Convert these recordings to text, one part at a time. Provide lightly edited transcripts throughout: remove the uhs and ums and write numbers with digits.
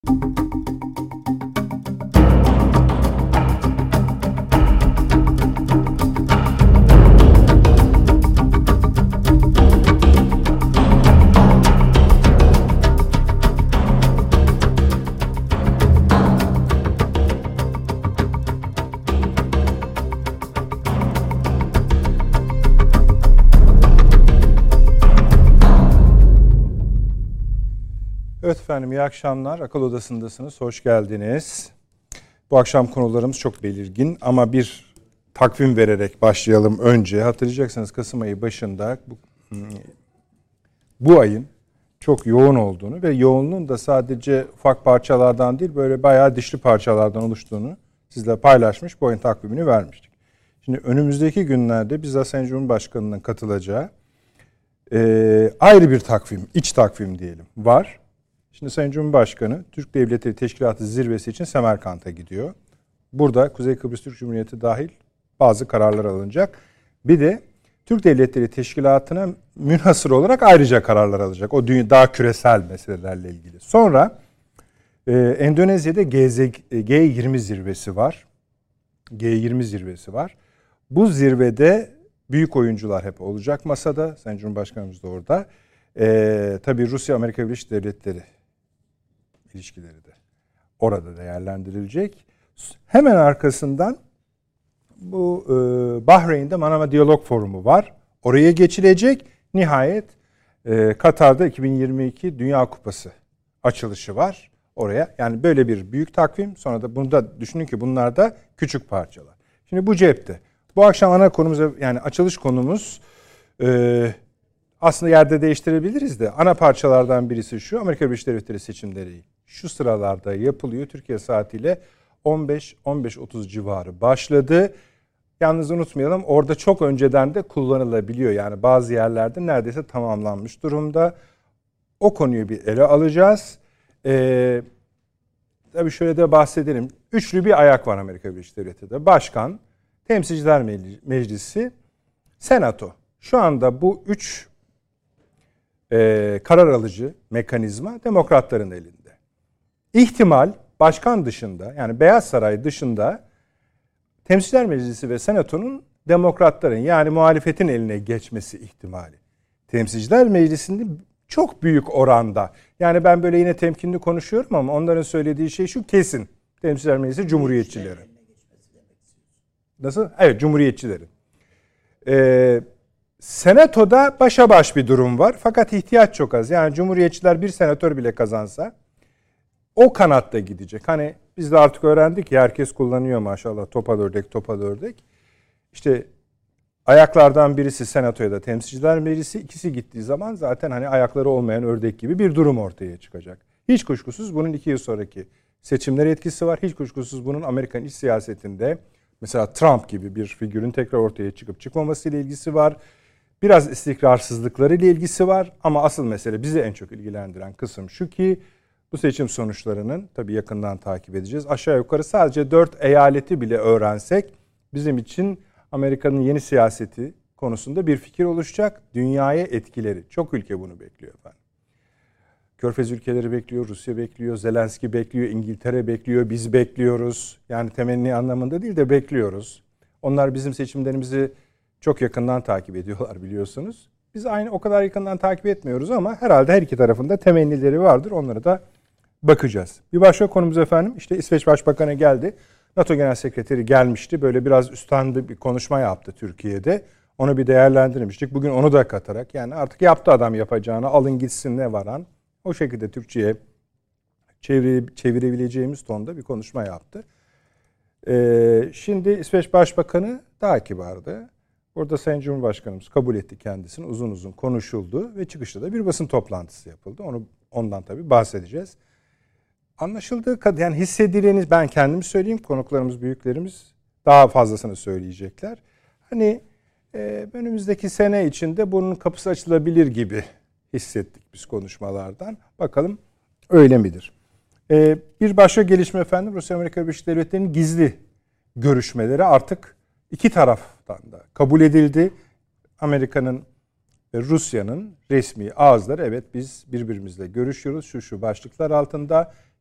Evet efendim, iyi akşamlar. Akıl Odası'ndasınız. Hoş geldiniz. Bu akşam konularımız çok belirgin ama bir takvim vererek başlayalım önce. Hatırlayacaksınız Kasım ayı başında bu ayın çok yoğun olduğunu ve yoğunluğun da sadece ufak parçalardan değil böyle bayağı dişli parçalardan oluştuğunu sizle paylaşmış, bu ayın takvimini vermiştik. Şimdi önümüzdeki günlerde bizzat Sayın Cumhurbaşkanı'nın katılacağı ayrı bir takvim, iç takvim diyelim var. Şimdi Sayın Cumhurbaşkanı Türk Devletleri Teşkilatı Zirvesi için Semerkant'a gidiyor. Burada Kuzey Kıbrıs Türk Cumhuriyeti dahil bazı kararlar alınacak. Bir de Türk Devletleri Teşkilatı'na münhasır olarak ayrıca kararlar alacak. O daha küresel meselelerle ilgili. Sonra Endonezya'da G20 zirvesi var. G20 zirvesi var. Bu zirvede büyük oyuncular hep olacak masada. Sayın Cumhurbaşkanımız da orada. Tabii Rusya-Amerika Birleşik Devletleri ilişkileri de orada değerlendirilecek. Hemen arkasından bu Bahreyn'de Manama Diyalog Forumu var. Oraya geçilecek. Nihayet Katar'da 2022 Dünya Kupası açılışı var oraya. Yani böyle bir büyük takvim. Sonra da bunu da düşünün ki bunlar da küçük parçalar. Şimdi bu cepte. Bu akşam ana konumuz, yani açılış konumuz aslında yerde değiştirebiliriz de ana parçalardan birisi şu: Amerika Birleşik Devletleri seçimleri şu sıralarda yapılıyor. Türkiye saatiyle 15-15.30 civarı başladı. Yalnız unutmayalım, orada çok önceden de kullanılabiliyor. Yani bazı yerlerde neredeyse tamamlanmış durumda. O konuyu bir ele alacağız. Tabii şöyle de bahsedelim. Üçlü bir ayak var Amerika Birleşik Devletleri'de. Başkan, Temsilciler Meclisi, Senato. Şu anda bu üç karar alıcı mekanizma demokratların elinde. İhtimal başkan dışında, yani Beyaz Saray dışında Temsilciler Meclisi ve Senato'nun demokratların, yani muhalefetin eline geçmesi ihtimali. Temsilciler Meclisi'nde çok büyük oranda, yani ben böyle yine temkinli konuşuyorum ama onların söylediği şey şu kesin: Temsilciler Meclisi Cumhuriyetçilerin. Nasıl? Evet, Cumhuriyetçilerin. Senato'da başa baş bir durum var fakat ihtiyaç çok az. Yani Cumhuriyetçiler bir senatör bile kazansa o kanatta gidecek. Hani biz de artık öğrendik ya, herkes kullanıyor maşallah, topal ördek. İşte ayaklardan birisi Senato ya da Temsilciler Meclisi, ikisi gittiği zaman zaten hani ayakları olmayan ördek gibi bir durum ortaya çıkacak. Hiç kuşkusuz bunun 2 yıl sonraki seçimlere etkisi var. Hiç kuşkusuz bunun Amerikan iç siyasetinde mesela Trump gibi bir figürün tekrar ortaya çıkıp çıkmamasıyla ilgisi var. Biraz istikrarsızlıklarıyla ilgisi var ama asıl mesele, bizi en çok ilgilendiren kısım şu ki bu seçim sonuçlarının tabii yakından takip edeceğiz. Aşağı yukarı sadece 4 eyaleti bile öğrensek bizim için Amerika'nın yeni siyaseti konusunda bir fikir oluşacak. Dünyaya etkileri. Çok ülke bunu bekliyor efendim. Körfez ülkeleri bekliyor, Rusya bekliyor, Zelenski bekliyor, İngiltere bekliyor, biz bekliyoruz. Yani temenni anlamında değil de bekliyoruz. Onlar bizim seçimlerimizi çok yakından takip ediyorlar biliyorsunuz. Biz aynı o kadar yakından takip etmiyoruz ama herhalde her iki tarafında temennileri vardır. Onlara da bakacağız. Bir başka konumuz efendim, işte İsveç Başbakanı geldi. NATO Genel Sekreteri gelmişti. Böyle biraz üstten bir konuşma yaptı Türkiye'de. Onu bir değerlendirmiştik. Bugün onu da katarak, yani artık yaptı adam yapacağını, alın gitsin ne varan. O şekilde Türkçe'ye çevirebileceğimiz tonda bir konuşma yaptı. Şimdi İsveç Başbakanı daha kibardı. Orada Sayın Cumhurbaşkanımız kabul etti kendisini. Uzun uzun konuşuldu ve çıkışta da bir basın toplantısı yapıldı. Ondan tabii bahsedeceğiz. Anlaşıldığı kadar, yani hissedileni ben kendim söyleyeyim, konuklarımız, büyüklerimiz daha fazlasını söyleyecekler. Hani önümüzdeki sene içinde bunun kapısı açılabilir gibi hissettik biz konuşmalardan. Bakalım öyle midir? Bir başka gelişme efendim, Rusya-Amerika Birleşik Devletleri'nin gizli görüşmeleri artık iki taraftan da kabul edildi. Amerika'nın ve Rusya'nın resmi ağızları, evet biz birbirimizle görüşüyoruz şu başlıklar altında.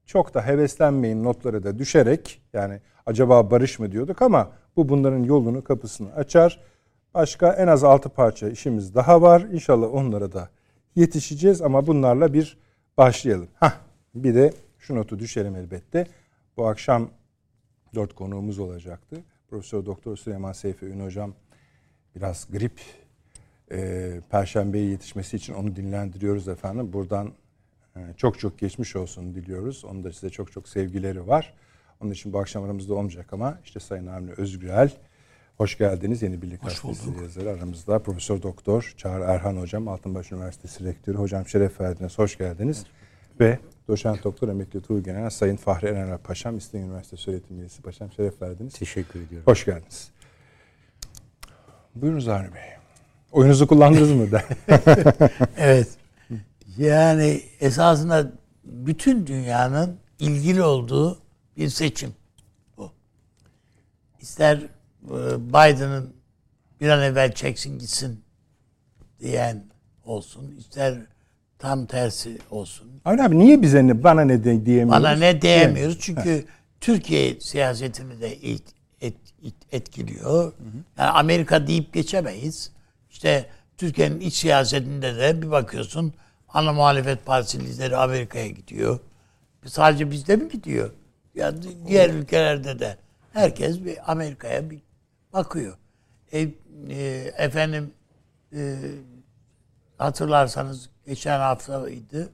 çok da heveslenmeyin notları da düşerek, yani acaba barış mı diyorduk ama bu bunların yolunu, kapısını açar. Başka en az 6 parça işimiz daha var. İnşallah onlara da yetişeceğiz ama bunlarla bir başlayalım. Bir de şu notu düşelim elbette. Bu akşam 4 konuğumuz olacaktı. Profesör Doktor Süleyman Seyfi Ün hocam biraz grip. Perşembeye yetişmesi için onu dinlendiriyoruz efendim. Buradan çok çok geçmiş olsun diliyoruz. Onun da size çok çok sevgileri var. Onun için bu akşam aramızda olmayacak ama işte Sayın Avni Özgürel, hoş geldiniz. Yeni Birlik Gazetesi yazarı aramızda. Profesör Doktor Çağrı Erhan hocam, Altınbaş Üniversitesi Rektörü. Hocam şeref verdiniz, hoş geldiniz. Ve Doçent Doktor Emekli Tuğgenel Sayın Fahri Erener Paşam, İstinye Üniversitesi Öğretim Üyesi. Paşam şeref verdiniz. Teşekkür ediyorum. Hoş geldiniz. Buyurunuz Avni Bey. Oyunuzu kullandınız mı? Evet. Yani esasında bütün dünyanın ilgili olduğu bir seçim bu. İster Biden'ın bir an evvel çeksin gitsin diyen olsun, ister tam tersi olsun. Avni abi niye bize bana ne diyemiyoruz? Bana ne diyemiyoruz çünkü Türkiye siyasetini de etkiliyor. Yani Amerika deyip geçemeyiz. İşte Türkiye'nin iç siyasetinde de bir bakıyorsun ana muhalefet partisi lideri Amerika'ya gidiyor. Sadece bizde mi gidiyor? Yani diğer ülkelerde de herkes bir Amerika'ya bir bakıyor. Hatırlarsanız geçen haftaydı.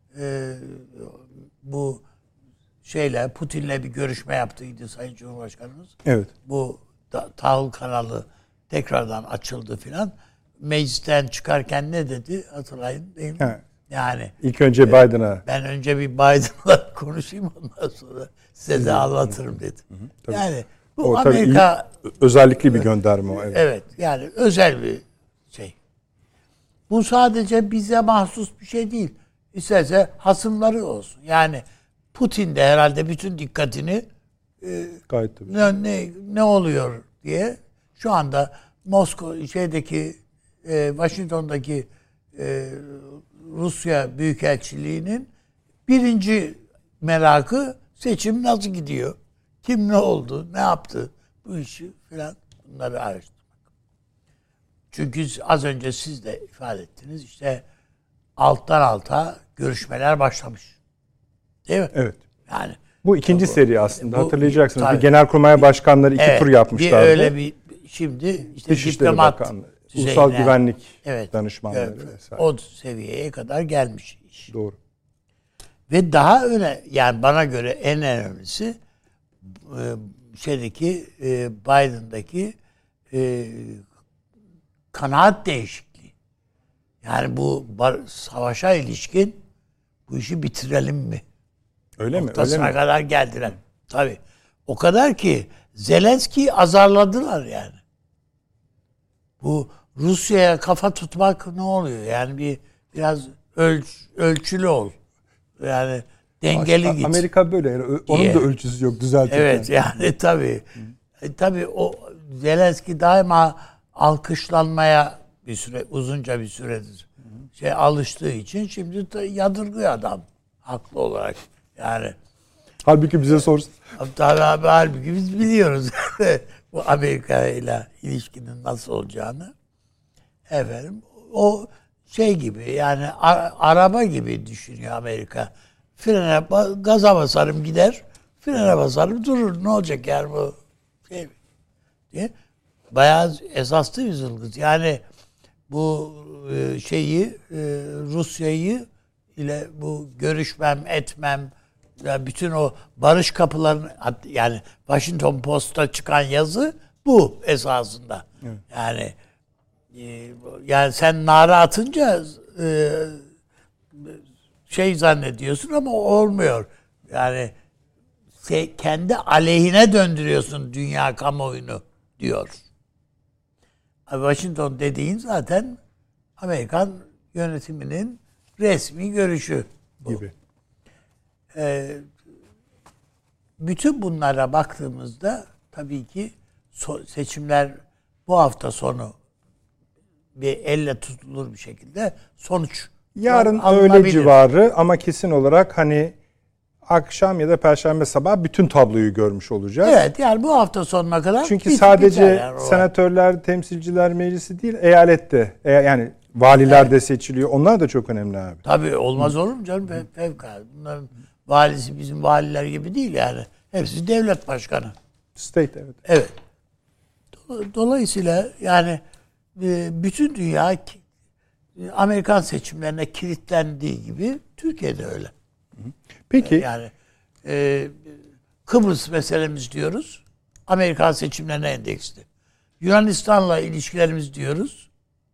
Bu Putin'le bir görüşme yaptıydı Sayın Cumhurbaşkanımız. Evet. Bu tahıl kanalı tekrardan açıldı filan. Meclisten çıkarken ne dedi? Hatırlayın değil mi? He. Yani İlk önce Biden'a. Ben önce bir Biden'la konuşayım ondan sonra size de anlatırım dedi. Tabii. Yani bu O Amerika özellikli bir gönderme o. Evet. Evet. Yani özel bir şey. Bu sadece bize mahsus bir şey değil. İsterse hasımları olsun. Yani Putin de herhalde bütün dikkatini Gayet tabii. ne oluyor diye şu anda Washington'daki Rusya Büyükelçiliği'nin birinci merakı seçim nasıl gidiyor? Kim ne oldu? Ne yaptı? Bu işi falan bunları araştırmak. Çünkü az önce siz de ifade ettiniz. İşte alttan alta görüşmeler başlamış. Değil mi? Evet. Yani bu ikinci seri aslında. Hatırlayacaksınız. Tabii. Bir Genelkurmay Başkanları iki tur yapmışlardı. Öyle bir şimdi işte Dışişleri diplomat Bakanlığı, Ulusal Güvenlik Danışmanları vesaire. O seviyeye kadar gelmiş iş. Doğru. Ve daha yani bana göre en önemlisi Biden'daki kanaat değişikliği. Yani bu savaşa ilişkin bu işi bitirelim mi? Öyle mi? Noktasına kadar geldiler. Tabii. O kadar ki Zelenski'yi azarladılar yani. Bu Rusya'ya kafa tutmak ne oluyor? Yani biraz ölçülü ol. Yani dengeli git. Amerika böyle. Yani onun da ölçüsü yok. Düzeltirken. Evet yani tabii. Tabii o Zelenski daima alkışlanmaya uzunca bir süredir alıştığı için şimdi yadırgıyor adam. Haklı olarak. Yani halbuki bize sorsun. Tabii halbuki biz biliyoruz bu Amerika ile ilişkinin nasıl olacağını. Efendim o gibi yani araba gibi düşünüyor Amerika. Gaza basarım gider, frene basarım durur. Ne olacak yani bu diye. Bayağı esaslı bir zılgıt. Yani bu Rusya'yı ile bu görüşmem, etmem, bütün o barış kapılarını yani Washington Post'ta çıkan yazı bu esasında. Evet. Yani sen nara atınca zannediyorsun ama olmuyor. Yani kendi aleyhine döndürüyorsun dünya kamuoyunu diyor. Washington dediğin zaten Amerikan yönetiminin resmi görüşü bu. Gibi. Bütün bunlara baktığımızda tabii ki seçimler bu hafta sonu bir elle tutulur bir şekilde sonuç yarın öğle civarı ama kesin olarak akşam ya da Perşembe sabahı bütün tabloyu görmüş olacağız. Evet, yani bu hafta sonuna kadar çünkü sadece yani senatörler, temsilciler meclisi değil, eyalette yani valiler de seçiliyor. Onlar da çok önemli abi. Tabii, olmaz olur mu canım? Fevkalade. Bunların valisi bizim valiler gibi değil yani. Hepsi devlet başkanı. State, evet. Evet. Dolayısıyla yani bütün dünya Amerikan seçimlerine kilitlendiği gibi Türkiye'de öyle. Peki. Yani Kıbrıs meselemiz diyoruz, Amerikan seçimlerine endeksli. Yunanistan'la ilişkilerimiz diyoruz,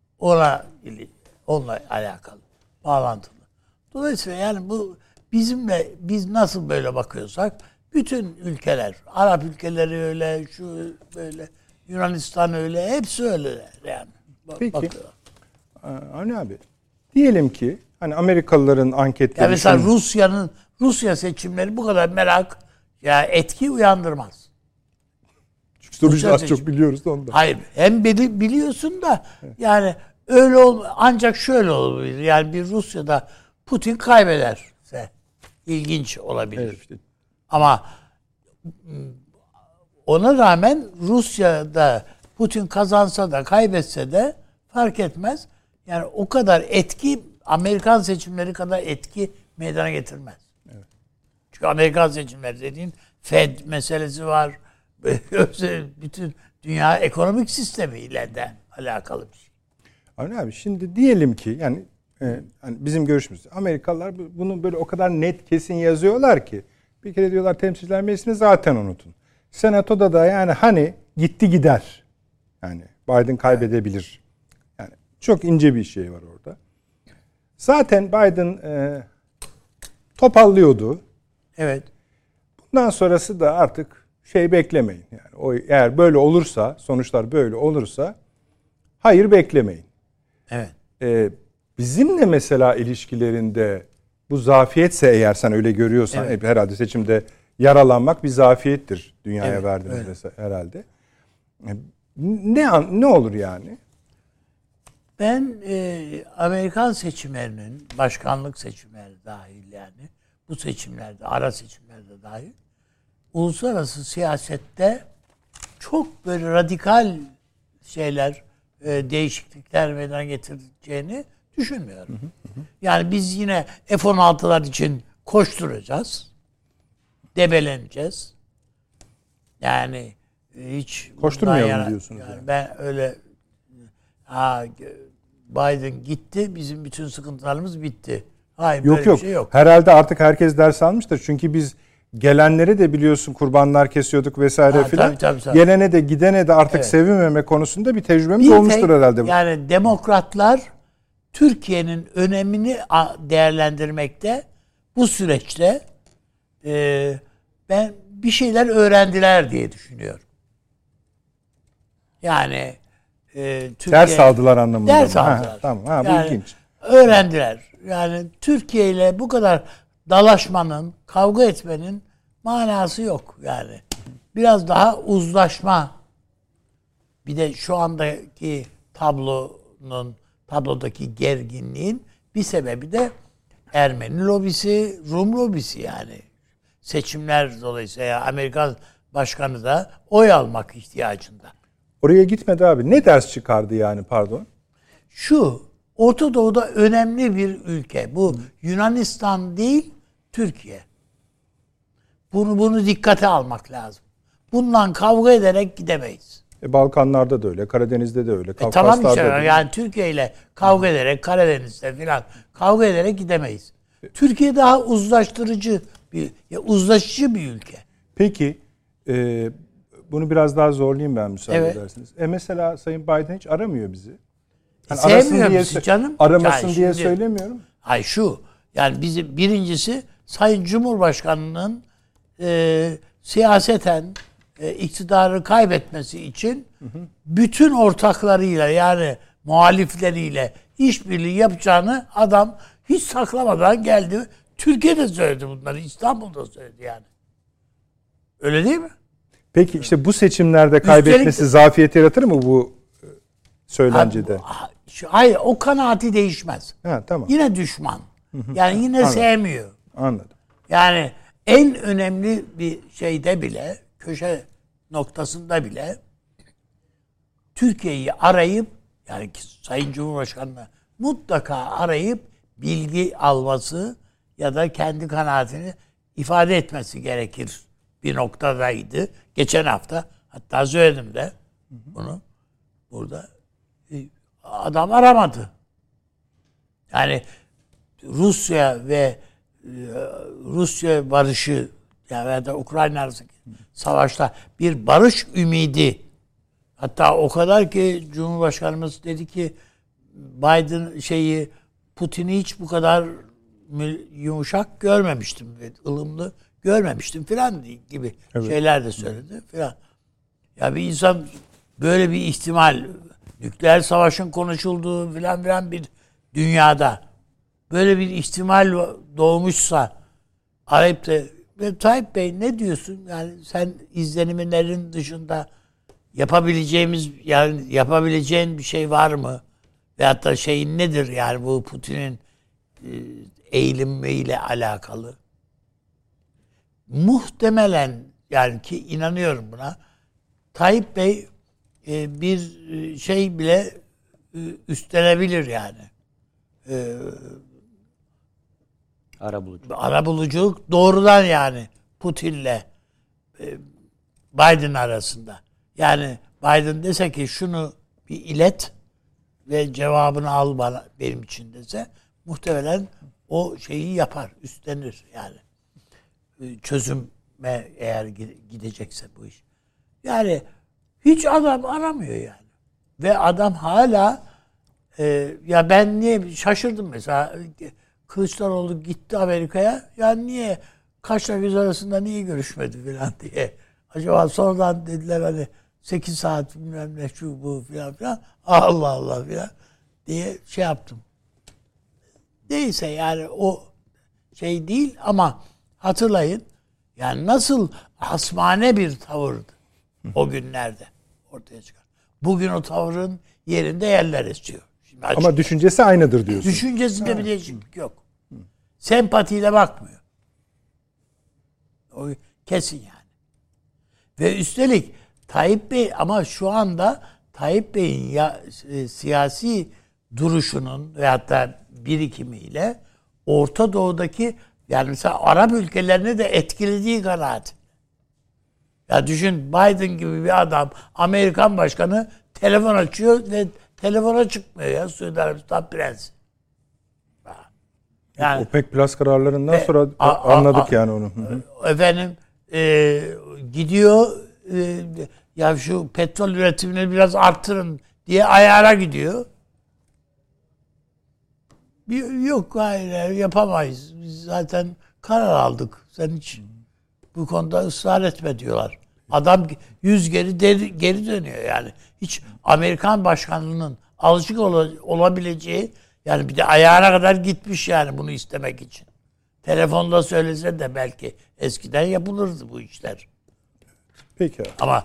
onunla alakalı, bağlantılı. Dolayısıyla yani bu biz nasıl böyle bakıyorsak bütün ülkeler, Arap ülkeleri öyle, şu böyle, Yunanistan öyle, hepsi öyle yani. Peki. Bakıyorlar. Hani abi, diyelim ki hani Amerikalıların anketleri... Ya mesela Rusya seçimleri bu kadar merak ya etki uyandırmaz. Çünkü sonucu az çok biliyoruz da ondan. Hayır, hem biliyorsun da yani öyle ancak şöyle olabilir. Yani bir Rusya'da Putin kaybederse ilginç olabilir. Evet, işte. Ama ona rağmen Rusya'da Putin kazansa da kaybetse de fark etmez. Yani o kadar etki, Amerikan seçimleri kadar etki meydana getirmez. Evet. Çünkü Amerikan seçimleri dediğin Fed meselesi var. Bütün dünya ekonomik sistemiyle de alakalı bir şey. Avni abi, şimdi diyelim ki yani hani bizim görüşümüz, Amerikalılar bunu böyle o kadar net, kesin yazıyorlar ki bir kere diyorlar Temsilciler Meclisi'ni zaten unutun. Senatoda da yani hani gitti gider. Yani Biden kaybedebilir. Yani çok ince bir şey var orada. Zaten Biden topallıyordu. Evet. Bundan sonrası da artık beklemeyin. Yani eğer böyle olursa, sonuçlar böyle olursa hayır beklemeyin. Evet. Bizimle mesela ilişkilerinde bu zafiyetse, eğer sen öyle görüyorsan, evet, herhalde seçimde yaralanmak bir zafiyettir dünyaya, evet, verdiğimiz herhalde. Ne olur yani? Ben Amerikan seçimlerinin, başkanlık seçimleri dahil yani, bu seçimlerde, ara seçimlerde dahil, uluslararası siyasette çok böyle radikal şeyler, değişiklikler meydana getireceğini düşünmüyorum. Yani biz yine F-16'lar için koşturacağız, debeleneceğiz. Yani hiç koşturmayalım diyorsunuz. Yani ben öyle Biden gitti, bizim bütün sıkıntılarımız bitti. Hayır, yok böyle bir şey yok. Herhalde artık herkes ders almıştır. Çünkü biz gelenleri de biliyorsun, kurbanlar kesiyorduk vesaire filan. Tabii. Gelene de gidene de artık, evet, sevinmeme konusunda bir tecrübemiz olmuştur herhalde. Yani demokratlar Türkiye'nin önemini değerlendirmekte, bu süreçte ben bir şeyler öğrendiler diye düşünüyorum. Yani Türkiye, ders aldılar anlamında. Ders aldılar. Tamam. Bu yani, ilginç. öğrendiler. Yani Türkiye ile bu kadar dalaşmanın, kavga etmenin manası yok yani. Biraz daha uzlaşma. Bir de şu andaki tablodaki gerginliğin bir sebebi de Ermeni lobisi, Rum lobisi yani. Seçimler dolayısıyla Amerikan başkanı da oy almak ihtiyacında. Oraya gitmedi abi. Ne ders çıkardı yani, pardon? Şu, Orta Doğu'da önemli bir ülke. Bu Yunanistan değil, Türkiye. Bunu dikkate almak lazım. Bundan kavga ederek gidemeyiz. Balkanlarda da öyle, Karadeniz'de de öyle, Kafkaslar'da tamam işte, da öyle. Yani Türkiye ile kavga ederek, Karadeniz'de filan kavga ederek gidemeyiz. Türkiye daha uzlaştırıcı uzlaşıcı bir ülke. Peki, bunu biraz daha zorlayayım ben, müsaade edersiniz. Mesela Sayın Biden hiç aramıyor bizi. Yani sevmiyor bizi canım. Aramasın diye söylemiyorum. Hayır şu, yani bizim birincisi Sayın Cumhurbaşkanı'nın siyaseten iktidarı kaybetmesi için bütün ortaklarıyla, yani muhalifleriyle işbirliği yapacağını adam hiç saklamadan geldi. Türkiye'de söyledi bunları, İstanbul'da söyledi yani. Öyle değil mi? Peki işte bu seçimlerde kaybetmesi zafiyet yaratır mı bu söylencede? Hayır, o kanaati değişmez. Tamam. Yine düşman. Yani yine sevmiyor. Anladım. Yani en önemli bir şeyde bile, köşe noktasında bile Türkiye'yi arayıp, yani Sayın Cumhurbaşkanı'na mutlaka arayıp bilgi alması ya da kendi kanaatini ifade etmesi gerekir bir noktadaydı. Geçen hafta hatta söyledim de bunu burada. Adam aramadı. Yani Rusya ve Rusya barışı, yani ya da Ukrayna arasındaki savaşta bir barış ümidi, hatta o kadar ki Cumhurbaşkanımız dedi ki Biden Putin'i hiç bu kadar yumuşak görmemiştim, ılımlı görmemiştim filan gibi şeyler de söyledi filan. Ya bir insan böyle bir ihtimal, nükleer savaşın konuşulduğu filan bir dünyada böyle bir ihtimal doğmuşsa arayıp da Tayyip Bey ne diyorsun? Yani sen izlenimlerin dışında yapabileceğin bir şey var mı? Veyahut da şeyin nedir yani bu Putin'in eğilimiyle alakalı? Muhtemelen, yani ki inanıyorum buna, Tayyip Bey bir şey bile üstlenebilir yani. Arabuluculuk doğrudan, yani Putin'le Biden arasında. Yani Biden dese ki şunu bir ilet ve cevabını al benim için dese, muhtemelen o şeyi yapar, üstlenir yani. Çözüme eğer gidecekse bu iş. Yani hiç adam aramıyor yani. Ve adam hala ya ben niye şaşırdım mesela, Kılıçdaroğlu gitti Amerika'ya, yani niye kaçla göz arasında niye görüşmedi filan diye. Acaba sonradan dediler hani 8 saat bilmem ne şu bu filan Allah Allah filan diye şey yaptım. Neyse yani o şey değil ama hatırlayın yani nasıl hasmane bir tavırdı o günlerde ortaya çıkar. Bugün o tavrın yerinde yerler esiyor. Ama düşüncesi aynıdır diyorsun. Düşüncesinde bir değişiklik yok. Sempatiyle bakmıyor. O kesin yani. Ve üstelik Tayyip Bey, ama şu anda Tayyip Bey'in siyasi duruşunun veyahut da birikimiyle Orta Doğu'daki, yani mesela Arap ülkelerini de etkilediği kanaat. Ya düşün, Biden gibi bir adam, Amerikan başkanı telefon açıyor ve telefona çıkmıyor ya, Suudi Arabistan prensi. Yani OPEC Plus kararlarından sonra anladık yani onu. Efendim gidiyor ya şu petrol üretimini biraz arttırın diye ayara gidiyor. Yok hayır yapamayız. Biz zaten karar aldık. Sen hiç bu konuda ısrar etme diyorlar. Adam 100 geri dönüyor yani. Hiç Amerikan başkanlığının alışık olabileceği, yani bir de ayağına kadar gitmiş yani bunu istemek için. Telefonda söylese de belki eskiden yapılırdı bu işler. Peki. Ama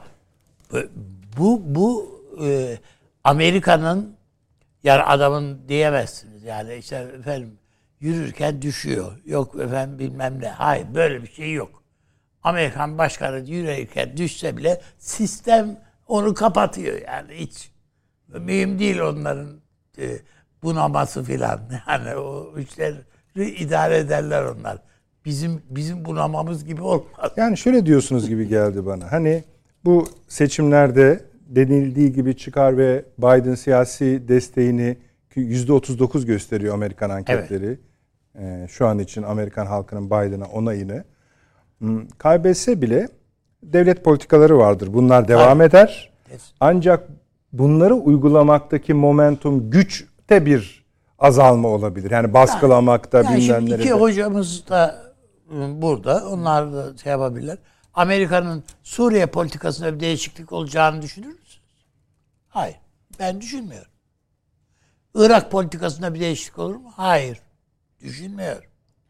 bu Amerika'nın, yani adamın diyemezsiniz yani işte efendim yürürken düşüyor. Yok efendim bilmem ne. Hayır, böyle bir şey yok. Amerikan başkanı yürürken düşse bile sistem onu kapatıyor yani hiç. Mühim değil onların bunaması filan. Yani o işleri idare ederler onlar. Bizim bunamamız gibi olmaz. Yani şöyle diyorsunuz gibi geldi bana. Hani bu seçimlerde denildiği gibi çıkar ve Biden siyasi desteğini %39 gösteriyor Amerikan anketleri. Evet. Şu an için Amerikan halkının Biden'a onayını. Kaybetse bile devlet politikaları vardır. Bunlar devam eder. Ancak bunları uygulamaktaki momentum, güçte bir azalma olabilir. Yani baskılamakta, yani bilmem nerede. İki hocamız da burada. Onlar da şey yapabilirler. Amerika'nın Suriye politikasında bir değişiklik olacağını düşünür müsünüz? Hayır. Ben düşünmüyorum. Irak politikasında bir değişiklik olur mu? Hayır. Düşünmüyorum.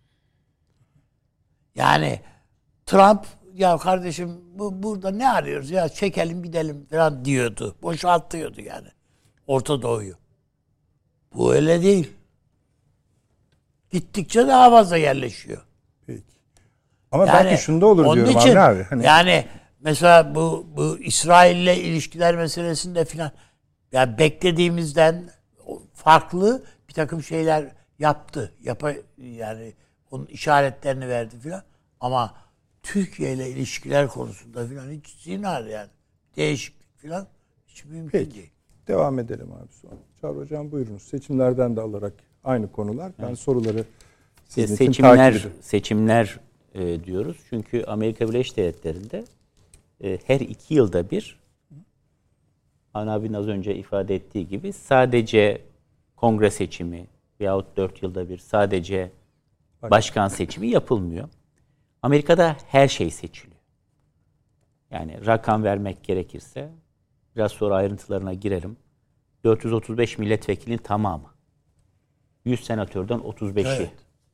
Yani Trump, ya kardeşim burada ne arıyoruz ya, çekelim gidelim falan diyordu. Boşaltıyordu yani Orta Doğu'yu. Bu öyle değil. Gittikçe daha fazla yerleşiyor. Peki. Ama yani, belki şunda olur onun diyorum için, abi. Hani... Yani mesela bu İsrail'le ilişkiler meselesinde filan yani beklediğimizden farklı bir takım şeyler yaptı. Yani onun işaretlerini verdi filan. Ama Türkiye ile ilişkiler konusunda filan hiç zinhar yani. Değişiklik filan hiç mümkün değil. Devam edelim abi sonra. Çağrı Hocam buyurunuz. Seçimlerden de alarak aynı konular. Ben soruları sizin için takip ediyorum. Seçimler diyoruz. Çünkü Amerika Birleşik Devletleri'nde her 2 yılda bir Ana abinin az önce ifade ettiği gibi sadece kongre seçimi veyahut 4 yılda bir sadece başkan seçimi yapılmıyor. Amerika'da her şey seçiliyor. Yani rakam vermek gerekirse biraz sonra ayrıntılarına girelim. 435 milletvekilinin tamamı. 100 senatörden 35'i. Evet.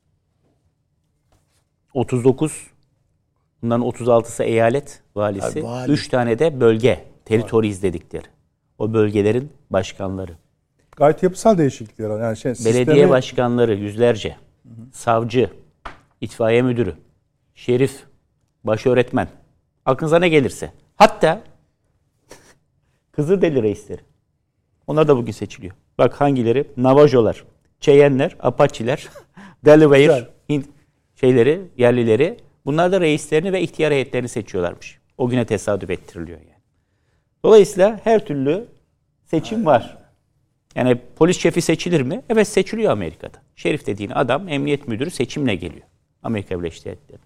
39, bunların 36'sı eyalet valisi. 3 tane de bölge, territories dedikleri. O bölgelerin başkanları. Gayet yapısal değişiklikler. Yani belediye başkanları yüzlerce. Savcı, itfaiye müdürü, şerif, başöğretmen. Aklınıza ne gelirse. Hatta Kızıldeli reisleri. Onlar da bugün seçiliyor. Bak hangileri? Navajolar, Cheyenne'ler, Apache'ler, Delaware, Hint yerlileri. Bunlar da reislerini ve ihtiyar heyetlerini seçiyorlarmış. O güne tesadüf ettiriliyor yani. Dolayısıyla her türlü seçim var. Yani polis şefi seçilir mi? Evet, seçiliyor Amerika'da. Şerif dediğin adam, emniyet müdürü seçimle geliyor. Amerika Birleşik Devletleri'nde.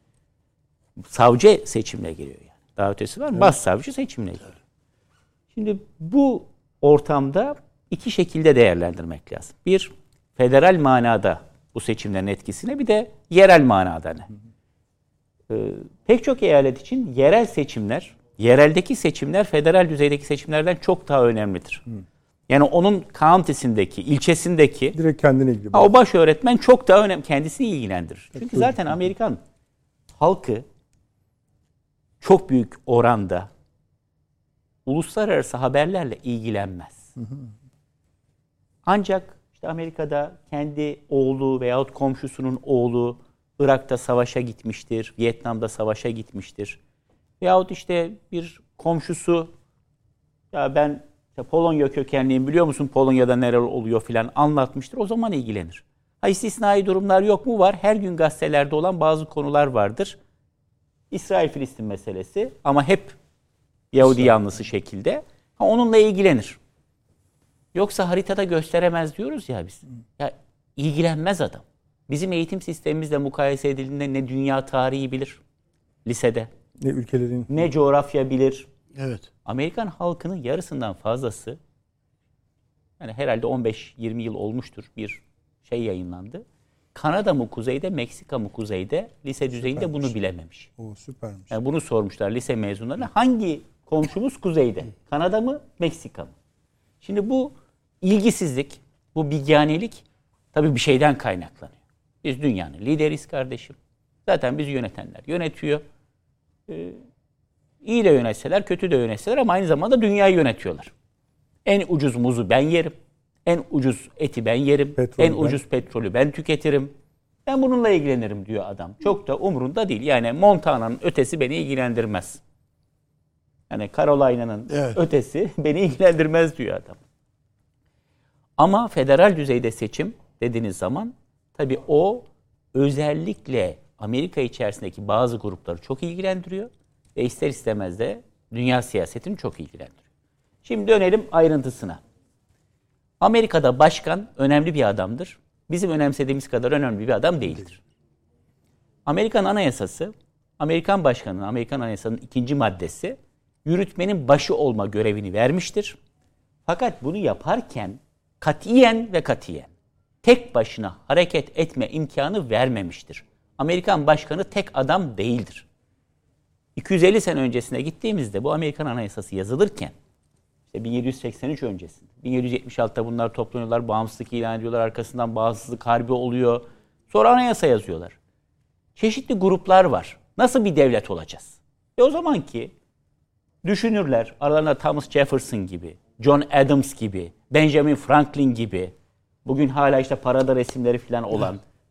Savcı seçimle geliyor yani. Daha ötesi var mı? Evet. Başsavcı seçimle geliyor. Şimdi bu ortamda 2 şekilde değerlendirmek lazım. Bir, federal manada bu seçimlerin etkisine, bir de yerel manada ne? Pek çok eyalet için yerel seçimler, yereldeki seçimler federal düzeydeki seçimlerden çok daha önemlidir. Yani onun county'sindeki, ilçesindeki direkt kendine ilgili. O baş öğretmen çok daha önemli, kendisini ilgilendirir. Çünkü zaten Amerikan halkı çok büyük oranda uluslararası haberlerle ilgilenmez. Ancak işte Amerika'da kendi oğlu veyahut komşusunun oğlu Irak'ta savaşa gitmiştir, Vietnam'da savaşa gitmiştir. Veyahut işte bir komşusu, ya ben Polonya kökenliyim, biliyor musun Polonya'da neler oluyor filan anlatmıştır. O zaman ilgilenir. İstisnai durumlar yok mu? Var. Her gün gazetelerde olan bazı konular vardır. İsrail-Filistin meselesi ama hep Yahudi yanlısı şekilde. Onunla ilgilenir. Yoksa haritada gösteremez diyoruz ya biz. Ya ilgilenmez adam. Bizim eğitim sistemimizle mukayese edildiğinde ne dünya tarihi bilir lisede. Ne ülkelerin. Ne coğrafya bilir. Evet. Amerikan halkının yarısından fazlası, yani herhalde 15-20 yıl olmuştur, bir şey yayınlandı. Kanada mı kuzeyde, Meksika mı kuzeyde, lise düzeyinde bunu bilememiş. Süpermiş. Yani bunu sormuşlar lise mezunlarına. Hangi komşumuz kuzeyde? Kanada mı, Meksika mı? Şimdi bu ilgisizlik, bu bilgihanelik tabii bir şeyden kaynaklanıyor. Biz dünyanın lideriyiz kardeşim. Zaten bizi yönetenler yönetiyor. İyi de yönetseler, kötü de yönetseler ama aynı zamanda dünyayı yönetiyorlar. En ucuz muzu ben yerim. En ucuz eti ben yerim. Ucuz petrolü ben tüketirim. Ben bununla ilgilenirim diyor adam. Çok da umurunda değil. Yani Montana'nın ötesi beni ilgilendirmez. Yani Carolina'nın ötesi beni ilgilendirmez diyor adam. Ama federal düzeyde seçim dediğiniz zaman tabii o özellikle Amerika içerisindeki bazı grupları çok ilgilendiriyor. Ve ister istemez de dünya siyasetini çok ilgilendiriyor. Şimdi dönelim ayrıntısına. Amerika'da başkan önemli bir adamdır. Bizim önemsediğimiz kadar önemli bir adam değildir. Amerikan Anayasası, Amerikan Başkanı'nın, Amerikan Anayasası'nın 2. maddesi yürütmenin başı olma görevini vermiştir. Fakat bunu yaparken katiyen tek başına hareket etme imkanı vermemiştir. Amerikan Başkanı tek adam değildir. 250 sene öncesine gittiğimizde bu Amerikan Anayasası yazılırken, işte 1783 öncesinde, 1776'da bunlar toplanıyorlar, bağımsızlık ilan ediyorlar, arkasından bağımsızlık harbi oluyor. Sonra anayasa yazıyorlar. Çeşitli gruplar var. Nasıl bir devlet olacağız? O zamanki düşünürler, aralarında Thomas Jefferson gibi, John Adams gibi, Benjamin Franklin gibi, bugün hala işte parada resimleri falan olan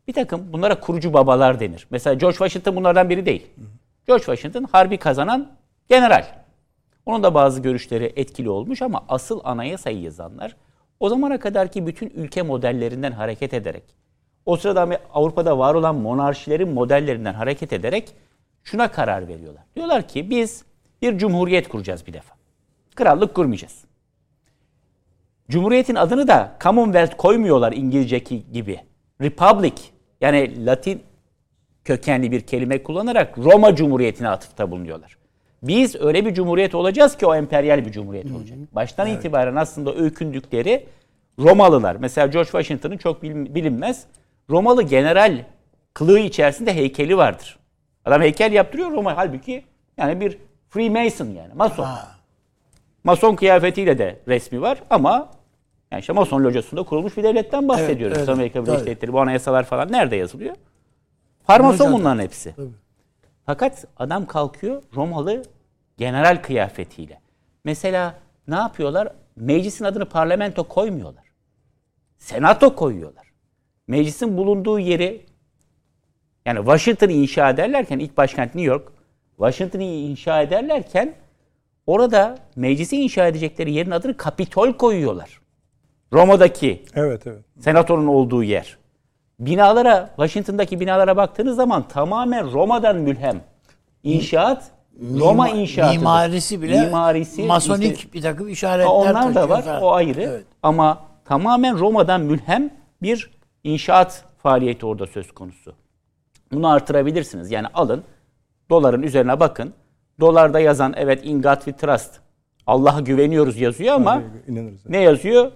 bir takım bunlara kurucu babalar denir. Mesela George Washington bunlardan biri değil. George Washington harbi kazanan general. Onun da bazı görüşleri etkili olmuş ama asıl anayasayı yazanlar o zamana kadarki bütün ülke modellerinden hareket ederek, o sırada Avrupa'da var olan monarşilerin modellerinden hareket ederek şuna karar veriyorlar. Diyorlar ki biz bir cumhuriyet kuracağız bir defa. Krallık kurmayacağız. Cumhuriyetin adını da Commonwealth koymuyorlar İngilizce'ki gibi. Republic, yani Latin kökenli bir kelime kullanarak Roma Cumhuriyeti'ne atıfta bulunuyorlar. Biz öyle bir cumhuriyet olacağız ki o emperyal bir cumhuriyet olacak. Baştan itibaren aslında öykündükleri Romalılar. Mesela George Washington'ın çok bilinmez Romalı general kılığı içerisinde heykeli vardır. Adam heykel yaptırıyor Roma, halbuki yani bir Freemason, yani Mason. Mason kıyafetiyle de resmi var ama yani işte Mason locasında kurulmuş bir devletten bahsediyoruz. Evet, Amerika Birleşik Devletleri, bu anayasalar falan nerede yazılıyor? Farmason bunların hepsi. Tabii. Fakat adam kalkıyor Romalı general kıyafetiyle. Mesela ne yapıyorlar? Meclisin adını parlamento koymuyorlar. Senato koyuyorlar. Meclisin bulunduğu yeri, yani Washington'ı inşa ederlerken, ilk başkent New York, Washington'ı inşa ederlerken orada meclisi inşa edecekleri yerin adını Kapitol koyuyorlar. Roma'daki senatonun olduğu yer. Binalara, Washington'daki binalara baktığınız zaman tamamen Roma'dan mülhem. İnşaat, Roma inşaatıdır. Mimarisi bile masonik işte, bir takım işaretler onlar da var, o ayrı. Evet. Ama tamamen Roma'dan mülhem bir inşaat faaliyeti orada söz konusu. Bunu artırabilirsiniz. Yani alın, doların üzerine bakın. Dolarda yazan evet in God we trust, Allah'a güveniyoruz yazıyor ama ne yazıyor?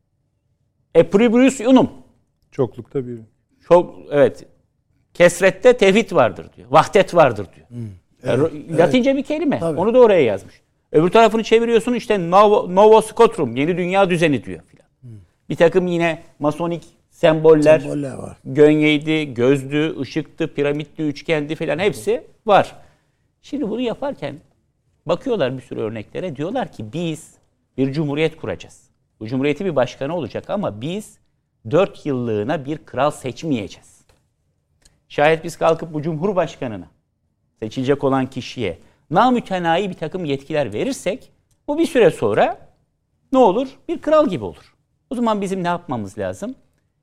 E pluribus unum. Çoklukta bir. Evet. Kesrette tevhid vardır diyor. Vahdet vardır diyor. Evet, Latince bir kelime. Tabii. Onu da oraya yazmış. Öbür tarafını çeviriyorsun işte Novo Scotum, yeni dünya düzeni diyor filan. Bir takım yine masonik semboller var. Gönyeydi, gözlü, ışıktı, piramitli, üçgendi filan hepsi var. Şimdi bunu yaparken bakıyorlar bir sürü örneklere, diyorlar ki biz bir cumhuriyet kuracağız. Bu cumhuriyetin bir başkanı olacak ama biz 4 yıllığına bir kral seçmeyeceğiz. Şayet biz kalkıp bu cumhurbaşkanına, seçilecek olan kişiye namütenayi bir takım yetkiler verirsek, bu bir süre sonra ne olur? Bir kral gibi olur. O zaman bizim ne yapmamız lazım?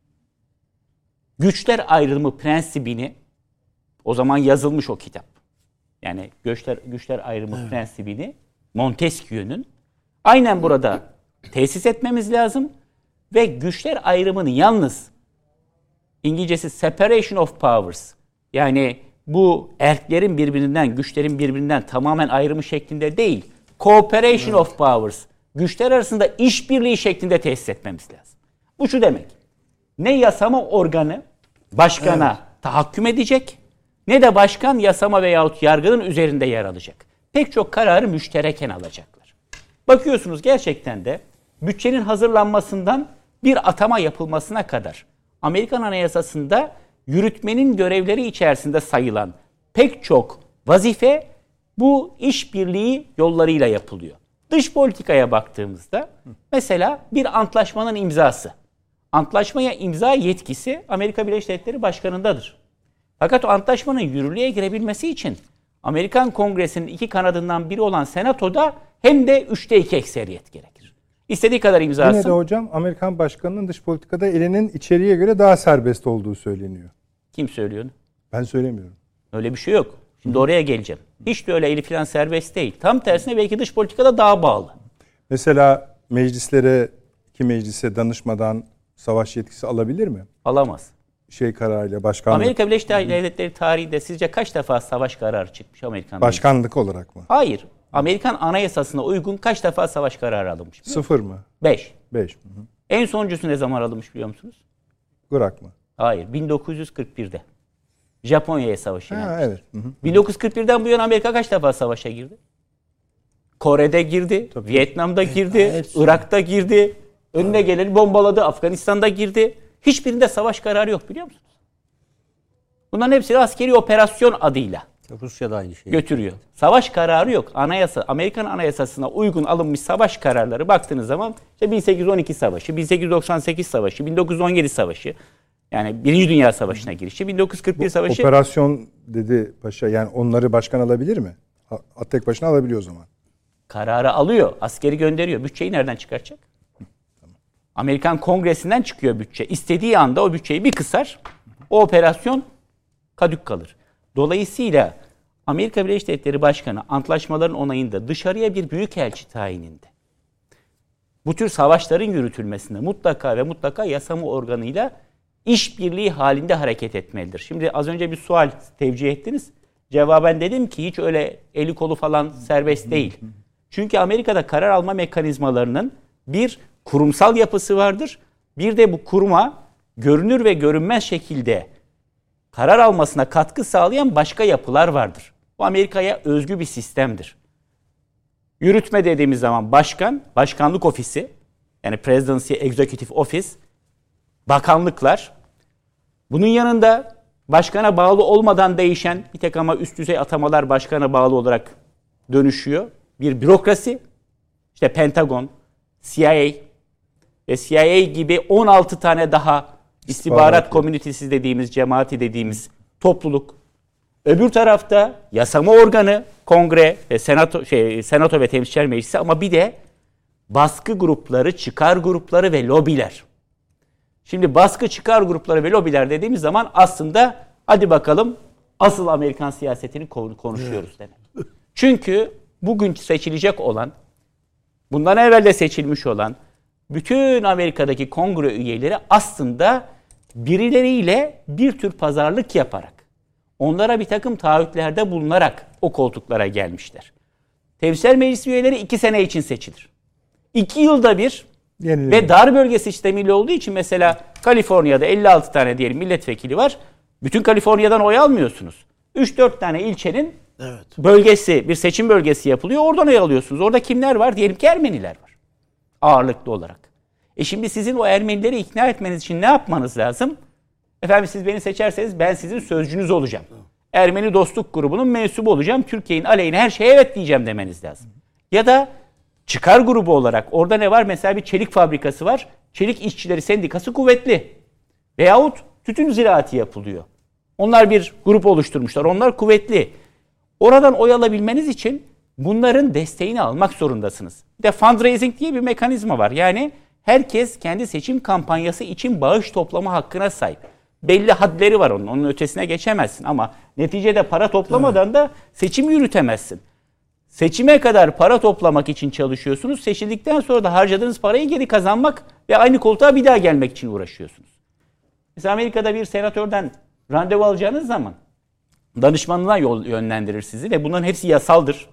Güçler ayrımı prensibini, o zaman yazılmış o kitap. Yani güçler ayrımı prensibini Montesquieu'nun aynen burada tesis etmemiz lazım ve güçler ayrımını yalnız İngilizcesi separation of powers, yani bu erklerin birbirinden, güçlerin birbirinden tamamen ayrımı şeklinde değil, cooperation of powers, güçler arasında işbirliği şeklinde tesis etmemiz lazım. Bu şu demek: ne yasama organı başkana tahakküm edecek, ne de başkan yasama veyahut yargının üzerinde yer alacak. Pek çok kararı müştereken alacaklar. Bakıyorsunuz gerçekten de bütçenin hazırlanmasından bir atama yapılmasına kadar Amerikan Anayasası'nda yürütmenin görevleri içerisinde sayılan pek çok vazife bu işbirliği yollarıyla yapılıyor. Dış politikaya baktığımızda mesela bir antlaşmanın imzası. Antlaşmaya imza yetkisi Amerika Birleşik Devletleri Başkanı'ndadır. Fakat o antlaşmanın yürürlüğe girebilmesi için Amerikan Kongresi'nin iki kanadından biri olan Senato'da hem de 3'te 2 ekseriyet gerekir. İstediği kadar imza atsın. Yine de hocam Amerikan Başkanı'nın dış politikada elinin içeriye göre daha serbest olduğu söyleniyor. Kim söylüyor? Ben söylemiyorum. Öyle bir şey yok. Şimdi oraya geleceğim. Hiç de öyle eli falan serbest değil. Tam tersine belki dış politikada daha bağlı. Mesela iki meclise danışmadan savaş yetkisi alabilir mi? Alamaz. Kararıyla başkanlık. Amerika Birleşik Devletleri tarihinde sizce kaç defa savaş kararı çıkmış Amerikan? Başkanlık olarak mı? Hayır. Amerikan Anayasası'na uygun kaç defa savaş kararı alınmış? 0 mı? 5. 5. En sonuncusu ne zaman alınmış biliyor musunuz? Irak mı? Hayır. 1941'de. Japonya'ya savaşı. Evet. 1941'den bu yana Amerika kaç defa savaşa girdi? Kore'de girdi, Vietnam'da girdi, Irak'ta girdi. Önüne geleni bombaladı, Afganistan'da girdi. Hiçbirinde savaş kararı yok biliyor musunuz? Bunların hepsi askeri operasyon adıyla Rusya'da aynı şey götürüyor. Savaş kararı yok. Amerikan Anayasası'na uygun alınmış savaş kararları baktığınız zaman işte 1812 Savaşı, 1898 Savaşı, 1917 Savaşı, Yani Birinci Dünya Savaşı'na girişi, 1941 Savaşı. Operasyon dedi paşa, yani onları başkan alabilir mi? Tek başına alabiliyor o zaman. Kararı alıyor, askeri gönderiyor. Bütçeyi nereden çıkaracak? Amerikan Kongresi'nden çıkıyor bütçe. İstediği anda o bütçeyi bir kısar, o operasyon kadük kalır. Dolayısıyla Amerika Birleşik Devletleri Başkanı antlaşmaların onayında dışarıya bir büyükelçi tayininde, bu tür savaşların yürütülmesinde mutlaka ve mutlaka yasama organıyla işbirliği halinde hareket etmelidir. Şimdi az önce bir sual tevcih ettiniz. Cevaben dedim ki hiç öyle eli kolu falan serbest değil. Çünkü Amerika'da karar alma mekanizmalarının bir kurumsal yapısı vardır. Bir de bu kuruma görünür ve görünmez şekilde karar almasına katkı sağlayan başka yapılar vardır. Bu Amerika'ya özgü bir sistemdir. Yürütme dediğimiz zaman başkan, başkanlık ofisi, yani Presidency Executive Office, bakanlıklar. Bunun yanında başkana bağlı olmadan değişen bir tek ama üst düzey atamalar başkana bağlı olarak dönüşüyor. Bir bürokrasi, işte Pentagon, CIA ve CIA gibi 16 tane daha istihbarat komünitesi dediğimiz, cemaati dediğimiz topluluk. Öbür tarafta yasama organı, kongre ve senato ve temsilciler meclisi, ama bir de baskı grupları, çıkar grupları ve lobiler. Şimdi baskı, çıkar grupları ve lobiler dediğimiz zaman aslında hadi bakalım asıl Amerikan siyasetini konuşuyoruz demek. Çünkü bugün seçilecek olan, bundan evvel de seçilmiş olan bütün Amerika'daki kongre üyeleri aslında birileriyle bir tür pazarlık yaparak, onlara bir takım taahhütlerde bulunarak o koltuklara gelmişler. Temsilciler Meclisi üyeleri 2 sene için seçilir. 2 yılda bir ve dar bölge sistemiyle olduğu için mesela Kaliforniya'da 56 tane diyelim milletvekili var. Bütün Kaliforniya'dan oy almıyorsunuz. 3-4 tane ilçenin bölgesi, bir seçim bölgesi yapılıyor. Oradan oy alıyorsunuz. Orada kimler var? Diyelim ki Ermeniler var. Ağırlıklı olarak. Şimdi sizin o Ermenileri ikna etmeniz için ne yapmanız lazım? Efendim siz beni seçerseniz ben sizin sözcünüz olacağım. Ermeni Dostluk Grubu'nun mensubu olacağım. Türkiye'nin aleyhine her şeye evet diyeceğim demeniz lazım. Ya da çıkar grubu olarak orada ne var? Mesela bir çelik fabrikası var. Çelik işçileri sendikası kuvvetli. Veyahut tütün ziraatı yapılıyor. Onlar bir grup oluşturmuşlar. Onlar kuvvetli. Oradan oy alabilmeniz için bunların desteğini almak zorundasınız. Bir de fundraising diye bir mekanizma var. Yani herkes kendi seçim kampanyası için bağış toplama hakkına sahip. Belli hadleri var onun. Onun ötesine geçemezsin ama neticede para toplamadan da seçim yürütemezsin. Seçime kadar para toplamak için çalışıyorsunuz. Seçildikten sonra da harcadığınız parayı geri kazanmak ve aynı koltuğa bir daha gelmek için uğraşıyorsunuz. Mesela Amerika'da bir senatörden randevu alacağınız zaman danışmanına yönlendirir sizi ve bunların hepsi yasaldır.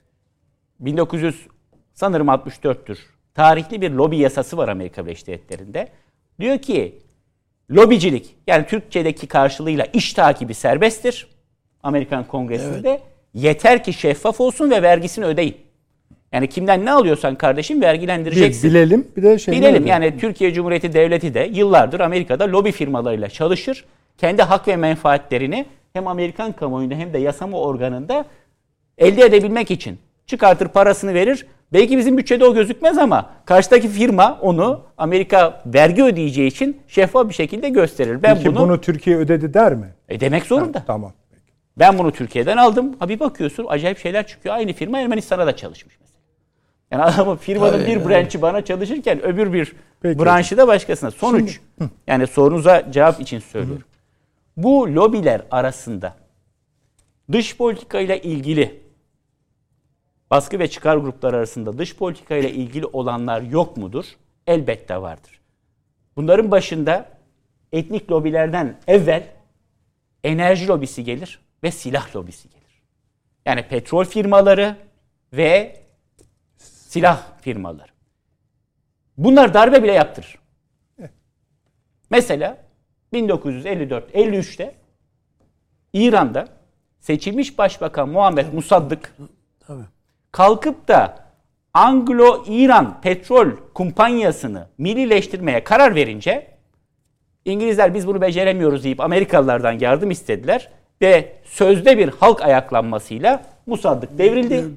1964'tür. Tarihli bir lobi yasası var Amerika Birleşik Devletleri'nde. Diyor ki lobicilik, yani Türkçedeki karşılığıyla iş takibi serbesttir Amerikan Kongresi'nde. Evet. Yeter ki şeffaf olsun ve vergisini ödeyin. Yani kimden ne alıyorsan kardeşim vergilendireceksin. Bilelim, bir de bilelim. Yani Türkiye Cumhuriyeti Devleti de yıllardır Amerika'da lobi firmalarıyla çalışır. Kendi hak ve menfaatlerini hem Amerikan kamuoyunda hem de yasama organında elde edebilmek için çıkartır, parasını verir. Belki bizim bütçede o gözükmez ama karşıdaki firma onu Amerika vergi ödeyeceği için şeffaf bir şekilde gösterir. Peki bunu Türkiye ödedi der mi? Demek zorunda. Ha, tamam. Ben bunu Türkiye'den aldım. Bir bakıyorsun acayip şeyler çıkıyor. Aynı firma Ermenistan'a da çalışmış mesela. Yani adamın firmanın bir branşı bana çalışırken öbür bir branşı da başkasına. Sonuç. Yani sorunuza cevap için söylüyorum. Bu lobiler arasında dış politika ile ilgili baskı ve çıkar grupları arasında dış politika ile ilgili olanlar yok mudur? Elbette vardır. Bunların başında etnik lobilerden evvel enerji lobisi gelir ve silah lobisi gelir. Yani petrol firmaları ve silah firmaları. Bunlar darbe bile yaptırır. Mesela 1954-53'te İran'da seçilmiş başbakan Muhammed Musaddık kalkıp da Anglo-İran petrol kumpanyasını millileştirmeye karar verince İngilizler biz bunu beceremiyoruz deyip Amerikalılardan yardım istediler ve sözde bir halk ayaklanmasıyla Musaddık devrildi.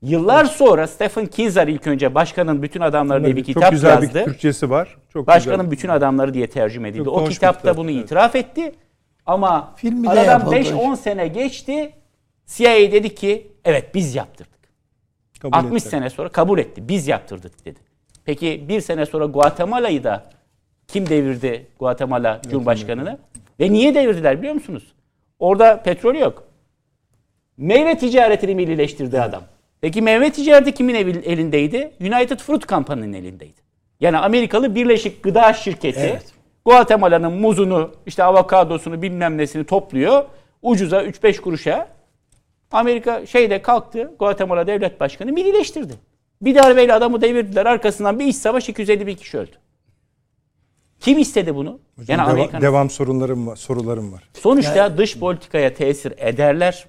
Yıllar sonra Stephen Kinzer ilk önce Başkanın Bütün Adamları diye bir kitap çok güzel yazdı. Bir Türkçesi var. Çok Başkanın güzel. Bütün Adamları diye tercüme edildi. Çok O kitapta bunu itiraf etti. Ama Filmi de aradan yapıldı. 5-10 sene geçti. CIA dedi ki evet biz yaptırdık. Kabul 60 ettiler. sene sonra kabul etti. Biz yaptırdık dedi. Peki bir sene sonra Guatemala'yı da kim devirdi Guatemala Cumhurbaşkanı'nı? Ve niye devirdiler biliyor musunuz? Orada petrol yok. Meyve ticaretini millileştirdi adam. Peki meyve ticareti kimin elindeydi? United Fruit Company'nin elindeydi. Yani Amerikalı Birleşik Gıda Şirketi Guatemala'nın muzunu, işte avokadosunu bilmem nesini topluyor. Ucuza 3-5 kuruşa Amerika kalktı. Guatemala Devlet Başkanı millileştirdi. Bir darbeyle adamı devirdiler. Arkasından bir iç savaş 250 bin kişi öldü. Kim istedi bunu? Hocam, Yani Amerikan. devam sorularım var. Sonuçta dış politikaya tesir ederler.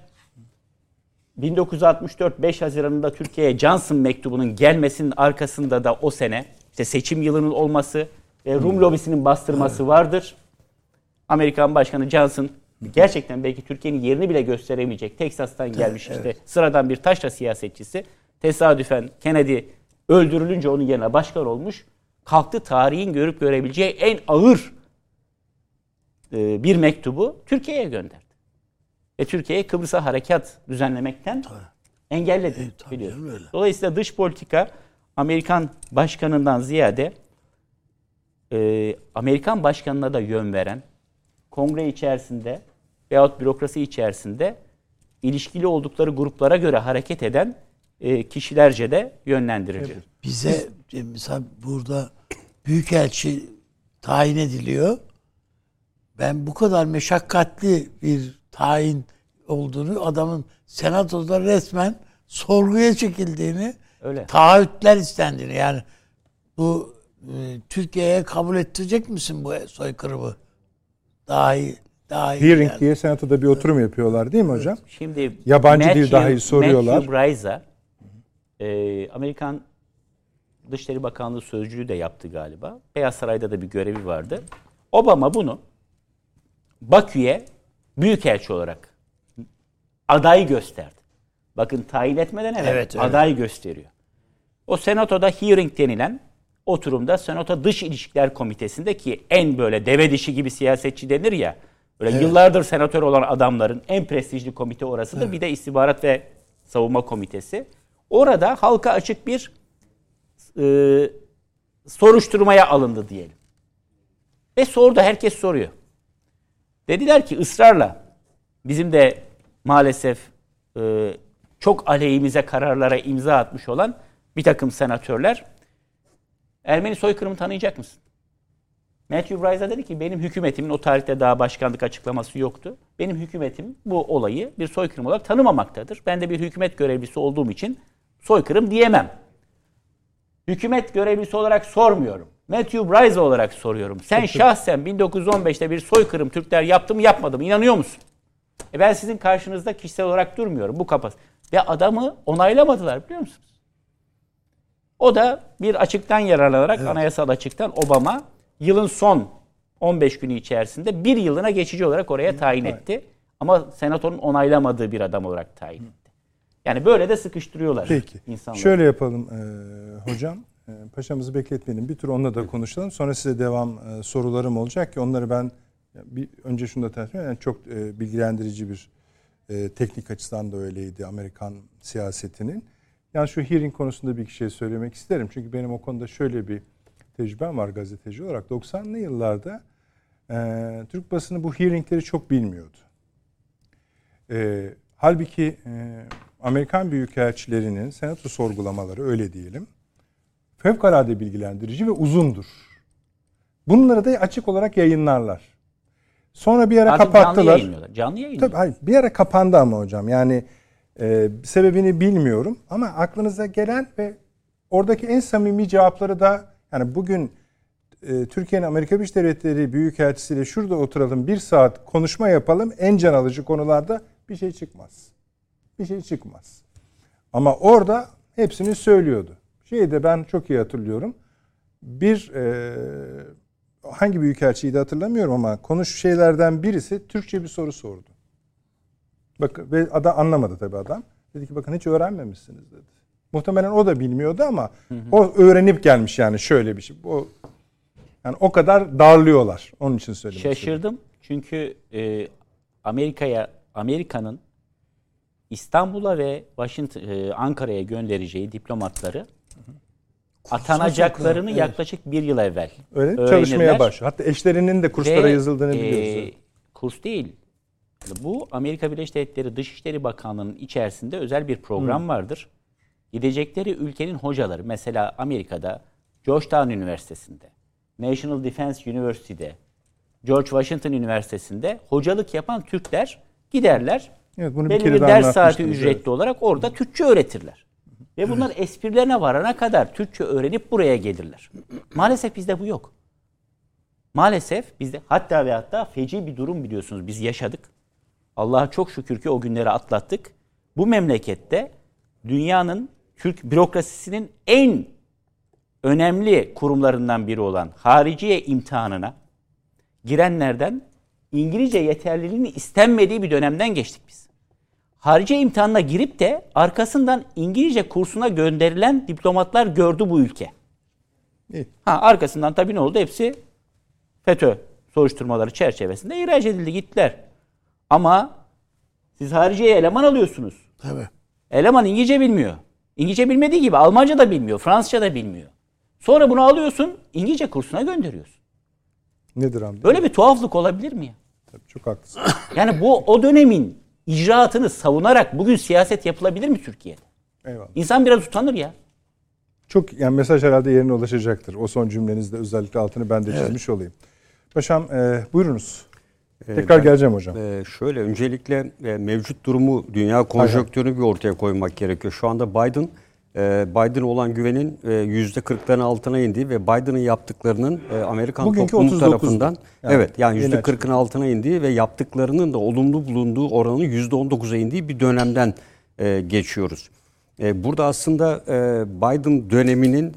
1964 5 Haziran'ında Türkiye'ye Johnson mektubunun gelmesinin arkasında da o sene işte seçim yılının olması ve Rum lobisinin bastırması vardır. Amerikan Başkanı Johnson gerçekten belki Türkiye'nin yerini bile gösteremeyecek. Teksas'tan gelmiş sıradan bir taşra siyasetçisi. Tesadüfen Kennedy öldürülünce onun yerine başkan olmuş. Kalktı tarihin görüp görebileceği en ağır bir mektubu Türkiye'ye gönderdi. Ve Türkiye'ye Kıbrıs'a harekat düzenlemekten engelledi. Biliyorsun. Dolayısıyla dış politika Amerikan başkanından ziyade Amerikan başkanına da yön veren, kongre içerisinde veyahut bürokrasi içerisinde ilişkili oldukları gruplara göre hareket eden kişilerce de yönlendiriliyor. Bize mesela burada büyükelçi tayin ediliyor. Ben bu kadar meşakkatli bir tayin olduğunu, adamın senatoda resmen sorguya çekildiğini, taahhütler istendiğini, yani bu Türkiye'ye kabul ettirecek misin bu soykırımı? Dahi Hearing yani diye senatoda bir oturum yapıyorlar değil mi hocam? Şimdi yabancı dil dahi soruyorlar. Matthew Bryza Amerikan Dışişleri Bakanlığı sözcülüğü de yaptı galiba. Beyaz Saray'da da bir görevi vardı. Obama bunu Bakü'ye büyükelçi olarak aday gösterdi. Bakın tayin etmeden evvel aday gösteriyor. O senatoda hearing denilen oturumda Senato Dış İlişkiler Komitesi'nde, ki en böyle deve dişi gibi siyasetçi denir ya, böyle yıllardır senatör olan adamların en prestijli komite orasıdır. Bir de İstihbarat ve Savunma Komitesi. Orada halka açık bir soruşturmaya alındı diyelim. Ve sordu, herkes soruyor. Dediler ki ısrarla bizim de maalesef çok aleyhimize kararlara imza atmış olan bir takım senatörler, Ermeni soykırımı tanıyacak mısın? Matthew Bryza dedi ki benim hükümetimin, o tarihte daha başkanlık açıklaması yoktu, benim hükümetim bu olayı bir soykırım olarak tanımamaktadır. Ben de bir hükümet görevlisi olduğum için soykırım diyemem. Hükümet görevlisi olarak sormuyorum. Matthew Bryza olarak soruyorum. Sen şahsen 1915'te bir soykırım Türkler yaptı mı yapmadı mı inanıyor musun? Ben sizin karşınızda kişisel olarak durmuyorum bu kapasite. Ve adamı onaylamadılar biliyor musunuz? O da bir açıktan yararlanarak, anayasal açıktan, Obama yılın son 15 günü içerisinde bir yılına geçici olarak oraya tayin etti. Ama senatonun onaylamadığı bir adam olarak tayin etti. Yani böyle de sıkıştırıyorlar insanları. Şöyle yapalım hocam. Paşamızı bekletmeyelim. Bir tur onunla da konuşalım. Sonra size devam sorularım olacak ki onları ben önce şunu da tartışayım. Yani çok bilgilendirici bir teknik açıdan da öyleydi Amerikan siyasetinin. Yani şu hearing konusunda bir iki şey söylemek isterim. Çünkü benim o konuda şöyle bir tecrübem var gazeteci olarak. 90'lı yıllarda Türk basını bu hearingleri çok bilmiyordu. Halbuki Amerikan büyükelçilerinin senato sorgulamaları, öyle diyelim, fevkalade bilgilendirici ve uzundur. Bunları da açık olarak yayınlarlar. Sonra bir ara artık kapattılar. Canlı yayınlıyorlar. Tabii, hayır, bir ara kapandı ama hocam. Yani sebebini bilmiyorum ama aklınıza gelen ve oradaki en samimi cevapları da, yani bugün Türkiye'nin Amerika Birleşik Devletleri Büyükelçisiyle şurada oturalım, bir saat konuşma yapalım, en can alıcı konularda bir şey çıkmaz. Bir şey çıkmaz. Ama orada hepsini söylüyordu. Şeyi de ben çok iyi hatırlıyorum. Hangi büyükelçiyi de hatırlamıyorum ama şeylerden birisi Türkçe bir soru sordu. Ve adam anlamadı tabii adam. Dedi ki bakın hiç öğrenmemişsiniz dedi. Muhtemelen o da bilmiyordu ama o öğrenip gelmiş yani şöyle bir şey. Bu yani o kadar darlıyorlar. Onun için söyledim. Şaşırdım. Çünkü Amerika'nın İstanbul'a ve Ankara'ya göndereceği diplomatları atanacaklarını yaklaşık bir yıl evvel çalışmaya başlıyor. Hatta eşlerinin de kurslara yazıldığını biliyoruz. Kurs değil. Bu Amerika Birleşik Devletleri Dışişleri Bakanlığı'nın içerisinde özel bir program vardır. Gidecekleri ülkenin hocaları, mesela Amerika'da Georgetown Üniversitesi'nde, National Defense University'de, George Washington Üniversitesi'nde hocalık yapan Türkler giderler. Evet, bunu belli bir ders saati ücretli olarak orada Türkçe öğretirler. Ve bunlar esprilerine varana kadar Türkçe öğrenip buraya gelirler. Maalesef bizde bu yok. Maalesef bizde hatta feci bir durum biliyorsunuz biz yaşadık. Allah'a çok şükür ki o günleri atlattık. Bu memlekette dünyanın Türk bürokrasisinin en önemli kurumlarından biri olan hariciye imtihanına girenlerden İngilizce yeterliliğinin istenmediği bir dönemden geçtik biz. Hariciye imtihanına girip de arkasından İngilizce kursuna gönderilen diplomatlar gördü bu ülke. Arkasından tabii ne oldu? Hepsi FETÖ soruşturmaları çerçevesinde ihraç edildi, gittiler. Ama siz hariciyeye eleman alıyorsunuz. Tabii. Eleman İngilizce bilmiyor. İngilizce bilmediği gibi Almanca da bilmiyor, Fransızca da bilmiyor. Sonra bunu alıyorsun, İngilizce kursuna gönderiyorsun. Nedir abi? Böyle bir tuhaflık olabilir mi ya? Tabii, çok haklısın. Yani bu o dönemin icraatını savunarak bugün siyaset yapılabilir mi Türkiye'de? Eyvallah. İnsan biraz utanır ya. Çok yani mesaj herhalde yerine ulaşacaktır. O son cümlenizde özellikle altını ben de çizmiş olayım. Paşam buyurunuz. Tekrar geleceğim hocam. Şöyle öncelikle mevcut durumu, dünya konjonktürünü bir ortaya koymak gerekiyor. Şu anda Biden'a olan güvenin %40'ların altına indiği ve Biden'ın yaptıklarının Amerikan toplumu tarafından yani %40'ın altına indiği ve yaptıklarının da olumlu bulunduğu oranın %19'a indiği bir dönemden geçiyoruz. Burada aslında Biden döneminin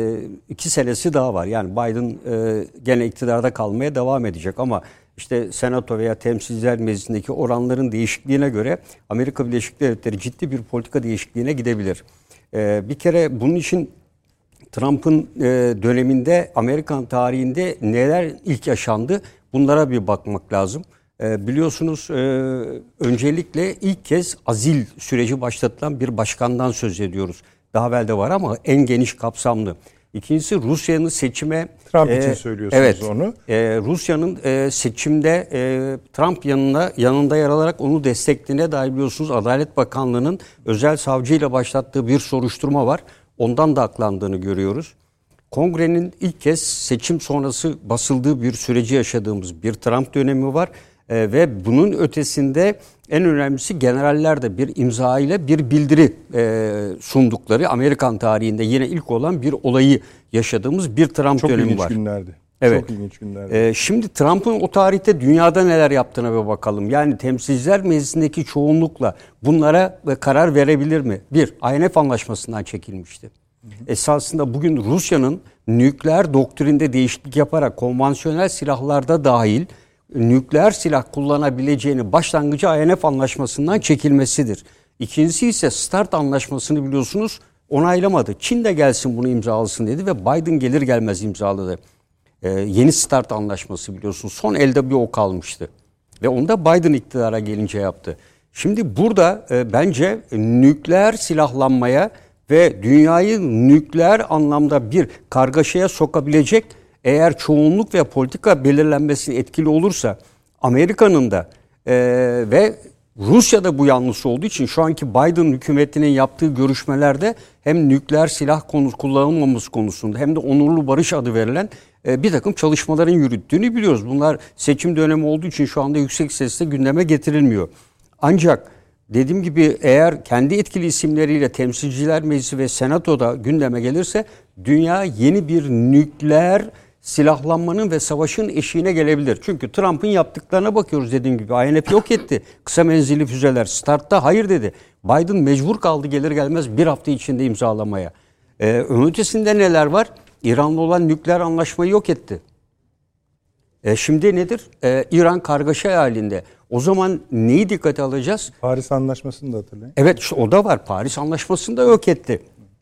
2 senesi daha var. Yani Biden gene iktidarda kalmaya devam edecek ama işte Senato veya Temsilciler Meclisi'ndeki oranların değişikliğine göre Amerika Birleşik Devletleri ciddi bir politika değişikliğine gidebilir. Bir kere bunun için Trump'ın döneminde Amerikan tarihinde neler ilk yaşandı bunlara bir bakmak lazım. Biliyorsunuz öncelikle ilk kez azil süreci başlatılan bir başkandan söz ediyoruz. Daha evvel de var ama en geniş kapsamlı. İkincisi Rusya'nın seçime... Trump için söylüyorsunuz onu. Rusya'nın seçimde Trump yanında yer alarak onu desteklediğine dair biliyorsunuz Adalet Bakanlığı'nın özel savcıyla başlattığı bir soruşturma var. Ondan da aklandığını görüyoruz. Kongre'nin ilk kez seçim sonrası basıldığı bir süreci yaşadığımız bir Trump dönemi var. Ve bunun ötesinde en önemlisi generaller de bir imza ile bir bildiri sundukları Amerikan tarihinde yine ilk olan bir olayı yaşadığımız bir Trump dönemi var. Çok ilginç günlerdi. Evet. Çok ilginç günlerdi. Şimdi Trump'ın o tarihte dünyada neler yaptığına bir bakalım. Yani Temsilciler Meclisi'ndeki çoğunlukla bunlara karar verebilir mi? Bir, INF Anlaşması'ndan çekilmişti. Esasında bugün Rusya'nın nükleer doktrinde değişiklik yaparak konvansiyonel silahlarda dahil nükleer silah kullanabileceğini başlangıcı INF Anlaşması'ndan çekilmesidir. İkincisi ise START Anlaşması'nı biliyorsunuz onaylamadı. Çin de gelsin bunu imzalasın dedi ve Biden gelir gelmez imzaladı. Yeni START Anlaşması biliyorsunuz son elde bir o kalmıştı. Ve onu da Biden iktidara gelince yaptı. Şimdi burada bence nükleer silahlanmaya ve dünyayı nükleer anlamda bir kargaşaya sokabilecek eğer çoğunluk ve politika belirlenmesi etkili olursa Amerika'nın da ve Rusya'da bu yanlısı olduğu için şu anki Biden hükümetinin yaptığı görüşmelerde hem nükleer silah kullanılmaması konusunda hem de onurlu barış adı verilen bir takım çalışmaların yürüttüğünü biliyoruz. Bunlar seçim dönemi olduğu için şu anda yüksek sesle gündeme getirilmiyor. Ancak dediğim gibi eğer kendi etkili isimleriyle Temsilciler Meclisi ve Senato'da gündeme gelirse dünya yeni bir nükleer silahlanmanın ve savaşın eşiğine gelebilir. Çünkü Trump'ın yaptıklarına bakıyoruz dediğim gibi. INF yok etti. Kısa menzilli füzeler. START'ta hayır dedi. Biden mecbur kaldı gelir gelmez bir hafta içinde imzalamaya. Ön ötesinde neler var? İran'la olan nükleer anlaşmayı yok etti. Şimdi nedir? İran kargaşa halinde. O zaman neyi dikkate alacağız? Paris Anlaşması'nı da hatırlayın. Evet o da var. Paris Anlaşması'nı da yok etti.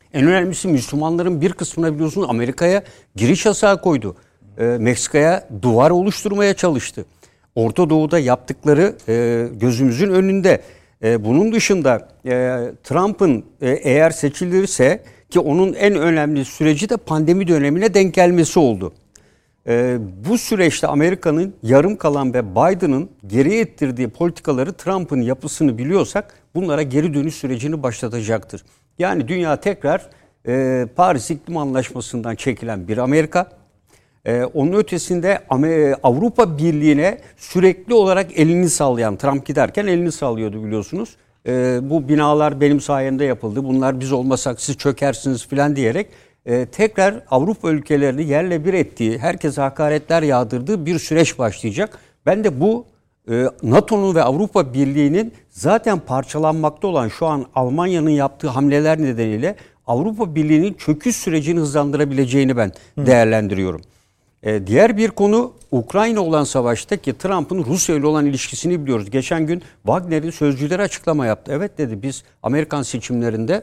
En önemlisi Müslümanların bir kısmına biliyorsunuz Amerika'ya giriş yasağı koydu. Meksika'ya duvar oluşturmaya çalıştı. Orta Doğu'da yaptıkları gözümüzün önünde. Bunun dışında Trump'ın eğer seçilirse ki onun en önemli süreci de pandemi dönemine denk gelmesi oldu. Bu süreçte Amerika'nın yarım kalan ve Biden'ın geriye ittirdiği politikaları Trump'ın yapısını biliyorsak bunlara geri dönüş sürecini başlatacaktır. Yani dünya tekrar Paris İklim Anlaşması'ndan çekilen bir Amerika. Onun ötesinde Avrupa Birliği'ne sürekli olarak elini sallayan, Trump giderken elini sallıyordu biliyorsunuz. Bu binalar benim sayemde yapıldı, bunlar biz olmasak siz çökersiniz falan diyerek tekrar Avrupa ülkelerini yerle bir ettiği, herkese hakaretler yağdırdığı bir süreç başlayacak. Ben de bu NATO'nun ve Avrupa Birliği'nin zaten parçalanmakta olan şu an Almanya'nın yaptığı hamleler nedeniyle Avrupa Birliği'nin çöküş sürecini hızlandırabileceğini ben değerlendiriyorum. Diğer bir konu Ukrayna olan savaşta ki Trump'ın Rusya ile olan ilişkisini biliyoruz. Geçen gün Wagner'in sözcüleri açıklama yaptı. Evet dedi biz Amerikan seçimlerinde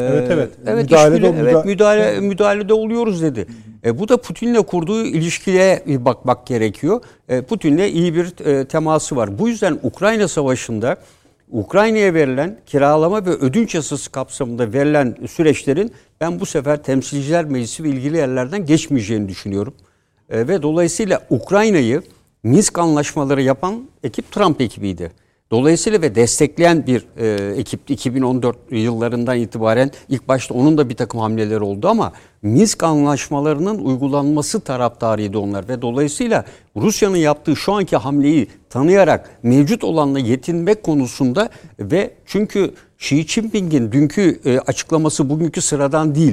müdahalede oluyoruz dedi. Bu da Putin'le kurduğu ilişkiye bakmak gerekiyor. Putin'le iyi bir teması var. Bu yüzden Ukrayna savaşında Ukrayna'ya verilen kiralama ve ödünç yasası kapsamında verilen süreçlerin ben bu sefer Temsilciler Meclisi ve ilgili yerlerden geçmeyeceğini düşünüyorum. Ve dolayısıyla Ukrayna'yı Minsk anlaşmaları yapan ekip Trump ekibiydi. Dolayısıyla ve destekleyen bir ekip 2014 yıllarından itibaren ilk başta onun da bir takım hamleleri oldu ama Minsk anlaşmalarının uygulanması taraftarıydı onlar. Ve dolayısıyla Rusya'nın yaptığı şu anki hamleyi tanıyarak mevcut olanla yetinmek konusunda ve çünkü Xi Jinping'in dünkü açıklaması bugünkü sıradan değil.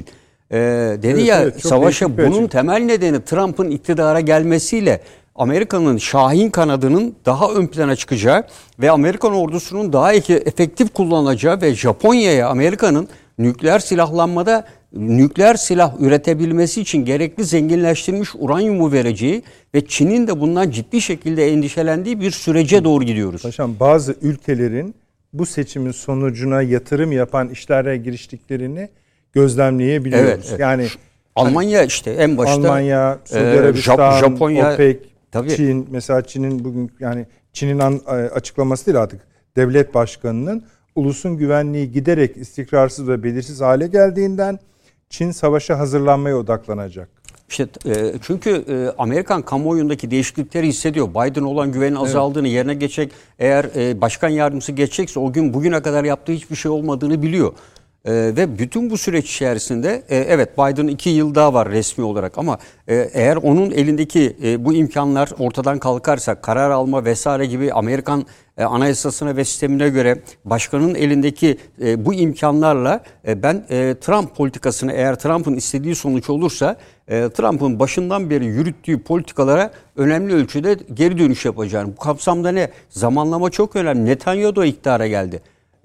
Savaşa bunun temel nedeni Trump'ın iktidara gelmesiyle Amerika'nın Şahin kanadının daha ön plana çıkacağı ve Amerikan ordusunun daha efektif kullanacağı ve Japonya'ya Amerika'nın nükleer silah üretebilmesi için gerekli zenginleştirilmiş uranyumu vereceği ve Çin'in de bundan ciddi şekilde endişelendiği bir sürece doğru gidiyoruz. Paşam bazı ülkelerin bu seçimin sonucuna yatırım yapan işlere giriştiklerini gözlemleyebiliyoruz. Evet. Yani Almanya işte en başta Almanya, Suudi Arabistan, Japonya, OPEC, tabii. Çin mesela Çin'in bugün yani Çin'in açıklaması değil artık devlet başkanının ulusun güvenliği giderek istikrarsız ve belirsiz hale geldiğinden Çin savaşa hazırlanmaya odaklanacak. İşte çünkü Amerikan kamuoyundaki değişiklikleri hissediyor. Biden olan güvenin azaldığını, yerine geçecek eğer başkan yardımcısı geçecekse o gün bugüne kadar yaptığı hiçbir şey olmadığını biliyor. Ve bütün bu süreç içerisinde evet Biden 2 yıl daha var resmi olarak ama eğer onun elindeki bu imkanlar ortadan kalkarsa karar alma vesaire gibi Amerikan anayasasına ve sistemine göre başkanın elindeki bu imkanlarla ben Trump politikasını eğer Trump'ın istediği sonuç olursa Trump'ın başından beri yürüttüğü politikalara önemli ölçüde geri dönüş yapacağını. Bu kapsamda ne? Zamanlama çok önemli. Netanyahu da iktidara geldi.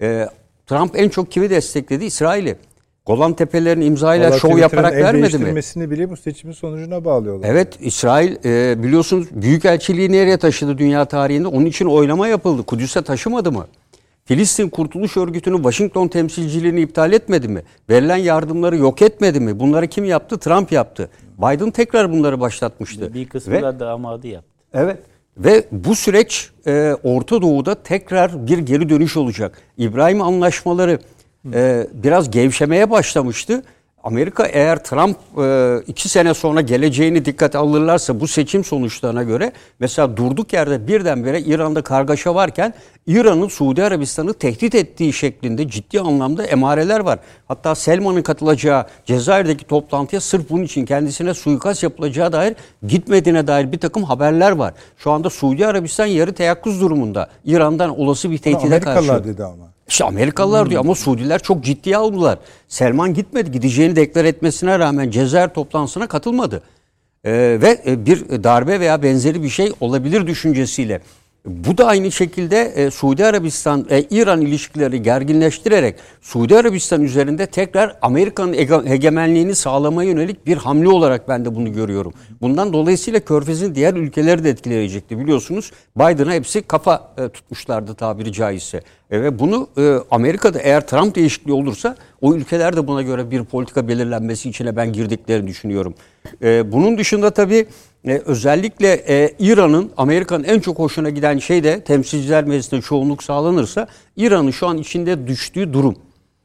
Trump en çok kimi destekledi? İsrail'i. Golan Tepeleri'ni imzayla şov yaparak vermedi mi? Değiştirmesini bile bu seçimin sonucuna bağlıyorlar. Evet, İsrail biliyorsunuz büyükelçiliği nereye taşıdı dünya tarihinde? Onun için oylama yapıldı. Kudüs'e taşımadı mı? Filistin Kurtuluş Örgütü'nün Washington temsilciliğini iptal etmedi mi? Verilen yardımları yok etmedi mi? Bunları kim yaptı? Trump yaptı. Biden tekrar bunları başlatmıştı. Bir kısmı da damadı yaptı. Evet. Ve bu süreç Orta Doğu'da tekrar bir geri dönüş olacak. İbrahim anlaşmaları biraz gevşemeye başlamıştı. Amerika eğer Trump 2 sene sonra geleceğini dikkate alırlarsa bu seçim sonuçlarına göre mesela durduk yerde birdenbire İran'da kargaşa varken İran'ın Suudi Arabistan'ı tehdit ettiği şeklinde ciddi anlamda emareler var. Hatta Selman'ın katılacağı Cezayir'deki toplantıya sırf bunun için kendisine suikast yapılacağı dair gitmediğine dair bir takım haberler var. Şu anda Suudi Arabistan yarı teyakkuz durumunda. İran'dan olası bir tehdide karşı. Amerikalılar dedi ama. İşte Amerikalılar diyor ama Suudiler çok ciddiye aldılar. Selman gitmedi. Gideceğini deklar etmesine rağmen Cezayir toplantısına katılmadı. Ve bir darbe veya benzeri bir şey olabilir düşüncesiyle Bu da aynı şekilde Suudi Arabistan-İran ilişkileri gerginleştirerek Suudi Arabistan üzerinde tekrar Amerika'nın hegemenliğini sağlamaya yönelik bir hamle olarak ben de bunu görüyorum. Bundan dolayısıyla Körfez'in diğer ülkeleri de etkileyecekti. Biliyorsunuz Biden'a hepsi kafa tutmuşlardı tabiri caizse. Ve bunu Amerika'da eğer Trump değişikliği olursa o ülkeler de buna göre bir politika belirlenmesi içine ben girdiklerini düşünüyorum. Bunun dışında tabii özellikle İran'ın, Amerika'nın en çok hoşuna giden şey de Temsilciler Meclisi'nde çoğunluk sağlanırsa İran'ın şu an içinde düştüğü durum.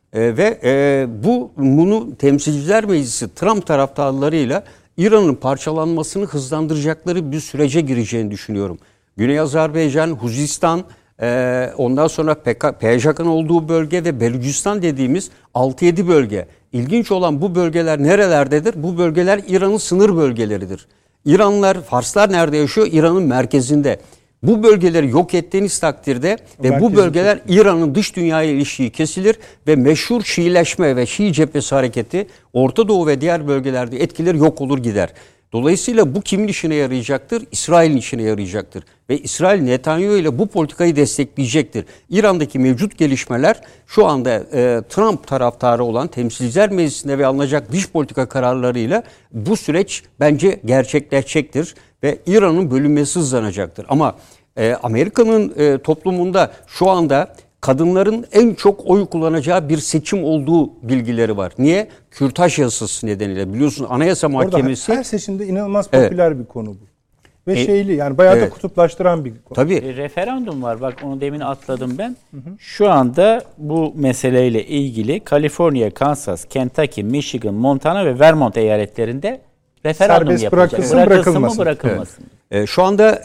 Bunu Temsilciler Meclisi Trump taraftarlarıyla İran'ın parçalanmasını hızlandıracakları bir sürece gireceğini düşünüyorum. Güney Azerbaycan, Huzistan, ondan sonra PKK'nın olduğu bölge ve Belucistan dediğimiz 6-7 bölge. İlginç olan bu bölgeler nerelerdedir? Bu bölgeler İran'ın sınır bölgeleridir. İranlılar, Farslar nerede yaşıyor? İran'ın merkezinde. Bu bölgeleri yok ettiğiniz takdirde ve bu bölgeler İran'ın dış dünyaya ilişiği kesilir ve meşhur Şiileşme ve Şii cephesi hareketi Orta Doğu ve diğer bölgelerde etkileri yok olur gider. Dolayısıyla bu kimin işine yarayacaktır? İsrail'in işine yarayacaktır. Ve İsrail Netanyahu ile bu politikayı destekleyecektir. İran'daki mevcut gelişmeler şu anda Trump taraftarı olan Temsilciler Meclisi'nde ve alınacak dış politika kararlarıyla bu süreç bence gerçekleşecektir. Ve İran'ın bölünmesi hızlanacaktır. Ama Amerika'nın toplumunda şu anda kadınların en çok oy kullanacağı bir seçim olduğu bilgileri var. Niye? Kürtaj yasası nedeniyle. Biliyorsun Anayasa Mahkemesi... Her seçimde inanılmaz popüler bir konu bu. Ve yani bayağı da kutuplaştıran bir konu. Tabii. Referandum var. Bak onu demin atladım ben. Şu anda bu meseleyle ilgili Kaliforniya, Kansas, Kentucky, Michigan, Montana ve Vermont eyaletlerinde referandum serbest yapılacak. Bırakılsın mı bırakılmasın? Evet. Şu anda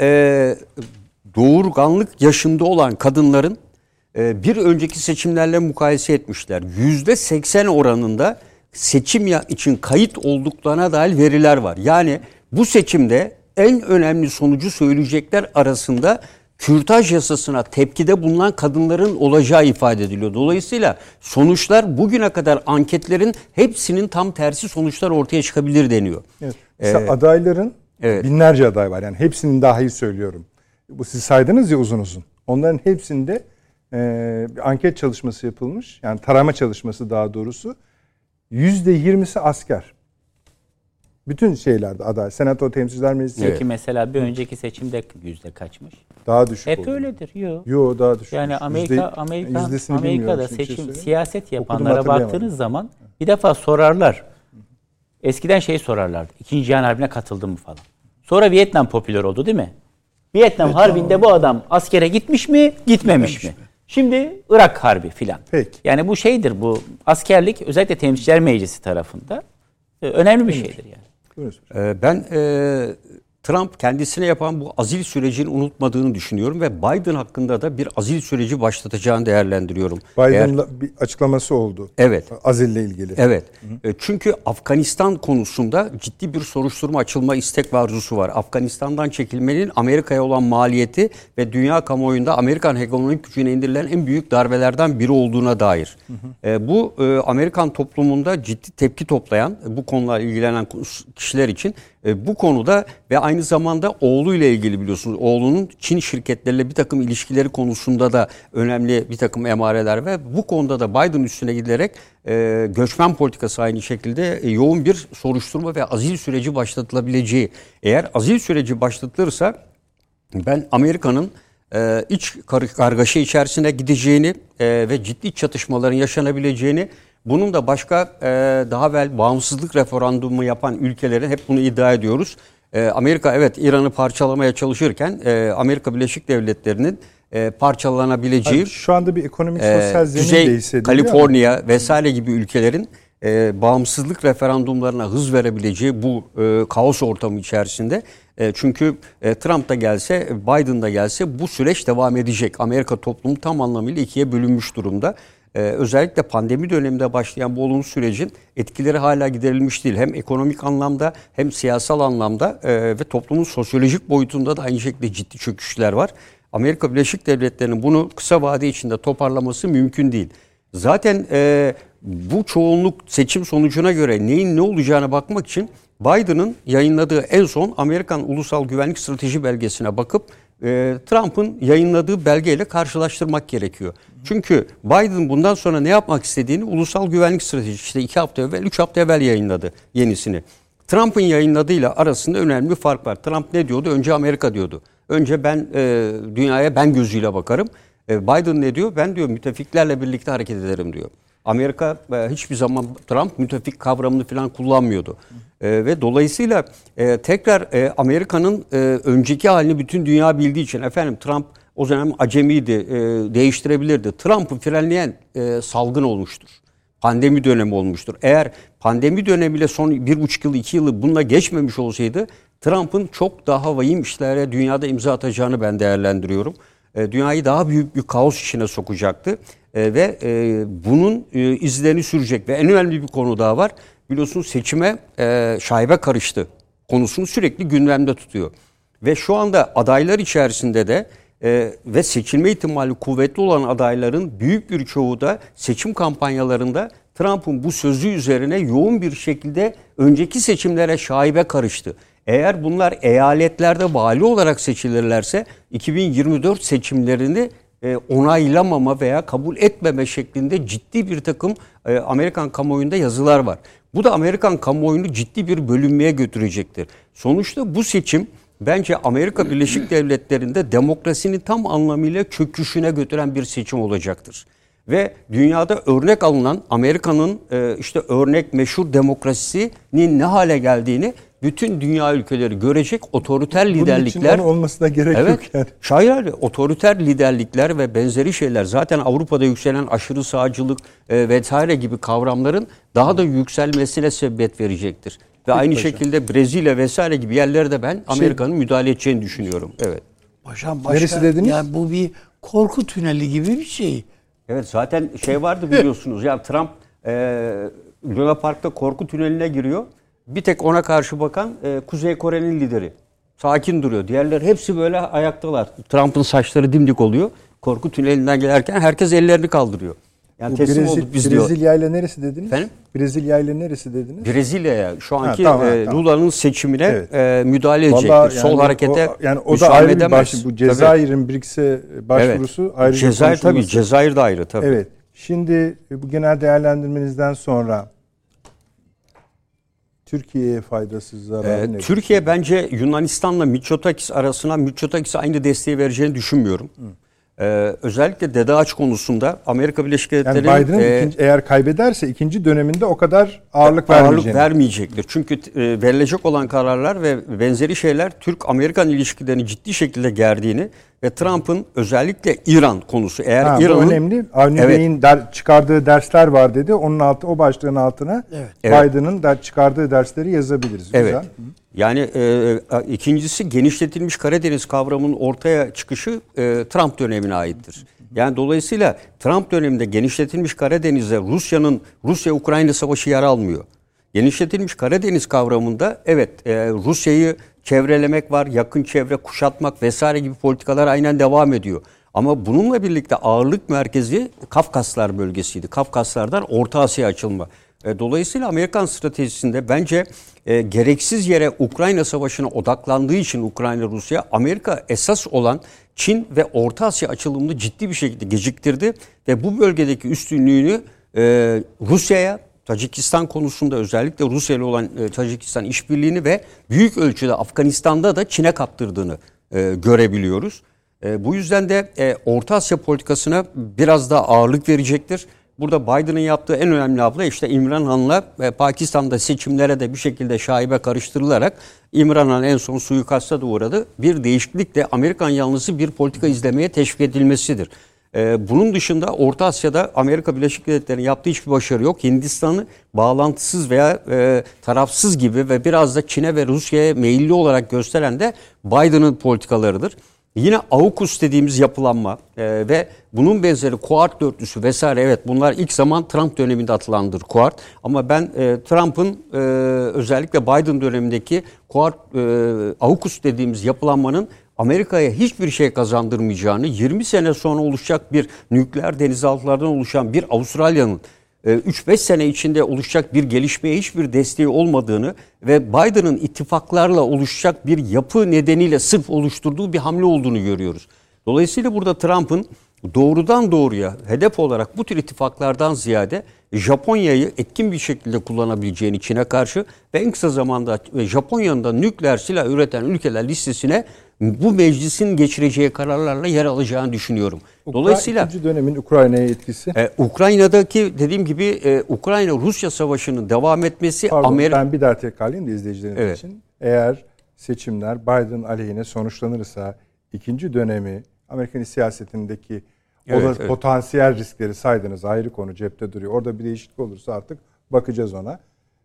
doğurganlık yaşında olan kadınların bir önceki seçimlerle mukayese etmişler. %80 oranında seçim için kayıt olduklarına dair veriler var. Yani bu seçimde en önemli sonucu söyleyecekler arasında kürtaj yasasına tepkide bulunan kadınların olacağı ifade ediliyor. Dolayısıyla sonuçlar bugüne kadar anketlerin hepsinin tam tersi sonuçlar ortaya çıkabilir deniyor. Evet. Mesela adayların binlerce aday var. Yani hepsinin dahi söylüyorum. Bu siz saydınız ya uzun uzun. Onların hepsinde bir anket çalışması yapılmış. Yani tarama çalışması daha doğrusu. %20'si asker. Bütün şeylerde aday. Senato Temsilciler Meclisi. Peki mesela bir önceki seçimde yüzde kaçmış? Daha düşük hep oldu. öyledir. Yo daha düşük. Yani Amerika'da seçim siyaset Okudum, yapanlara baktığınız zaman bir defa sorarlar. Eskiden sorarlardı. İkinci Cihan Harbi'ne katıldı mı falan. Sonra Vietnam popüler oldu değil mi? Vietnam Harbi'nde bu adam askere gitmiş mi, gitmemiş mi? Şimdi Irak Harbi filan. Yani bu bu askerlik özellikle Temsilciler Meclisi tarafında önemli bir şeydir yani. Ben Trump kendisine yapan bu azil sürecini unutmadığını düşünüyorum ve Biden hakkında da bir azil süreci başlatacağını değerlendiriyorum. Biden'la bir açıklaması oldu. Evet. Azille ilgili. Evet. Çünkü Afganistan konusunda ciddi bir soruşturma açılma istek ve arzusu var. Afganistan'dan çekilmenin Amerika'ya olan maliyeti ve dünya kamuoyunda Amerikan hegemonik gücüne indirilen en büyük darbelerden biri olduğuna dair. Bu Amerikan toplumunda ciddi tepki toplayan, bu konularla ilgilenen kişiler için bu konuda ve aynı zamanda oğluyla ilgili biliyorsunuz. Oğlunun Çin şirketleriyle bir takım ilişkileri konusunda da önemli bir takım emareler ve bu konuda da Biden üstüne gidilerek göçmen politikası aynı şekilde yoğun bir soruşturma ve azil süreci başlatılabileceği. Eğer azil süreci başlatılırsa ben Amerika'nın iç kargaşa içerisine gideceğini ve ciddi çatışmaların yaşanabileceğini, bunun da başka daha evvel bağımsızlık referandumu yapan ülkelerin hep bunu iddia ediyoruz. Amerika İran'ı parçalamaya çalışırken Amerika Birleşik Devletleri'nin parçalanabileceği, şu anda bir ekonomik sosyal zemin de hissediliyor. Kaliforniya vesaire gibi ülkelerin bağımsızlık referandumlarına hız verebileceği bu kaos ortamı içerisinde. Çünkü Trump da gelse, Biden da gelse bu süreç devam edecek. Amerika toplumu tam anlamıyla ikiye bölünmüş durumda. Özellikle pandemi döneminde başlayan bu olumsuz sürecin etkileri hala giderilmiş değil. Hem ekonomik anlamda hem siyasal anlamda ve toplumun sosyolojik boyutunda da aynı şekilde ciddi çöküşler var. Amerika Birleşik Devletleri'nin bunu kısa vade içinde toparlaması mümkün değil. Zaten bu çoğunluk seçim sonucuna göre neyin ne olacağına bakmak için Biden'ın yayınladığı en son Amerikan Ulusal Güvenlik Strateji belgesine bakıp Trump'ın yayınladığı belgeyle karşılaştırmak gerekiyor. Çünkü Biden bundan sonra ne yapmak istediğini ulusal güvenlik stratejisi işte 2 hafta evvel, 3 hafta evvel yayınladı yenisini. Trump'ın yayınladığıyla arasında önemli bir fark var. Trump ne diyordu? Önce Amerika diyordu. Önce ben dünyaya ben gözüyle bakarım. Biden ne diyor? Ben diyor müttefiklerle birlikte hareket ederim diyor. Amerika hiçbir zaman Trump müttefik kavramını falan kullanmıyordu. Ve dolayısıyla tekrar Amerika'nın önceki halini bütün dünya bildiği için efendim Trump o dönem acemiydi, değiştirebilirdi. Trump'ı frenleyen salgın olmuştur. Pandemi dönemi olmuştur. Eğer pandemi dönemiyle son 1,5 yıl, 2 yılı bununla geçmemiş olsaydı Trump'ın çok daha vahim işlere dünyada imza atacağını ben değerlendiriyorum. Dünyayı daha büyük bir kaos içine sokacaktı. Ve bunun izlerini sürecek. Ve en önemli bir konu daha var. Biliyorsunuz seçime şaibe karıştı konusunu sürekli gündemde tutuyor. Ve şu anda adaylar içerisinde de ve seçilme ihtimali kuvvetli olan adayların büyük bir çoğu da seçim kampanyalarında Trump'ın bu sözü üzerine yoğun bir şekilde önceki seçimlere şaibe karıştı. Eğer bunlar eyaletlerde vali olarak seçilirlerse 2024 seçimlerini onaylamama veya kabul etmeme şeklinde ciddi bir takım Amerikan kamuoyunda yazılar var. Bu da Amerikan kamuoyunu ciddi bir bölünmeye götürecektir. Sonuçta bu seçim bence Amerika Birleşik Devletleri'nde demokrasinin tam anlamıyla çöküşüne götüren bir seçim olacaktır. Ve dünyada örnek alınan Amerika'nın işte örnek meşhur demokrasisinin ne hale geldiğini bütün dünya ülkeleri görecek. Otoriter liderlikler. Bunun için olmasına gerek yok yani. Şayet otoriter liderlikler ve benzeri şeyler zaten Avrupa'da yükselen aşırı sağcılık vesaire gibi kavramların daha da yükselmesine sebebiyet verecektir. Ve aynı şekilde Brezilya vesaire gibi yerlere de ben Amerika'nın müdahale edeceğini düşünüyorum. Evet. Paşam neresi dediniz? Yani bu bir korku tüneli gibi bir şey. Evet zaten vardı biliyorsunuz. Ya Trump Luna Park'ta korku tüneline giriyor. Bir tek ona karşı bakan Kuzey Kore'nin lideri. Sakin duruyor. Diğerleri hepsi böyle ayaktalar. Trump'ın saçları dimdik oluyor. Korku tünelinden gelirken herkes ellerini kaldırıyor. Yani teslim olduk biz diyor. Brezilya ile neresi dediniz? Efendim? Brezilya ile neresi dediniz? Brezilya'ya şu anki tamam. Lula'nın seçimine müdahale edecektir. Sol harekete o da ayrı bir baş. Bu Cezayir'in BRICS'e başvurusu ayrı. Cezayir tabii. Cezayir de ayrı tabii. Evet. Şimdi bu genel değerlendirmenizden sonra Türkiye'ye faydasız zararı ne? Türkiye bence Yunanistan'la Mitsotakis arasına Mitsotakis'e aynı desteği vereceğini düşünmüyorum. Özellikle Dede Ağaç konusunda Amerika Birleşik Devletleri'nin yani Biden'ın eğer kaybederse ikinci döneminde o kadar ağırlık vermeyecektir. Çünkü verilecek olan kararlar ve benzeri şeyler Türk-Amerikan ilişkilerini ciddi şekilde gerdiğini ve Trump'ın özellikle İran konusu eğer İran'ın önemli. Avni Bey'in çıkardığı dersler var dedi. Onun o başlığın altına Biden'ın çıkardığı dersleri yazabiliriz. Evet. Güzel. Yani ikincisi genişletilmiş Karadeniz kavramının ortaya çıkışı Trump dönemine aittir. Yani dolayısıyla Trump döneminde genişletilmiş Karadeniz'de Rusya-Ukrayna savaşı yer almıyor. Genişletilmiş Karadeniz kavramında Rusya'yı çevrelemek var, yakın çevre kuşatmak vesaire gibi politikalar aynen devam ediyor. Ama bununla birlikte ağırlık merkezi Kafkaslar bölgesiydi. Kafkaslardan Orta Asya'ya açılma. Dolayısıyla Amerikan stratejisinde bence gereksiz yere Ukrayna Savaşı'na odaklandığı için Ukrayna-Rusya, Amerika esas olan Çin ve Orta Asya açılımını ciddi bir şekilde geciktirdi. Ve bu bölgedeki üstünlüğünü Rusya'ya, Tacikistan konusunda özellikle Rusya ile olan Tacikistan işbirliğini ve büyük ölçüde Afganistan'da da Çin'e kaptırdığını görebiliyoruz. Bu yüzden de Orta Asya politikasına biraz daha ağırlık verecektir. Burada Biden'ın yaptığı en önemli hamle işte İmran Han'la Pakistan'da seçimlere de bir şekilde şaibe karıştırılarak İmran Han en son suikasta da uğradı. Bir değişiklikle Amerikan yanlısı bir politika izlemeye teşvik edilmesidir. Bunun dışında Orta Asya'da Amerika Birleşik Devletleri'nin yaptığı hiçbir başarı yok. Hindistan'ı bağlantısız veya tarafsız gibi ve biraz da Çin'e ve Rusya'ya meyilli olarak gösteren de Biden'ın politikalarıdır. Yine AUKUS dediğimiz yapılanma ve bunun benzeri Quad dörtlüsü vesaire bunlar ilk zaman Trump döneminde atılandır Quad. Ama ben Trump'ın özellikle Biden dönemindeki Quad AUKUS dediğimiz yapılanmanın Amerika'ya hiçbir şey kazandırmayacağını, 20 sene sonra oluşacak bir nükleer denizaltılardan oluşan bir Avustralya'nın 3-5 sene içinde oluşacak bir gelişmeye hiçbir desteği olmadığını ve Biden'ın ittifaklarla oluşacak bir yapı nedeniyle sırf oluşturduğu bir hamle olduğunu görüyoruz. Dolayısıyla burada Trump'ın doğrudan doğruya hedef olarak bu tür ittifaklardan ziyade Japonya'yı etkin bir şekilde kullanabileceğini Çin'e karşı ve en kısa zamanda Japonya'nın da nükleer silah üreten ülkeler listesine bu meclisin geçireceği kararlarla yer alacağını düşünüyorum. Dolayısıyla ikinci dönemin Ukrayna'ya etkisi. Ukrayna'daki dediğim gibi Ukrayna-Rusya savaşının devam etmesi Amerika... Ben bir daha tekrarlayayım da izleyicilerimiz için. Eğer seçimler Biden aleyhine sonuçlanırsa ikinci dönemi Amerikan siyasetindeki potansiyel riskleri saydınız, ayrı konu, cepte duruyor. Orada bir değişiklik olursa artık bakacağız ona.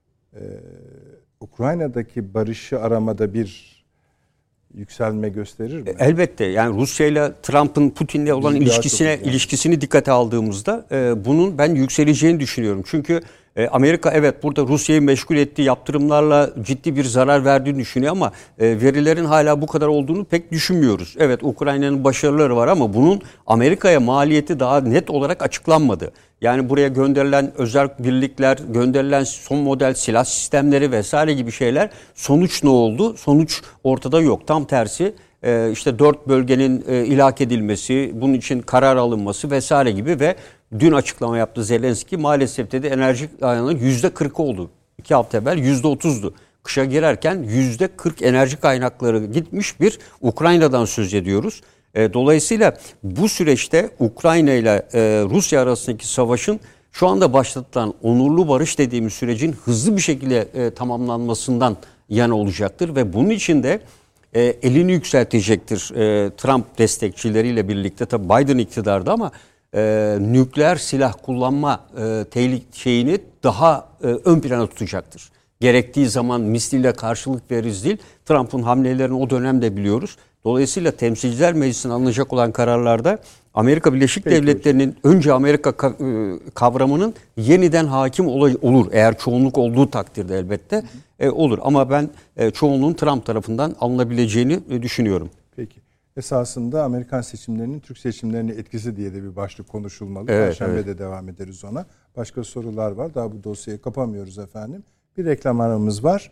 Ukrayna'daki barışı aramada bir yükselme gösterir mi? Elbette. Yani Rusya ile Trump'ın Putin'le olan ilişkisini dikkate aldığımızda bunun ben yükseleceğini düşünüyorum. Çünkü Amerika evet burada Rusya'yı meşgul ettiği yaptırımlarla ciddi bir zarar verdiğini düşünüyor ama verilerin hala bu kadar olduğunu pek düşünmüyoruz. Evet, Ukrayna'nın başarıları var ama bunun Amerika'ya maliyeti daha net olarak açıklanmadı. Yani buraya gönderilen özel birlikler, gönderilen son model silah sistemleri vesaire gibi şeyler, sonuç ne oldu? Sonuç ortada yok. Tam tersi işte 4 bölgenin ilhak edilmesi, bunun için karar alınması vesaire gibi ve dün açıklama yaptı Zelenski. Maalesef dedi enerji kaynaklarının %40'ı oldu. 2 hafta evvel %30'du. Kışa girerken %40 enerji kaynakları gitmiş bir Ukrayna'dan söz ediyoruz. Dolayısıyla bu süreçte Ukrayna ile Rusya arasındaki savaşın şu anda başlatılan onurlu barış dediğimiz sürecin hızlı bir şekilde tamamlanmasından yana olacaktır ve bunun için de elini yükseltecektir Trump destekçileriyle birlikte. Tabii Biden iktidarda ama nükleer silah kullanma şeyini daha ön plana tutacaktır. Gerektiği zaman misliyle karşılık veririz değil. Trump'ın hamlelerini o dönemde biliyoruz. Dolayısıyla Temsilciler Meclisi'ne alınacak olan kararlarda Amerika Birleşik Devletleri'nin önce Amerika kavramının yeniden hakim olur. Eğer çoğunluk olduğu takdirde elbette olur. Ama ben çoğunluğun Trump tarafından alınabileceğini düşünüyorum. Peki. Esasında Amerikan seçimlerinin Türk seçimlerine etkisi diye de bir başlık konuşulmalı. Evet, Perşembe de devam ederiz ona. Başka sorular var. Daha bu dosyayı kapamıyoruz efendim. Bir reklam aramız var.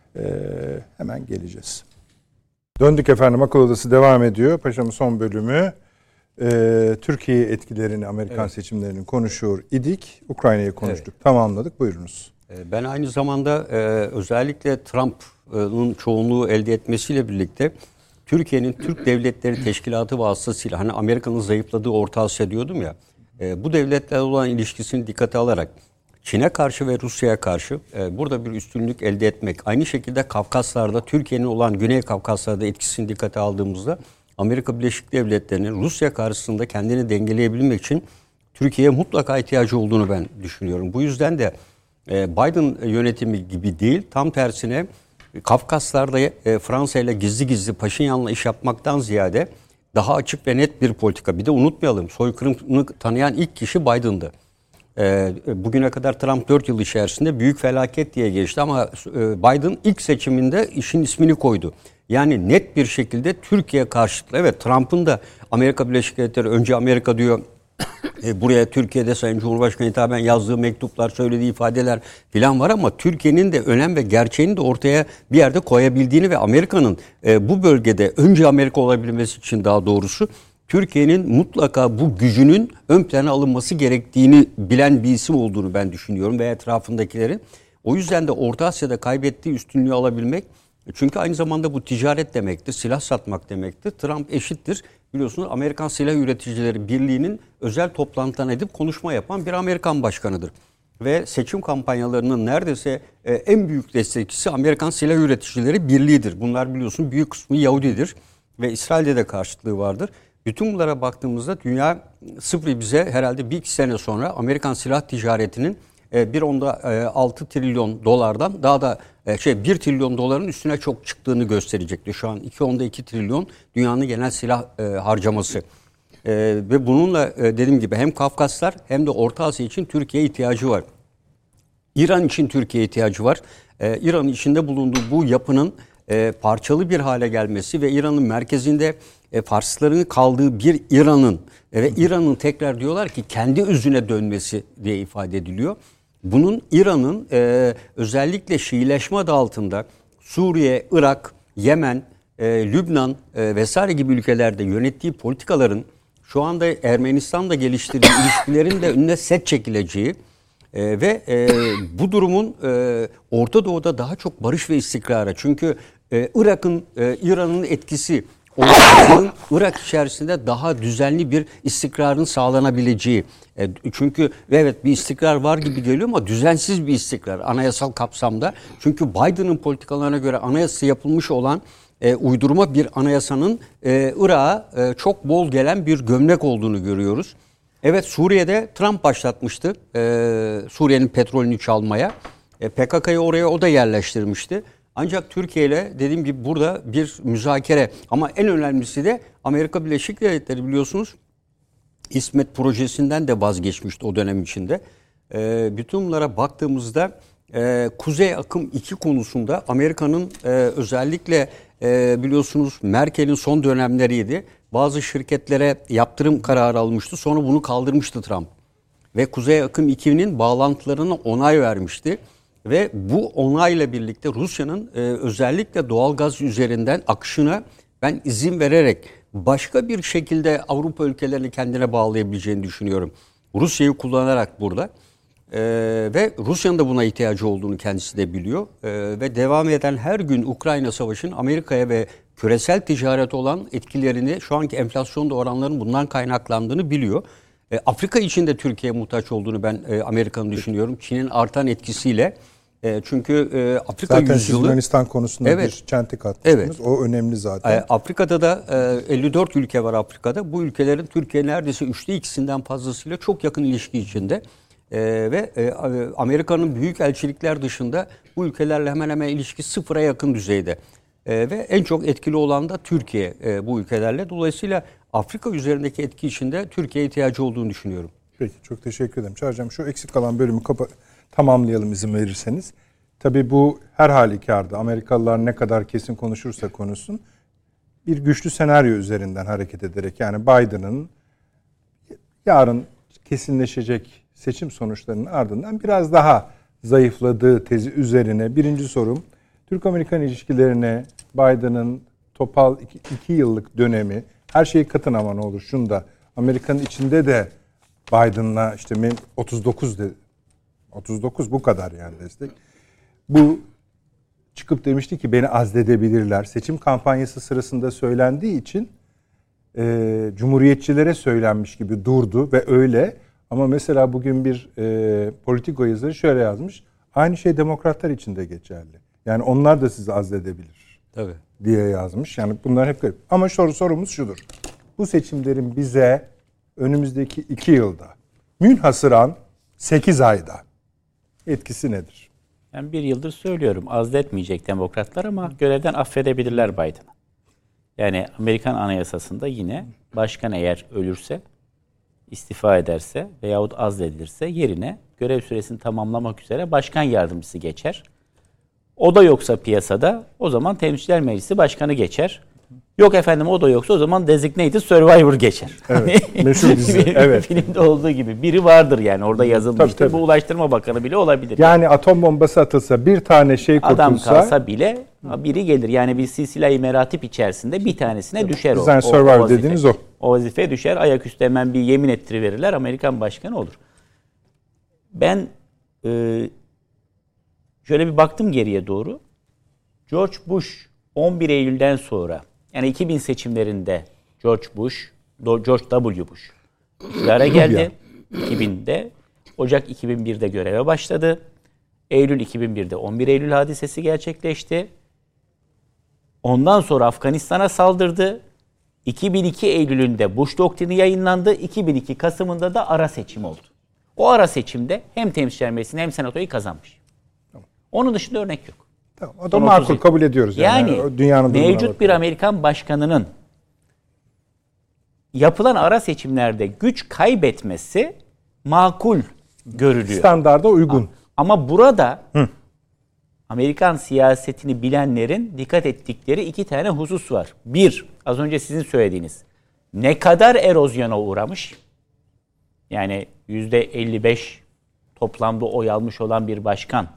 Hemen geleceğiz. Döndük efendim. Akıl Odası devam ediyor. Paşamın son bölümü. Türkiye etkilerini Amerikan seçimlerinin konuşuyor idik. Ukrayna'yı konuştuk. Evet. Tamamladık. Buyurunuz. Ben aynı zamanda özellikle Trump'ın çoğunluğu elde etmesiyle birlikte Türkiye'nin Türk Devletleri Teşkilatı vasıtasıyla hani Amerika'nın zayıfladığı Orta Asya diyordum ya, bu devletlerle olan ilişkisini dikkate alarak Çin'e karşı ve Rusya'ya karşı burada bir üstünlük elde etmek. Aynı şekilde Kafkaslar'da Türkiye'nin olan Güney Kafkaslar'da etkisini dikkate aldığımızda Amerika Birleşik Devletleri'nin Rusya karşısında kendini dengeleyebilmek için Türkiye'ye mutlaka ihtiyacı olduğunu ben düşünüyorum. Bu yüzden de Biden yönetimi gibi değil, tam tersine Kafkaslar'da Fransa ile gizli gizli Paşinyan'la iş yapmaktan ziyade daha açık ve net bir politika. Bir de unutmayalım, soykırımı tanıyan ilk kişi Biden'dı. Bugüne kadar Trump 4 yıl içerisinde büyük felaket diye geçti ama Biden ilk seçiminde işin ismini koydu. Yani net bir şekilde Türkiye karşıtı. Evet, Trump'ın da Amerika Birleşik Devletleri önce Amerika diyor. Buraya Türkiye'de Sayın Cumhurbaşkanı hitaben yazdığı mektuplar, söylediği ifadeler falan var ama Türkiye'nin de önem ve gerçeğini de ortaya bir yerde koyabildiğini ve Amerika'nın bu bölgede önce Amerika olabilmesi için daha doğrusu Türkiye'nin mutlaka bu gücünün ön plana alınması gerektiğini bilen bir isim olduğunu ben düşünüyorum ve etrafındakilerin. O yüzden de Orta Asya'da kaybettiği üstünlüğü alabilmek, çünkü aynı zamanda bu ticaret demektir, silah satmak demektir. Trump eşittir. Biliyorsunuz Amerikan Silah Üreticileri Birliği'nin özel toplantılarına edip konuşma yapan bir Amerikan başkanıdır. Ve seçim kampanyalarının neredeyse en büyük destekçisi Amerikan Silah Üreticileri Birliği'dir. Bunlar biliyorsun büyük kısmı Yahudidir ve İsrail'de de karşıtlığı vardır. Bütün bunlara baktığımızda dünya sıfır bize herhalde 1-2 sene sonra Amerikan silah ticaretinin 1.6 trilyon dolardan daha da 1 trilyon doların üstüne çok çıktığını gösterecekti. Şu an 2.2 trilyon dünyanın genel silah harcaması. Ve bununla dediğim gibi hem Kafkaslar hem de Orta Asya için Türkiye'ye ihtiyacı var. İran için Türkiye'ye ihtiyacı var. İran'ın içinde bulunduğu bu yapının parçalı bir hale gelmesi ve İran'ın merkezinde Farsların kaldığı bir İran'ın ve İran'ın tekrar diyorlar ki kendi özüne dönmesi diye ifade ediliyor. Bunun İran'ın özellikle Şiileşme adı altında Suriye, Irak, Yemen, Lübnan vesaire gibi ülkelerde yönettiği politikaların şu anda Ermenistan'da geliştirdiği ilişkilerin de önüne set çekileceği ve bu durumun Orta Doğu'da daha çok barış ve istikrara, çünkü İran'ın etkisi Irak içerisinde daha düzenli bir istikrarın sağlanabileceği. Çünkü evet bir istikrar var gibi geliyor ama düzensiz bir istikrar anayasal kapsamda. Çünkü Biden'ın politikalarına göre anayasa yapılmış olan uydurma bir anayasanın Irak'a çok bol gelen bir gömlek olduğunu görüyoruz. Evet, Suriye'de Trump başlatmıştı Suriye'nin petrolünü çalmaya. PKK'yı oraya o da yerleştirmişti. Ancak Türkiye ile dediğim gibi burada bir müzakere, ama en önemlisi de Amerika Birleşik Devletleri biliyorsunuz İsmet projesinden de vazgeçmişti o dönem içinde. Bütün bunlara baktığımızda Kuzey Akım 2 konusunda Amerika'nın özellikle biliyorsunuz Merkel'in son dönemleriydi. Bazı şirketlere yaptırım kararı almıştı. Sonra bunu kaldırmıştı Trump. Ve Kuzey Akım 2'nin bağlantılarına onay vermişti. Ve bu onayla birlikte Rusya'nın özellikle doğalgaz üzerinden akışına ben izin vererek başka bir şekilde Avrupa ülkelerini kendine bağlayabileceğini düşünüyorum. Rusya'yı kullanarak burada. Ve Rusya'nın da buna ihtiyacı olduğunu kendisi de biliyor. Ve devam eden her gün Ukrayna Savaşı'nın Amerika'ya ve küresel ticaret olan etkilerini, şu anki enflasyonda oranların bundan kaynaklandığını biliyor. Afrika için de Türkiye'ye muhtaç olduğunu ben Amerika'nın düşünüyorum. Çin'in artan etkisiyle. Çünkü Afrika zaten yüzyılı... Yunanistan konusunda evet, bir çentik atmışsınız. Evet. O önemli zaten. Afrika'da da 54 ülke var Afrika'da. Bu ülkelerin Türkiye neredeyse 3'te 2'sinden fazlasıyla çok yakın ilişki içinde. Ve Amerika'nın büyük elçilikler dışında bu ülkelerle hemen hemen ilişki sıfıra yakın düzeyde. Ve en çok etkili olan da Türkiye bu ülkelerle. Dolayısıyla Afrika üzerindeki etki içinde Türkiye'ye ihtiyacı olduğunu düşünüyorum. Peki, çok teşekkür ederim. Çağrı'cığım, şu eksik kalan bölümü tamamlayalım izin verirseniz. Tabii bu her halükarda Amerikalılar ne kadar kesin konuşursa konuşsun bir güçlü senaryo üzerinden hareket ederek, yani Biden'ın yarın kesinleşecek seçim sonuçlarının ardından biraz daha zayıfladığı tezi üzerine birinci sorum, Türk-Amerikan ilişkilerine Biden'ın topal 2 yıllık dönemi, her şeyi katın ama ne olur şunu da, Amerika'nın içinde de Biden'la işte 39 bu kadar yani destek. Bu çıkıp demişti ki beni azledebilirler. Seçim kampanyası sırasında söylendiği için Cumhuriyetçilere söylenmiş gibi durdu ve öyle. Ama mesela bugün bir Politico yazarı şöyle yazmış. Aynı şey demokratlar için de geçerli. Yani onlar da sizi azledebilir. Tabii. Diye yazmış. Yani bunlar hep garip. Ama sorumuz şudur. Bu seçimlerin bize önümüzdeki 2 yılda, münhasıran 8 ayda etkisi nedir? Ben 1 yıldır söylüyorum. Azletmeyecek demokratlar ama görevden affedebilirler Biden'ı. Yani Amerikan Anayasası'nda yine başkan eğer ölürse, istifa ederse veyahut azledilirse yerine görev süresini tamamlamak üzere başkan yardımcısı geçer. O da yoksa piyasada o zaman Temsilciler Meclisi Başkanı geçer. Yok efendim o da yoksa o zaman Designated Survivor geçer. Evet, meşhur dizi. Evet. Filmde olduğu gibi biri vardır yani orada yazılmıştır. Tabii. Bu Ulaştırma Bakanı bile olabilir. Yani atom bombası atılsa bir tane şey kurtulsa. Adam kalsa bile biri gelir. Yani bir silsile-i meratip içerisinde bir tanesine düşer o. Designated Survivor dediğiniz o. O vazife düşer. Ayaküstü hemen bir yemin ettiriverirler. Amerikan Başkanı olur. Ben şöyle bir baktım geriye doğru. George Bush 11 Eylül'den sonra, yani 2000 seçimlerinde George W. Bush iktidara geldi. 2000'de, Ocak 2001'de göreve başladı. Eylül 2001'de 11 Eylül hadisesi gerçekleşti. Ondan sonra Afganistan'a saldırdı. 2002 Eylül'ünde Bush doktrini yayınlandı. 2002 Kasım'ında da ara seçim oldu. O ara seçimde hem Temsilciler Meclisi'ni hem Senato'yu kazanmış. Onun dışında örnek yok. Tamam, o da makul kabul ediyoruz. Yani dünyanın mevcut bir Amerikan başkanının yapılan ara seçimlerde güç kaybetmesi makul görülüyor. Standarda uygun. Ama burada Amerikan siyasetini bilenlerin dikkat ettikleri iki tane husus var. Bir, az önce sizin söylediğiniz. Ne kadar erozyona uğramış? Yani %55 toplamda oy almış olan bir başkan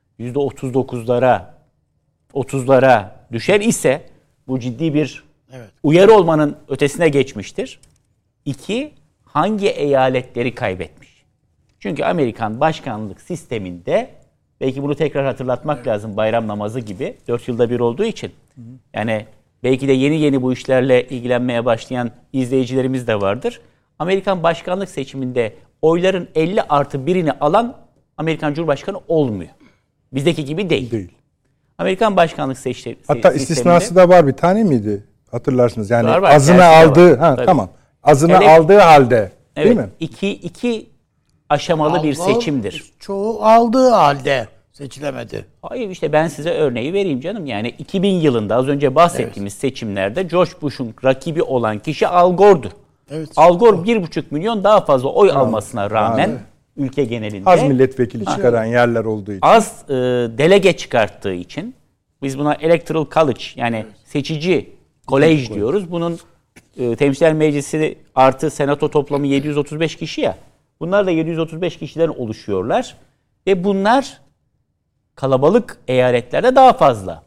%39'lara, 30'lara düşer ise bu ciddi bir uyarı olmanın ötesine geçmiştir. İki, hangi eyaletleri kaybetmiş? Çünkü Amerikan başkanlık sisteminde, belki bunu tekrar hatırlatmak lazım, bayram namazı gibi 4 yılda bir olduğu için. Yani belki de yeni bu işlerle ilgilenmeye başlayan izleyicilerimiz de vardır. Amerikan başkanlık seçiminde oyların 50+1'ini alan Amerikan Cumhurbaşkanı olmuyor. Bizdeki gibi değil. Amerikan başkanlık seçiminde... Hatta istisnası da var, bir tane miydi? Hatırlarsınız. Yani var, azını aldığı... Tabii. Tamam. Azını aldığı halde. Evet, değil mi? İki aşamalı bir seçimdir. Çoğu aldığı halde seçilemedi. Hayır, işte ben size örneği vereyim canım. Yani 2000 yılında az önce bahsettiğimiz seçimlerde George Bush'un rakibi olan kişi Al Gore'du. Evet. Al Gore 1,5 milyon daha fazla oy almasına rağmen ülke genelinde az milletvekili çıkaran yerler olduğu için, az delege çıkarttığı için, biz buna Electoral College yani seçici kolej diyoruz. Bunun Temsilciler Meclisi artı Senato toplamı 735 kişi ya. Bunlar da 735 kişiden oluşuyorlar ve bunlar kalabalık eyaletlerde daha fazla.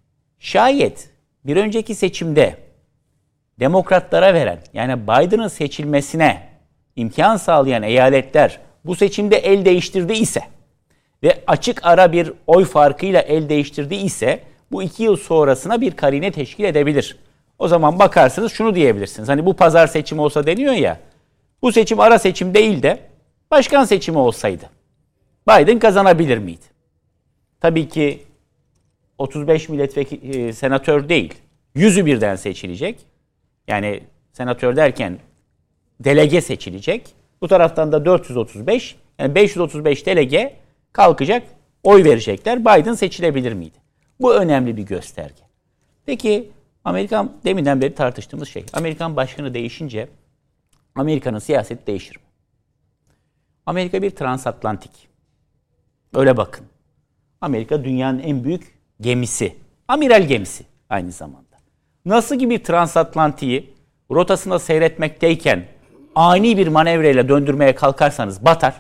Şayet bir önceki seçimde Demokratlara veren, yani Biden'ın seçilmesine imkan sağlayan eyaletler bu seçimde el değiştirdi ise ve açık ara bir oy farkıyla el değiştirdi ise bu 2 yıl sonrasına bir karine teşkil edebilir. O zaman bakarsınız şunu diyebilirsiniz. Hani bu pazar seçimi olsa deniyor ya, bu seçim ara seçim değil de başkan seçimi olsaydı Biden kazanabilir miydi? Tabii ki 35 milletvekili senatör değil, 100'ü birden seçilecek. Yani senatör derken delege seçilecek. Bu taraftan da 435, yani 535 delege kalkacak, oy verecekler. Biden seçilebilir miydi? Bu önemli bir gösterge. Peki Amerikan, deminden beri tartıştığımız şey, Amerikan başkanı değişince Amerika'nın siyaseti değişir mi? Amerika bir transatlantik. Öyle bakın. Amerika dünyanın en büyük gemisi. Amiral gemisi aynı zamanda. Nasıl ki bir transatlantiği rotasında seyretmekteyken ani bir manevreyle döndürmeye kalkarsanız batar.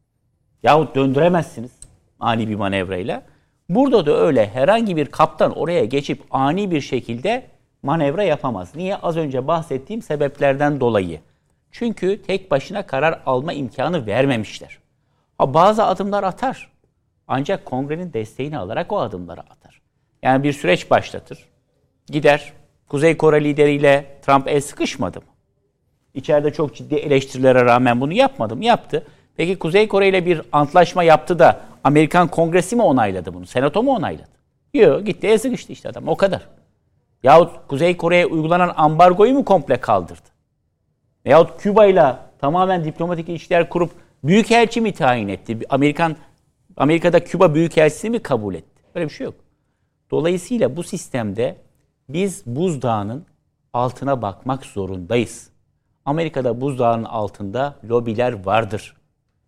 Yahut döndüremezsiniz ani bir manevreyle. Burada da öyle, herhangi bir kaptan oraya geçip ani bir şekilde manevra yapamaz. Niye? Az önce bahsettiğim sebeplerden dolayı. Çünkü tek başına karar alma imkanı vermemişler. Bazı adımlar atar. Ancak kongrenin desteğini alarak o adımları atar. Yani bir süreç başlatır. Gider. Kuzey Kore lideriyle Trump el sıkışmadı mı? İçeride çok ciddi eleştirilere rağmen bunu yapmadı mı? Yaptı. Peki Kuzey Kore ile bir antlaşma yaptı da Amerikan Kongresi mi onayladı bunu? Senato mu onayladı? Yok, gitti el sıkıştı işte adam. O kadar. Yahut Kuzey Kore'ye uygulanan ambargoyu mu komple kaldırdı? Yahut Küba ile tamamen diplomatik ilişkiler kurup büyükelçi mi tayin etti? Amerika'da Küba büyükelçisini mi kabul etti? Böyle bir şey yok. Dolayısıyla bu sistemde biz buzdağının altına bakmak zorundayız. Amerika'da buzdağının altında lobiler vardır.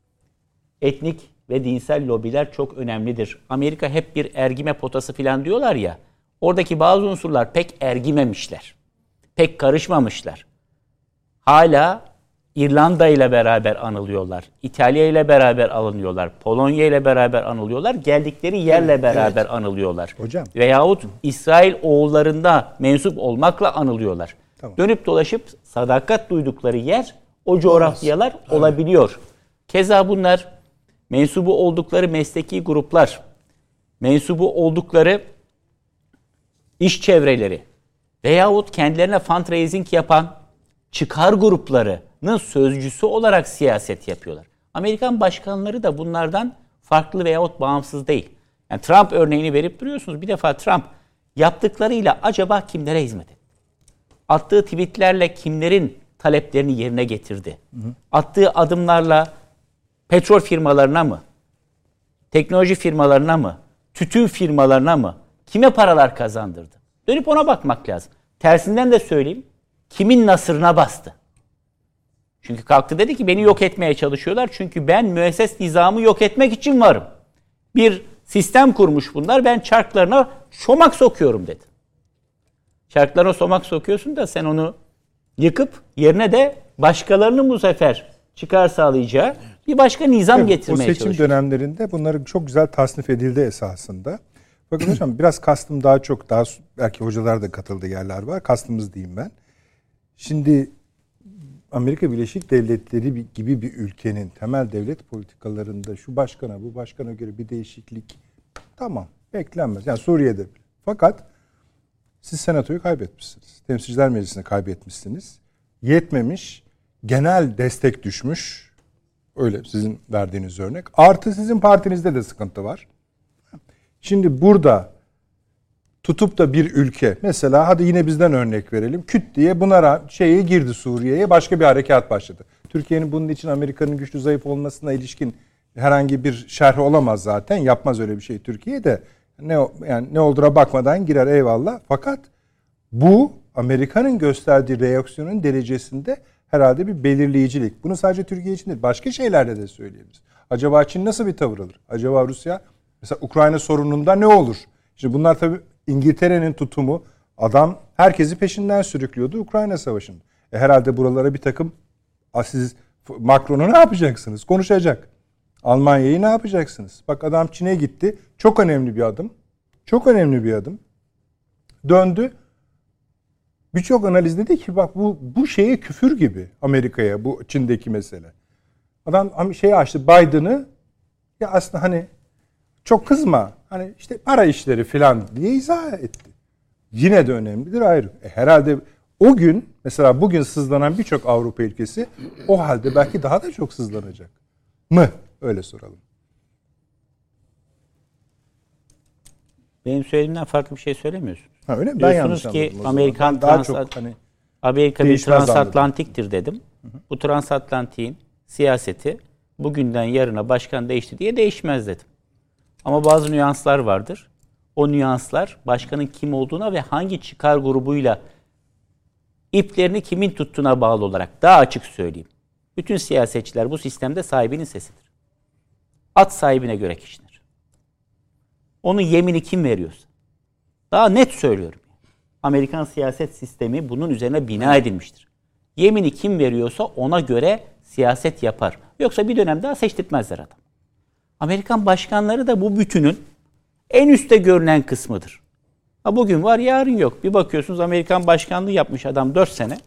Etnik ve dinsel lobiler çok önemlidir. Amerika hep bir ergime potası falan diyorlar ya. Oradaki bazı unsurlar pek ergimemişler. Pek karışmamışlar. Hala İrlanda ile beraber anılıyorlar. İtalya ile beraber anılıyorlar. Polonya ile beraber anılıyorlar. Geldikleri yerle beraber anılıyorlar. Hocam. Veyahut İsrail oğullarında mensup olmakla anılıyorlar. Tamam. Dönüp dolaşıp sadakat duydukları yer o coğrafyalar olabiliyor. Keza bunlar mensubu oldukları mesleki gruplar, mensubu oldukları iş çevreleri veyahut kendilerine fundraising yapan çıkar gruplarının sözcüsü olarak siyaset yapıyorlar. Amerikan başkanları da bunlardan farklı veyahut bağımsız değil. Yani Trump örneğini verip duruyorsunuz. Bir defa Trump yaptıklarıyla acaba kimlere hizmet etti? Attığı tweetlerle kimlerin taleplerini yerine getirdi? Attığı adımlarla petrol firmalarına mı? Teknoloji firmalarına mı? Tütün firmalarına mı? Kime paralar kazandırdı? Dönüp ona bakmak lazım. Tersinden de söyleyeyim. Kimin nasırına bastı? Çünkü kalktı dedi ki beni yok etmeye çalışıyorlar. Çünkü ben müesses nizamı yok etmek için varım. Bir sistem kurmuş bunlar. Ben çarklarına çomak sokuyorum dedi. Çarklarına çomak sokuyorsun da sen onu yıkıp yerine de başkalarının bu sefer çıkar sağlayacağı bir başka nizam getirmeye çalışıyor. O seçim dönemlerinde bunları çok güzel tasnif edildi esasında. Bakın hocam biraz kastım daha belki hocalar da katıldığı yerler var. Kastımız diyeyim ben. Şimdi Amerika Birleşik Devletleri gibi bir ülkenin temel devlet politikalarında şu başkana bu başkana göre bir değişiklik tamam beklenmez. Yani Suriye'de bile. Fakat siz senatoyu kaybetmişsiniz. Temsilciler Meclisi'ni kaybetmişsiniz. Yetmemiş. Genel destek düşmüş. Öyle sizin verdiğiniz örnek. Artı sizin partinizde de sıkıntı var. Şimdi burada tutup da bir ülke mesela hadi yine bizden örnek verelim. Küt diye buna girdi Suriye'ye başka bir harekat başladı. Türkiye'nin bunun için Amerika'nın güçlü zayıf olmasına ilişkin herhangi bir şerh olamaz zaten. Yapmaz öyle bir şey Türkiye de. Ne olduğuna bakmadan girer eyvallah. Fakat bu Amerika'nın gösterdiği reaksiyonun derecesinde herhalde bir belirleyicilik. Bunu sadece Türkiye için değil başka şeylerde de söyleyebiliriz. Acaba Çin nasıl bir tavır alır? Acaba Rusya mesela Ukrayna sorununda ne olur? Şimdi bunlar tabii İngiltere'nin tutumu. Adam herkesi peşinden sürüklüyordu Ukrayna Savaşı'nda. Herhalde buralara bir takım siz Macron'u ne yapacaksınız? Konuşacak. Almanya'yı ne yapacaksınız? Bak adam Çin'e gitti. Çok önemli bir adım. Çok önemli bir adım. Döndü. Birçok analiz dedi ki bak bu şeye küfür gibi Amerika'ya bu Çin'deki mesele. Adam açtı Biden'ı ya aslında hani çok kızma. Hani işte para işleri falan diye izah etti. Yine de önemlidir ayrı. Herhalde o gün mesela bugün sızlanan birçok Avrupa ülkesi o halde belki daha da çok sızlanacak mı? Öyle soralım. Benim söylediğimden farklı bir şey söylemiyorsunuz. Öyle mi? Diyorsunuz ki Amerikan Amerika bir transatlantiktir dedim. Bu transatlantiğin siyaseti bugünden yarına başkan değişti diye değişmez dedim. Ama bazı nüanslar vardır. O nüanslar başkanın kim olduğuna ve hangi çıkar grubuyla iplerini kimin tuttuğuna bağlı olarak daha açık söyleyeyim. Bütün siyasetçiler bu sistemde sahibinin sesidir. At sahibine göre kişidir. Onun yemini kim veriyorsa. Daha net söylüyorum. Amerikan siyaset sistemi bunun üzerine bina edilmiştir. Yemini kim veriyorsa ona göre siyaset yapar. Yoksa bir dönem daha seçtirtmezler adam. Amerikan başkanları da bu bütünün en üstte görünen kısmıdır. Bugün var yarın yok. Bir bakıyorsunuz Amerikan başkanlığı yapmış adam 4 sene.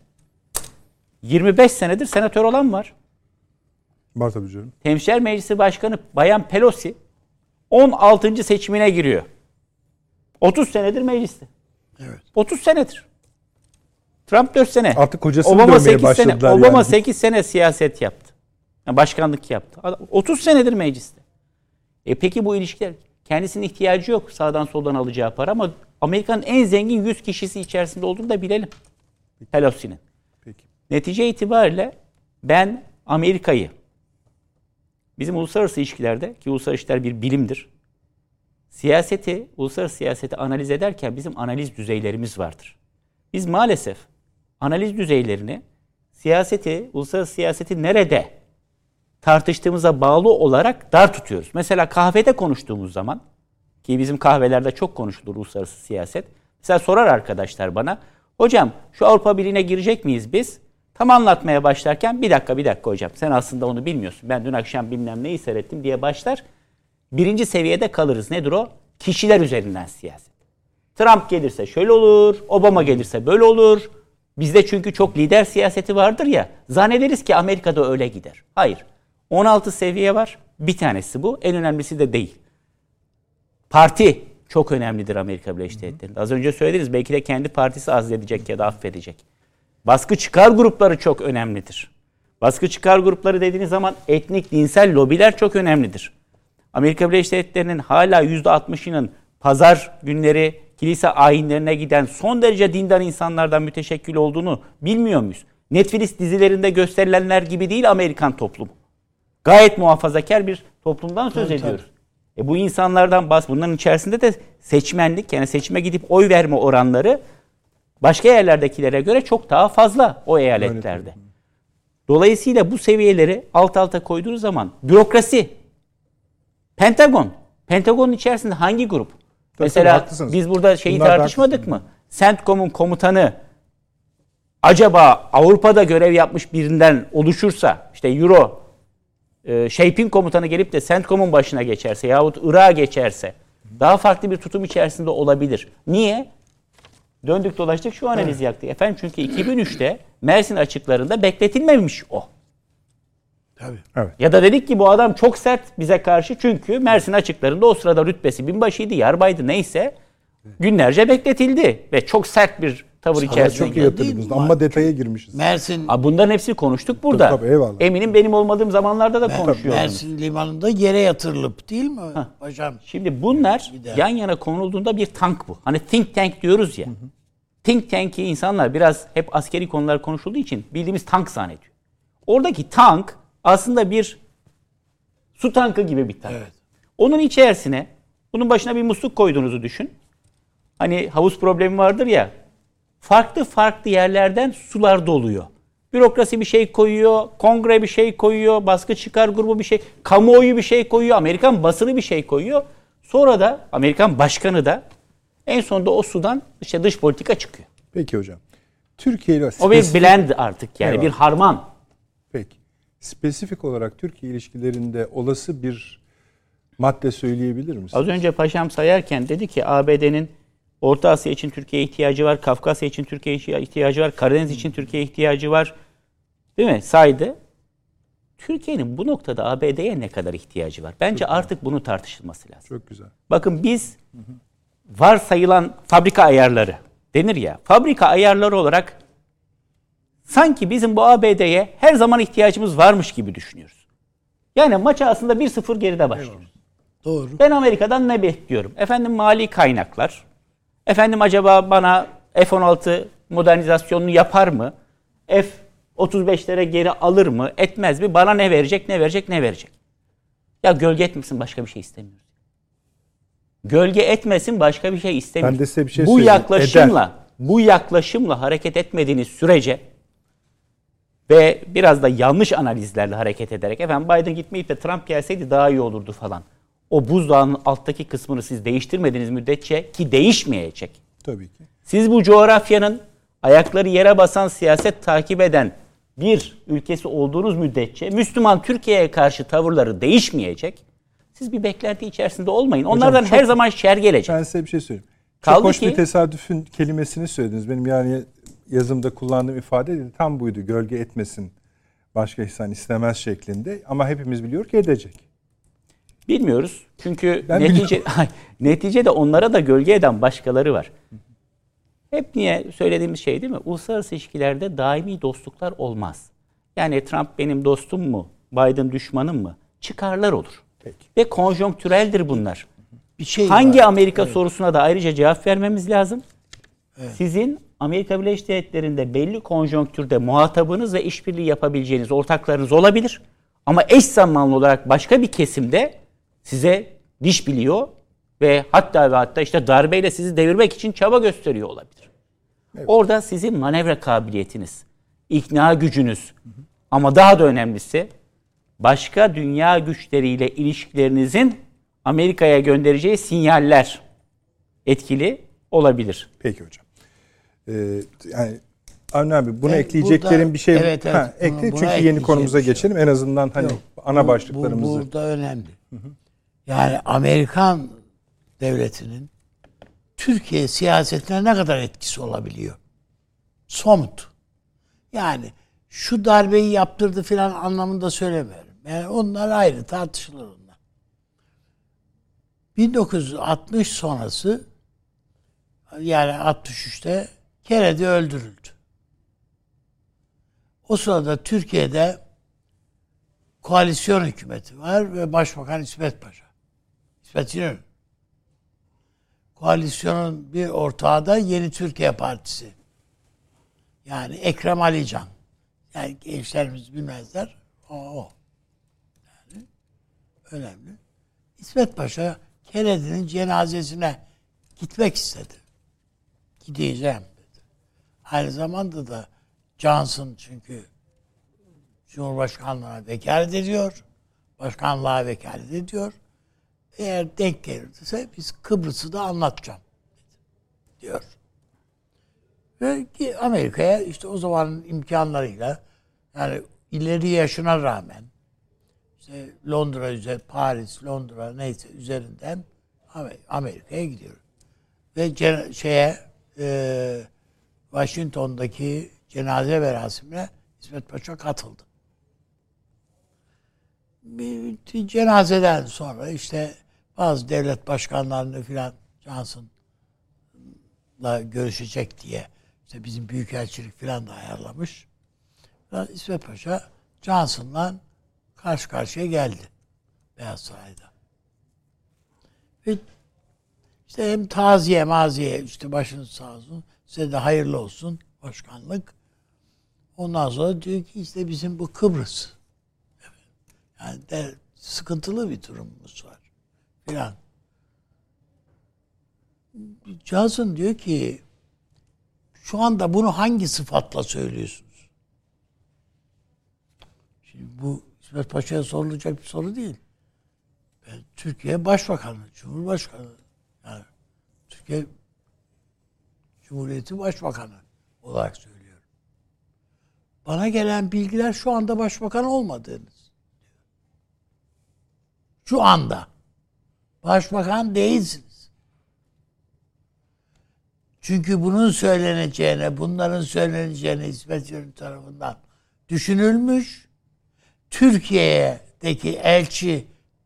25 senedir senatör olan var. Var tabii canım. Temsilciler Meclisi Başkanı Bayan Pelosi 16. seçimine giriyor. 30 senedir mecliste. Evet. 30 senedir. Trump 4 sene. Artık kocasını Obama dövmeye 8 başladılar sene. Obama 8 sene siyaset yaptı. Yani başkanlık yaptı. 30 senedir mecliste. Peki bu ilişkiler kendisinin ihtiyacı yok sağdan soldan alacağı para ama Amerika'nın en zengin 100 kişisi içerisinde olduğunu da bilelim. Pelosi'nin. Peki. Netice itibariyle ben Amerika'yı bizim uluslararası ilişkilerde ki uluslararası ilişkiler bir bilimdir. Uluslararası siyaseti analiz ederken bizim analiz düzeylerimiz vardır. Biz maalesef analiz düzeylerini uluslararası siyaseti nerede tartıştığımıza bağlı olarak dar tutuyoruz. Mesela kahvede konuştuğumuz zaman ki bizim kahvelerde çok konuşulur uluslararası siyaset. Mesela sorar arkadaşlar bana, hocam şu Avrupa Birliği'ne girecek miyiz biz? Tam anlatmaya başlarken bir dakika hocam sen aslında onu bilmiyorsun. Ben dün akşam bilmem neyi seyrettim diye başlar. Birinci seviyede kalırız. Nedir o? Kişiler üzerinden siyaset. Trump gelirse şöyle olur, Obama gelirse böyle olur. Bizde çünkü çok lider siyaseti vardır ya. Zannederiz ki Amerika'da öyle gider. Hayır. 16 seviye var. Bir tanesi bu. En önemlisi de değil. Parti çok önemlidir Amerika Birleşik Devletleri'nde. Az önce söylediniz. Belki de kendi partisi azledecek ya da affedecek. Baskı çıkar grupları çok önemlidir. Baskı çıkar grupları dediğiniz zaman etnik, dinsel lobiler çok önemlidir. Amerika Birleşik Devletleri'nin hala %60'ının pazar günleri kilise ayinlerine giden son derece dindar insanlardan müteşekkil olduğunu bilmiyor muyuz? Netflix dizilerinde gösterilenler gibi değil Amerikan toplumu. Gayet muhafazakar bir toplumdan söz ediyoruz. Bu insanlardan bunların içerisinde de seçmenlik yani seçime gidip oy verme oranları başka yerlerdekilere göre çok daha fazla o eyaletlerde. Dolayısıyla bu seviyeleri alt alta koyduğunuz zaman bürokrasi, Pentagon'un içerisinde hangi grup? Tabii, Mesela haklısınız. biz burada şeyi Bunlar da tartışmadık mı? CENTCOM'un komutanı acaba Avrupa'da görev yapmış birinden oluşursa, işte Euro Shape'in komutanı gelip de CENTCOM'un başına geçerse yahut Irak'a geçerse daha farklı bir tutum içerisinde olabilir. Niye? Döndük dolaştık şu analizi yaptık. Efendim çünkü 2003'te Mersin açıklarında bekletilmemiş o. Tabii. Evet. Ya da dedik ki bu adam çok sert bize karşı çünkü Mersin açıklarında o sırada rütbesi binbaşıydı, yarbaydı neyse günlerce bekletildi ve çok sert bir tavır içerisinde. Çok iyi hatırladınız. Ama detaya girmişiz. Mersin Bunların hepsini konuştuk burada. Tabii, eyvallah. Eminim benim olmadığım zamanlarda da konuşuyordunuz. Mersin limanında yere yatırılıp değil mi hocam? Şimdi bunlar Bir de- yan yana konulduğunda bir tank bu. Hani think tank diyoruz ya. Think tank'i insanlar biraz hep askeri konular konuşulduğu için bildiğimiz tank zannediyor. Oradaki tank aslında bir su tankı gibi bir tank. Evet. Onun içerisine bunun başına bir musluk koyduğunuzu düşün. Hani havuz problemi vardır ya. Farklı farklı yerlerden sular doluyor. Bürokrasi bir şey koyuyor, kongre bir şey koyuyor, baskı çıkar grubu bir şey, kamuoyu bir şey koyuyor, Amerikan basını bir şey koyuyor. Sonra da Amerikan başkanı da en sonunda o sudan işte dış politika çıkıyor. Peki hocam. Türkiye ile O bir blend artık yani Eyvallah. bir harman. Peki. Spesifik olarak Türkiye ilişkilerinde olası bir madde söyleyebilir misiniz? Az önce paşam sayarken dedi ki ABD'nin Orta Asya için Türkiye'ye ihtiyacı var, Kafkasya için Türkiye'ye ihtiyacı var, Karadeniz için Türkiye'ye ihtiyacı var. Değil mi? Saydı. Türkiye'nin bu noktada ABD'ye ne kadar ihtiyacı var? Bence artık bunun tartışılması lazım. Çok güzel. Bakın biz varsayılan fabrika ayarları denir ya. Fabrika ayarları olarak sanki bizim bu ABD'ye her zaman ihtiyacımız varmış gibi düşünüyoruz. Yani maça aslında 1-0 geride başlıyoruz. Doğru. Ben Amerika'dan ne bekliyorum? Efendim mali kaynaklar. Efendim acaba bana F-16 modernizasyonunu yapar mı? F-35'lere geri alır mı? Etmez mi? Bana ne verecek, ne verecek, ne verecek? Ya gölge etmesin başka bir şey istemiyoruz. Gölge etmesin başka bir şey istemiyoruz. Ben de size bir şey bu söyleyeyim. bu yaklaşımla hareket etmediğiniz sürece ve biraz da yanlış analizlerle hareket ederek efendim Biden gitmeyip de Trump gelseydi daha iyi olurdu falan. O buzdağının alttaki kısmını siz değiştirmediğiniz müddetçe ki değişmeyecek. Tabii ki. Siz bu coğrafyanın ayakları yere basan siyaset takip eden bir ülkesi olduğunuz müddetçe Müslüman Türkiye'ye karşı tavırları değişmeyecek. Siz bir beklenti içerisinde olmayın. Onlardan her zaman şer gelecek. Ben size bir şey söyleyeyim. Kaldı Çok hoş ki- bir tesadüfün kelimesini söylediniz. Benim yani yazımda kullandığım ifade de tam buydu. Gölge etmesin, başka ihsan istemez şeklinde. Ama hepimiz biliyor ki edecek. Bilmiyoruz. Çünkü Ben neticede onlara da gölge eden başkaları var. Hep niye söylediğimiz şey değil mi? Uluslararası ilişkilerde daimi dostluklar olmaz. Yani Trump benim dostum mu? Biden düşmanım mı? Çıkarlar olur. Peki. Ve konjonktüreldir bunlar. Bir şey Hangi var. Amerika sorusuna da ayrıca cevap vermemiz lazım. Sizin Amerika Birleşik Devletleri'nde belli konjonktürde muhatabınız ve işbirliği yapabileceğiniz ortaklarınız olabilir. Ama eş zamanlı olarak başka bir kesimde size diş biliyor ve hatta işte darbeyle sizi devirmek için çaba gösteriyor olabilir. Evet. Orada sizin manevra kabiliyetiniz, ikna gücünüz ama daha da önemlisi başka dünya güçleriyle ilişkilerinizin Amerika'ya göndereceği sinyaller etkili olabilir. Peki hocam. Yani Avni abi buna Yani ekleyeceklerim burada- bir şey evet, ekle buna çünkü yeni ekleyeceğim konumuza bir şey geçelim. En azından hani Yok, ana bu başlıklarımızı. burada önemli. Yani Amerikan devletinin Türkiye siyasetine ne kadar etkisi olabiliyor? Somut. Yani şu darbeyi yaptırdı filan anlamında söylemiyorum. Yani onlar ayrı tartışılır onlar. 1960 sonrası yani 63'te Kennedy öldürüldü. O sırada Türkiye'de koalisyon hükümeti var ve Başbakan İsmet Paşa. İsmet İnönü. Koalisyonun bir ortağı da Yeni Türkiye Partisi. Yani Ekrem Alican. Yani gençlerimiz bilmezler. O. Yani önemli. İsmet Paşa Kennedy'nin cenazesine gitmek istedi. Gideceğim dedi. Aynı zamanda da Johnson çünkü Cumhurbaşkanlığına vekalet ediyor. Başkanlığa vekalet ediyor. eğer denk gelirse biz Kıbrıs'ı da anlatacağım diyor. Ve ki Amerika'ya işte o zamanın imkanlarıyla, yani ileri yaşına rağmen işte Londra üzeri, Paris, Londra neyse üzerinden Amerika'ya gidiyor. Ve Washington'daki cenaze merasimine İsmet Paşa katıldı. Bir cenazeden sonra işte bazı devlet başkanlarını filan Johnson'la görüşecek diye işte bizim büyükelçilik filan da ayarlamış. İsmet Paşa Johnson'la karşı karşıya geldi Beyaz Saray'da. Ve işte hem maziye işte başınız sağ olsun, size de hayırlı olsun başkanlık. Ondan sonra diyor ki işte bizim bu Kıbrıs. Yani sıkıntılı bir durumumuz var filan. Johnson diyor ki şu anda bunu hangi sıfatla söylüyorsunuz? Şimdi bu İsmet Paşa'ya sorulacak bir soru değil. Ben Türkiye Başbakanı, Cumhurbaşkanı, yani Türkiye Cumhuriyeti Başbakanı olarak söylüyorum. Bana gelen bilgiler şu anda başbakan olmadığınız. Şu anda başbakan değilsiniz. Çünkü bunların söyleneceğine İsmet İnönü tarafından düşünülmüş. Türkiye'deki elçiye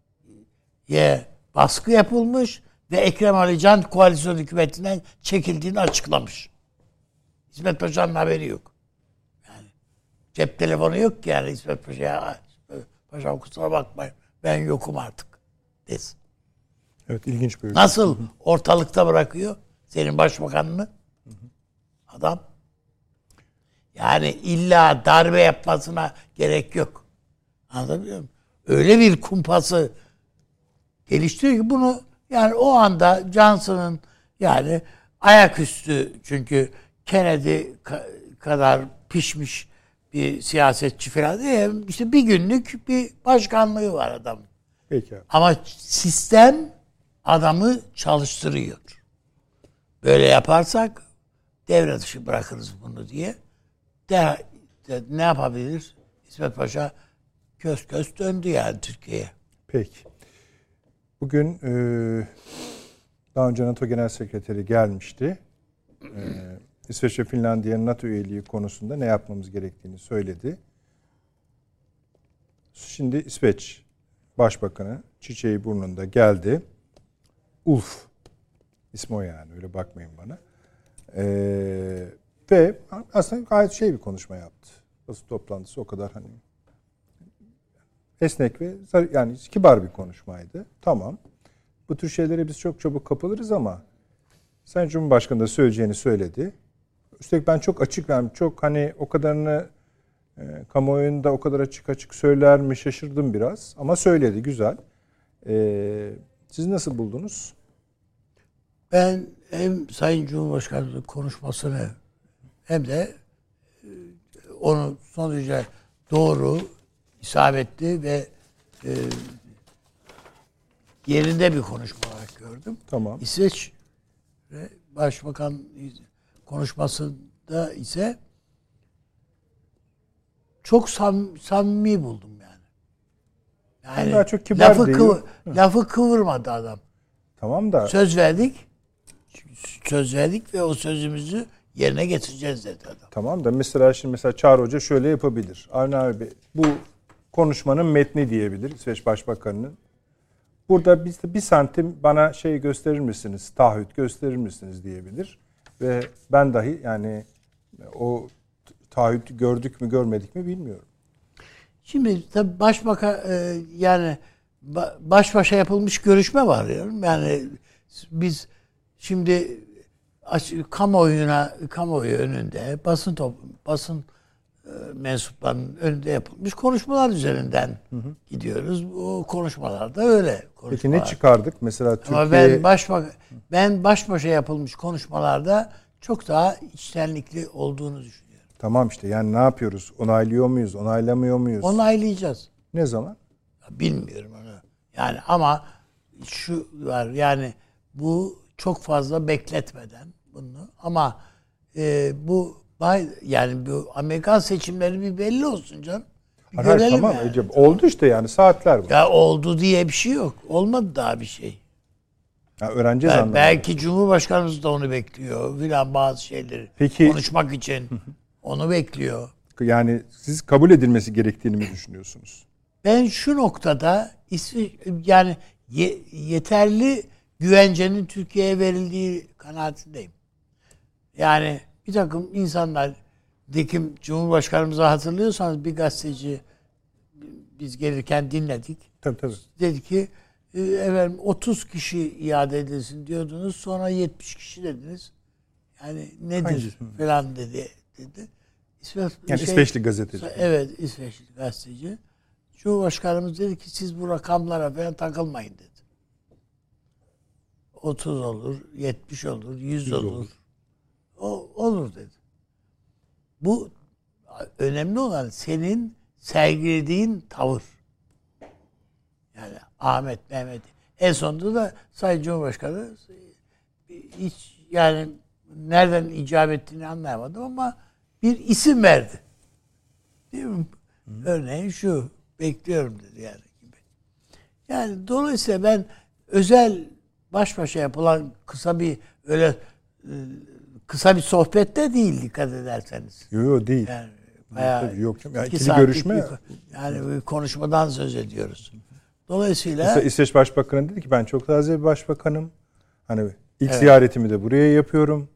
baskı yapılmış ve Ekrem Ali koalisyon hükümetinden çekildiğini açıklamış. İsmet Paşa'nın haberi yok. Yani cep telefonu yok ki yani İsmet Paşa'ya Paşa'm kusura bakmayın ben yokum artık desin. Evet, ilginç bir Nasıl ortalıkta bırakıyor senin başbakanını? Adam. Yani illa darbe yapmasına gerek yok. Anlatabiliyor muyum? Öyle bir kumpası geliştiriyor ki bunu yani o anda Johnson'ın yani ayaküstü, çünkü Kennedy kadar pişmiş bir siyasetçi falan değil. İşte bir günlük bir başkanlığı var adamın. Peki abi. Ama sistem adamı çalıştırıyor. Böyle yaparsak devre dışı bırakırız bunu diye. Ne yapabilir? İsmet Paşa kös kös döndü yani Türkiye'ye. Peki. Bugün daha önce NATO Genel Sekreteri gelmişti. İsveç ve Finlandiya'nın NATO üyeliği konusunda ne yapmamız gerektiğini söyledi. Şimdi İsveç Başbakanı çiçeği burnunda geldi. Ulf ismi o yani, öyle bakmayın bana. Ve aslında gayet bir konuşma yaptı. Basın toplantısı o kadar hani esnek ve yani kibar bir konuşmaydı. Tamam. Bu tür şeylere biz çok çabuk kapılırız ama Sayın Cumhurbaşkanı da söyleyeceğini söyledi. Üstelik ben çok açık, yani çok hani o kadarını kamuoyunda o kadar açık söyler mi şaşırdım biraz. Ama söyledi, güzel. Siz nasıl buldunuz? Ben hem Sayın Cumhurbaşkanı'nın konuşmasını hem de onu son derece doğru, isabetli ve yerinde bir konuşma olarak gördüm. Tamam. İsveç Başbakan konuşmasında ise çok samimi buldum yani. Yani daha çok kibar lafı kıvırmadı adam. Tamam da Söz verdik ve o sözümüzü yerine getireceğiz dedi adam. Tamam da mesela Çağrı Hoca şöyle yapabilir. Avni abi bu konuşmanın metni diyebilir İsveç Başbakanı'nın. Burada bir santim bana gösterir misiniz, taahhüt gösterir misiniz diyebilir. Ve ben dahi yani o taahhütü gördük mü görmedik mi bilmiyorum. Şimdi tabii başbakan yani baş başa yapılmış görüşme var yani biz şimdi kamuoyu önünde basın mensuplarının önünde yapılmış konuşmalar üzerinden gidiyoruz. O konuşmalarda öyle konuşmalar. Peki ne çıkardık? Mesela Türkiye... Ama ben baş başa yapılmış konuşmalarda çok daha içtenlikli olduğunu düşünüyorum. Tamam işte yani ne yapıyoruz? Onaylıyor muyuz? Onaylamıyor muyuz? Onaylayacağız. Ne zaman? Bilmiyorum onu. Yani ama şu var, yani bu çok fazla bekletmeden bunu, ama yani bu Amerikan seçimleri bir belli olsun canım. Bir görelim tamam yani. Oldu işte, yani saatler bu. Ya oldu diye bir şey yok. Olmadı daha bir şey. Ya öğreneceğiz anlamında. Belki Cumhurbaşkanımız da onu bekliyor filan, bazı şeyleri Peki, konuşmak için onu bekliyor. Yani siz kabul edilmesi gerektiğini mi düşünüyorsunuz? Ben şu noktada yani yeterli güvencenin Türkiye'ye verildiği kanaatindeyim. Yani bir takım insanlar, Dikim Cumhurbaşkanımıza hatırlıyorsanız, bir gazeteci, biz gelirken dinledik. Tabii. Dedi ki efendim 30 kişi iade edilsin diyordunuz, sonra 70 kişi dediniz. Yani nedir falan dedi. İsveçli gazeteci. Evet, İsveçli gazeteci. Cumhurbaşkanımız dedi ki siz bu rakamlara falan takılmayın dedi. 30 olur, 70 olur, 100 olur. Olur dedi. Bu önemli olan senin sergilediğin tavır. Yani Ahmet, Mehmet. En sonunda da Sayın Cumhurbaşkanı hiç, yani nereden icap ettiğini anlayamadım ama bir isim verdi. Değil mi? Örneğin şu, bekliyorum dedi yani gibi. Yani dolayısıyla ben özel baş başa yapılan kısa bir sohbette değil, dikkat ederseniz. Yok değil. Yani bayağı yok canım. Yani 2 ikili saatlik görüşme. yani bir konuşmadan söz ediyoruz. Dolayısıyla mesela İsveç Başbakanı dedi ki ben çok taze bir başbakanım. Hani ilk ziyaretimi de buraya yapıyorum.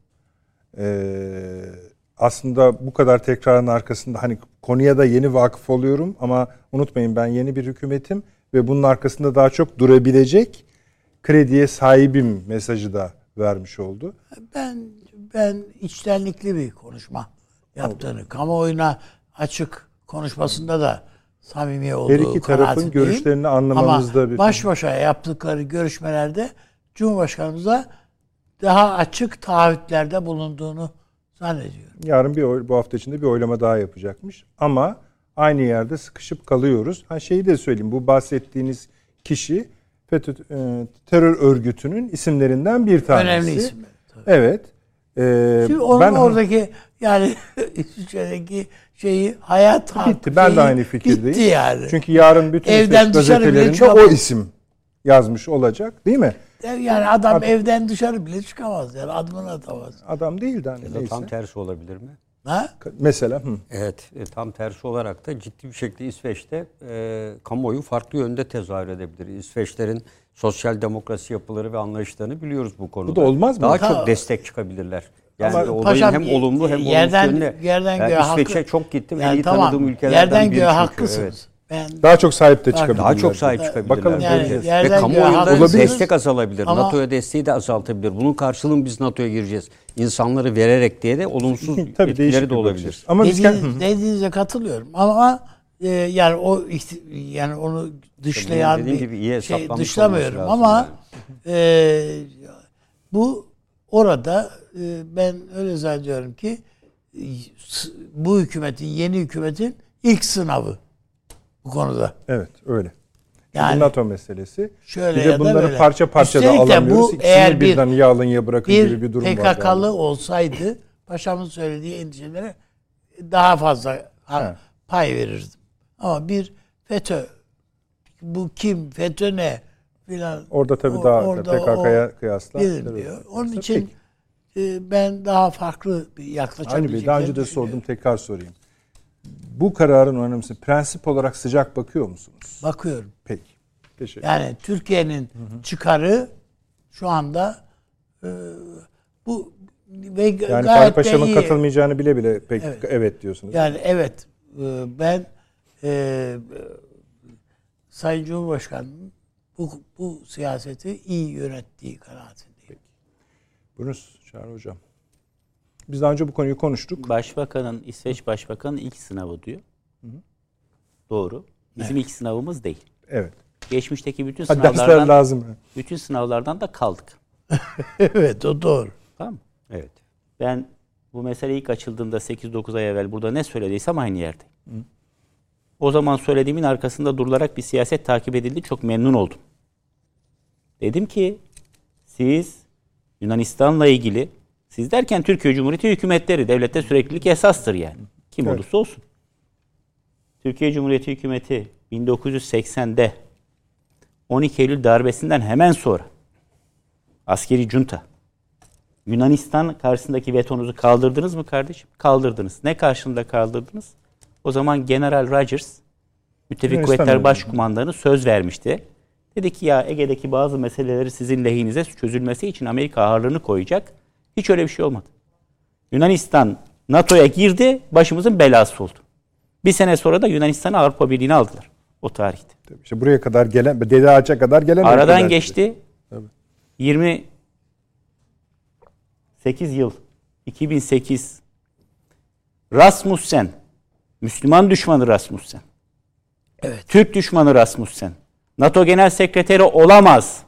Aslında bu kadar tekrarın arkasında hani konuya da yeni vakıf oluyorum ama unutmayın ben yeni bir hükümetim ve bunun arkasında daha çok durabilecek krediye sahibim mesajı da vermiş oldu. Ben içtenlikli bir konuşma yaptığını, kamuoyuna açık konuşmasında da samimi olduğu her iki tarafın görüşlerini anlamamızda ama baş başa yaptıkları görüşmelerde Cumhurbaşkanımıza daha açık taahhütlerde bulunduğunu zannediyorum. Yarın bu hafta içinde bir oylama daha yapacakmış. Ama aynı yerde sıkışıp kalıyoruz. Şeyi de söyleyeyim. Bu bahsettiğiniz kişi FETÖ terör örgütünün isimlerinden bir tanesi. Önemli isimler. Tabii. Evet. Şimdi onun oradaki yani İsviçre'deki hayat hakkı bitti. Ben de aynı fikirdeyim. Bitti yani. Çünkü yarın bütün evden gazetelerinde o isim yazmış olacak, değil mi? Yani adam evden dışarı bile çıkamaz, yani adımını atamaz. Adam değil de neyse. Tam tersi olabilir mi? Ha? Mesela. Evet, tam tersi olarak da ciddi bir şekilde İsveç'te kamuoyu farklı yönde tezahür edebilir. İsveçlerin sosyal demokrasi yapıları ve anlayışlarını biliyoruz bu konuda. Bu da olmaz mı? Daha çok destek çıkabilirler. Yani ama olayın paşam, hem olumlu hem olumsuz yönüne. Ben İsveç'e çok gittim. Yani en iyi tanıdığım ülkelerden yerden biri göğe çünkü. haklısınız. Evet. Daha çok sahip de çıkabilirler. Daha çok sahip çıkabilirler. Bakalım yani ve kamuoyunda destek azalabilir. Ama NATO'ya desteği de azaltabilir. Bunun karşılığında biz NATO'ya gireceğiz. İnsanları vererek diye de olumsuz etkileri de olabilir. Ama dediğinize katılıyorum. Ama yani onu dışlayan dışlamıyorum ama bu orada ben öyle zannediyorum ki bu yeni hükümetin ilk sınavı bu konuda. Evet, öyle. Yani NATO meselesi. Şöyle bir de bunları böyle. parça parça da alamıyoruz. İkisini birden yağlıya bırakın gibi bir durum var. Bir PKK'lı olsaydı paşamın söylediği endişelere daha fazla pay verirdim. Ama bir FETÖ, bu kim, FETÖ ne filan. Orada tabii daha PKK'ya kıyasla. Bilinmiyor. Onun için ben daha farklı bir yaklaşabileceklerini Aynı daha önce de sordum, tekrar sorayım. Bu kararın önemlisi prensip olarak sıcak bakıyor musunuz? Bakıyorum. Peki. Teşekkür ederim. Yani Türkiye'nin çıkarı şu anda bu ve yani Fatih Paşa'nın katılmayacağını bile pek evet diyorsunuz. Yani evet, ben Sayın Cumhurbaşkanı'nın bu siyaseti iyi yönettiği kanaatindeyim. Peki. Buyurunuz Çağrı Hocam. Biz daha önce bu konuyu konuştuk. İsveç Başbakanı'nın ilk sınavı diyor. Doğru. Bizim ilk sınavımız değil. Evet. Geçmişteki bütün sınavlardan da kaldık. Evet, o doğru. Tamam mı? Evet. Ben bu mesele ilk açıldığında 8-9 ay evvel burada ne söylediysem aynı yerdeyim. O zaman söylediğimin arkasında durularak bir siyaset takip edildi. Çok memnun oldum. Dedim ki siz Yunanistan'la ilgili, siz derken Türkiye Cumhuriyeti hükümetleri, devlette süreklilik esastır yani. Kim olursa olsun. Türkiye Cumhuriyeti hükümeti 1980'de 12 Eylül darbesinden hemen sonra askeri junta, Yunanistan karşısındaki vetonuzu kaldırdınız mı kardeşim? Kaldırdınız. Ne karşılığında kaldırdınız? O zaman General Rogers, Müttefik Kuvvetler Başkumandanı söz vermişti. Dedi ki ya Ege'deki bazı meseleleri sizin lehinize çözülmesi için Amerika ağırlığını koyacak. Hiç öyle bir şey olmadı. Yunanistan NATO'ya girdi, başımızın belası oldu. Bir sene sonra da Yunanistan'ı Avrupa Birliği'ne aldılar o tarihte. Tabii işte buraya kadar gelen, Dede Ağaç'a kadar gelen... Aradan geçti. Tabii. 28 yıl, 2008. Rasmussen, Müslüman düşmanı Rasmussen. Evet. Türk düşmanı Rasmussen. NATO Genel Sekreteri olamaz.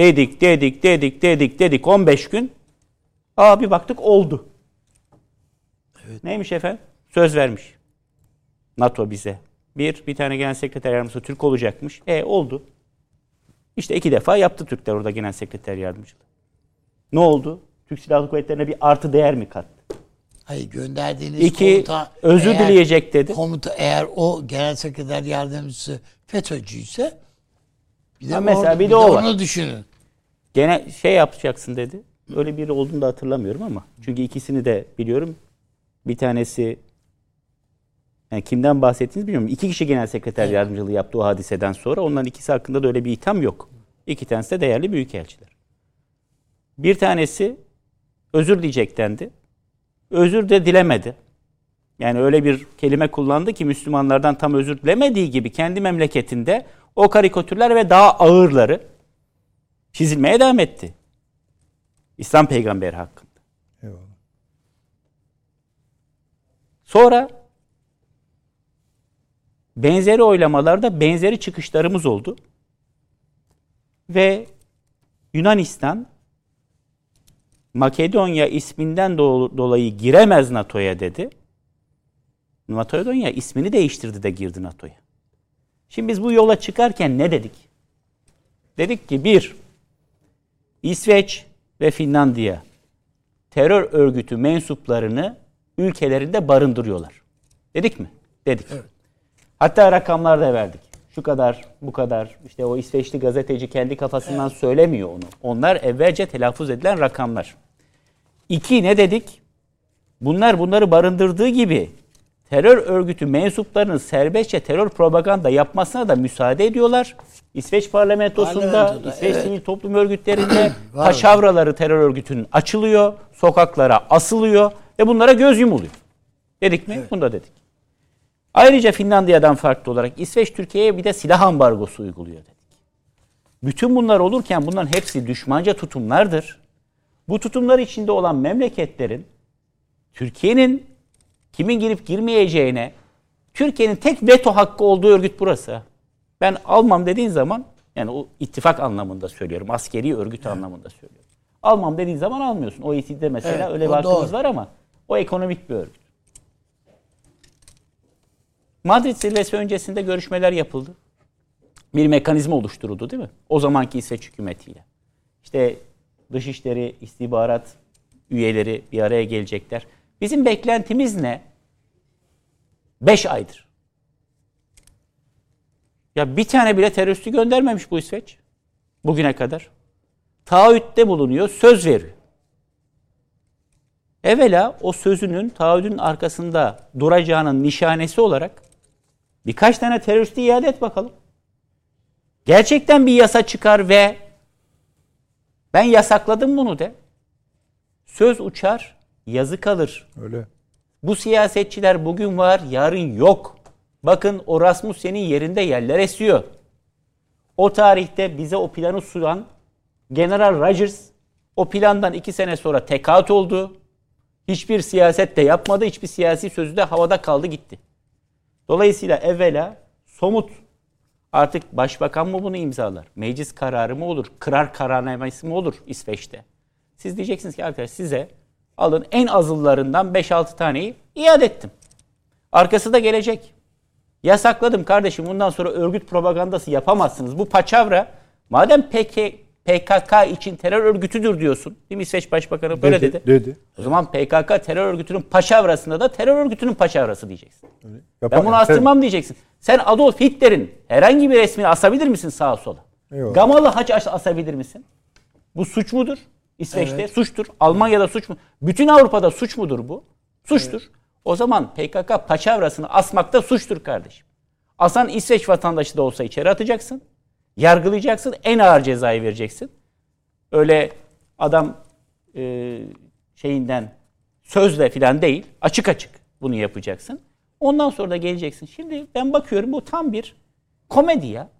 Dedik 15 gün. Bir baktık oldu. Evet. Neymiş efendim? Söz vermiş. NATO bize. Bir tane Genel Sekreter Yardımcısı Türk olacakmış. Oldu. İşte 2 defa yaptı Türkler orada Genel Sekreter Yardımcılığı. Ne oldu? Türk Silahlı Kuvvetleri'ne bir artı değer mi kattı? Hayır, gönderdiğiniz 2, komuta özür dileyecek dedi. Komuta eğer o Genel Sekreter Yardımcısı FETÖ'cüyse bir de mesela bir de o var. Onu düşünün. Gene yapacaksın dedi. Öyle biri olduğunu da hatırlamıyorum ama. Çünkü ikisini de biliyorum. Bir tanesi, yani kimden bahsettiğinizi bilmiyorum. 2 kişi Genel Sekreter Yardımcılığı yaptı o hadiseden sonra. Onların ikisi hakkında da öyle bir itham yok. 2 tanesi de değerli büyükelçiler. Bir tanesi özür diyecek dendi. Özür de dilemedi. Yani öyle bir kelime kullandı ki Müslümanlardan tam özür dilemediği gibi kendi memleketinde o karikatürler ve daha ağırları çizilmeye devam etti. İslam peygamberi hakkında. Eyvallah. Sonra benzeri oylamalarda benzeri çıkışlarımız oldu. Ve Yunanistan Makedonya isminden dolayı giremez NATO'ya dedi. Makedonya ismini değiştirdi de girdi NATO'ya. Şimdi biz bu yola çıkarken ne dedik? Dedik ki 1. İsveç ve Finlandiya terör örgütü mensuplarını ülkelerinde barındırıyorlar. Dedik mi? Dedik. Evet. Hatta rakamlar da verdik. Şu kadar, bu kadar. İşte o İsveçli gazeteci kendi kafasından söylemiyor onu. Onlar evvelce telaffuz edilen rakamlar. 2, ne dedik? Bunları barındırdığı gibi terör örgütü mensuplarının serbestçe terör propaganda yapmasına da müsaade ediyorlar. İsveç parlamentosunda, İsveç sivil toplum örgütlerinde paşavraları terör örgütünün açılıyor, sokaklara asılıyor ve bunlara göz yumuluyor. Dedik mi? Evet. Bunu da dedik. Ayrıca Finlandiya'dan farklı olarak İsveç Türkiye'ye bir de silah ambargosu uyguluyor dedik. Bütün bunlar olurken bunların hepsi düşmanca tutumlardır. Bu tutumlar içinde olan memleketlerin Türkiye'nin kimin girip girmeyeceğine, Türkiye'nin tek veto hakkı olduğu örgüt burası. Ben almam dediğin zaman, yani o ittifak anlamında söylüyorum, askeri örgüt anlamında söylüyorum. Almam dediğin zaman almıyorsun. OECD'de mesela öyle bir hakkımız var ama o ekonomik bir örgüt. Madrid zirvesi öncesinde görüşmeler yapıldı. Bir mekanizma oluşturuldu değil mi? O zamanki İsveç hükümetiyle. İşte dışişleri, istihbarat üyeleri bir araya gelecekler. Bizim beklentimiz ne? 5 aydır. Ya bir tane bile teröristi göndermemiş bu İsveç. Bugüne kadar. Taahhütte bulunuyor, söz veriyor. Evvela o sözünün, taahhüdün arkasında duracağının nişanesi olarak birkaç tane teröristi iade et bakalım. Gerçekten bir yasa çıkar ve ben yasakladım bunu de. Söz uçar, yazı kalır. Öyle. Bu siyasetçiler bugün var, yarın yok. Bakın o Rasmussen'in yerinde yerler esiyor. O tarihte bize o planı sunan General Rogers o plandan 2 sene sonra tekaat oldu. Hiçbir siyaset de yapmadı. Hiçbir siyasi sözü de havada kaldı gitti. Dolayısıyla evvela somut, artık başbakan mı bunu imzalar? Meclis kararı mı olur? Karar kararnamesi mi olur İsveç'te? Siz diyeceksiniz ki arkadaş size alın en azıllarından 5-6 taneyi iade ettim. Arkası da gelecek. Yasakladım kardeşim, bundan sonra örgüt propagandası yapamazsınız. Bu paçavra, madem PKK için terör örgütüdür diyorsun. Değil mi? İsveç Başbakanı böyle dedi. O zaman PKK terör örgütünün paşavrasında da terör örgütünün paşavrası diyeceksin. Ben bunu astırmam diyeceksin. Sen Adolf Hitler'in herhangi bir resmini asabilir misin sağa sola? Yok. Gamalı haç asabilir misin? Bu suç mudur? İsveç'te suçtur. Almanya'da suç mu? Bütün Avrupa'da suç mudur bu? Suçtur. Evet. O zaman PKK paçavrasını asmak da suçtur kardeşim. Asan İsveç vatandaşı da olsa içeri atacaksın. Yargılayacaksın. En ağır cezayı vereceksin. Öyle adam şeyinden sözle filan değil. Açık açık bunu yapacaksın. Ondan sonra da geleceksin. Şimdi ben bakıyorum bu tam bir komedi ya.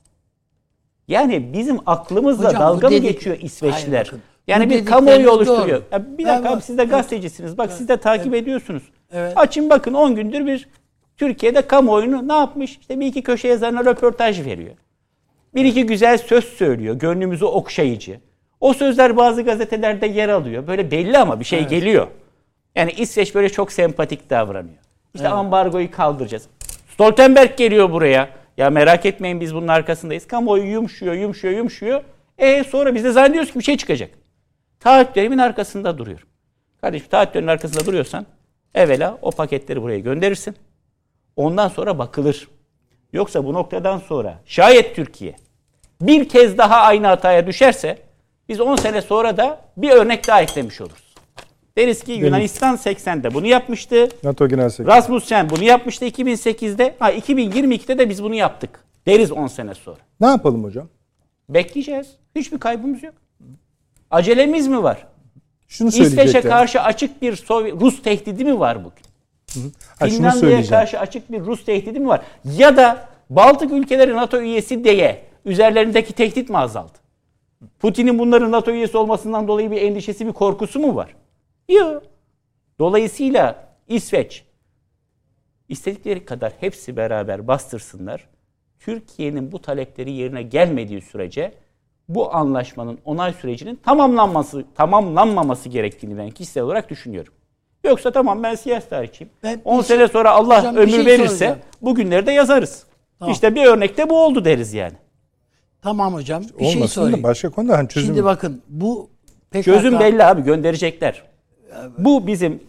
Yani bizim aklımızla hocam, dalga mı geçiyor İsveçliler? Hayır, yani bir kamuoyu oluşturuyor. Ya bir dakika abi, siz de gazetecisiniz. Bak siz de takip ediyorsunuz. Evet. Açın bakın 10 gündür bir Türkiye'de kamuoyunu ne yapmış? İşte bir iki köşe yazarına röportaj veriyor. Bir iki güzel söz söylüyor. Gönlümüzü okşayıcı. O sözler bazı gazetelerde yer alıyor. Böyle belli ama bir şey geliyor. Yani İsveç böyle çok sempatik davranıyor. İşte ambargoyu kaldıracağız. Stoltenberg geliyor buraya. Ya merak etmeyin biz bunun arkasındayız. Kamuoyu yumuşuyor. Sonra biz de zannediyoruz ki bir şey çıkacak. Taahhütlerimin arkasında duruyorum. Kardeşim taahhütlerin arkasında duruyorsan evvela o paketleri buraya gönderirsin. Ondan sonra bakılır. Yoksa bu noktadan sonra şayet Türkiye bir kez daha aynı hataya düşerse biz 10 sene sonra da bir örnek daha eklemiş oluruz. Deriz ki Yunanistan 80'de bunu yapmıştı. NATO Genel Sekreteri Rasmussen bunu yapmıştı 2008'de. 2022'de de biz bunu yaptık. Deriz 10 sene sonra. Ne yapalım hocam? Bekleyeceğiz. Hiçbir kaybımız yok. Acelemiz mi var? Şunu İsveç'e karşı açık bir Rus tehdidi mi var bugün? Finlandiya'ya karşı açık bir Rus tehdidi mi var? Ya da Baltık ülkeleri NATO üyesi diye üzerlerindeki tehdit mi azaldı? Putin'in bunların NATO üyesi olmasından dolayı bir endişesi, bir korkusu mu var? Yok. Dolayısıyla İsveç istedikleri kadar hepsi beraber bastırsınlar. Türkiye'nin bu talepleri yerine gelmediği sürece bu anlaşmanın onay sürecinin tamamlanmaması gerektiğini ben kişisel olarak düşünüyorum. Yoksa tamam ben siyasi tarihçiyim. 10 sene sonra Allah hocam, ömür verirse bugünleri de yazarız. Tamam. İşte bir örnekte bu oldu deriz yani. Tamam hocam. Bir şey sorayım. Başka konuda çözüm. Şimdi bakın bu PKK... Çözüm belli abi, gönderecekler. Bu bizim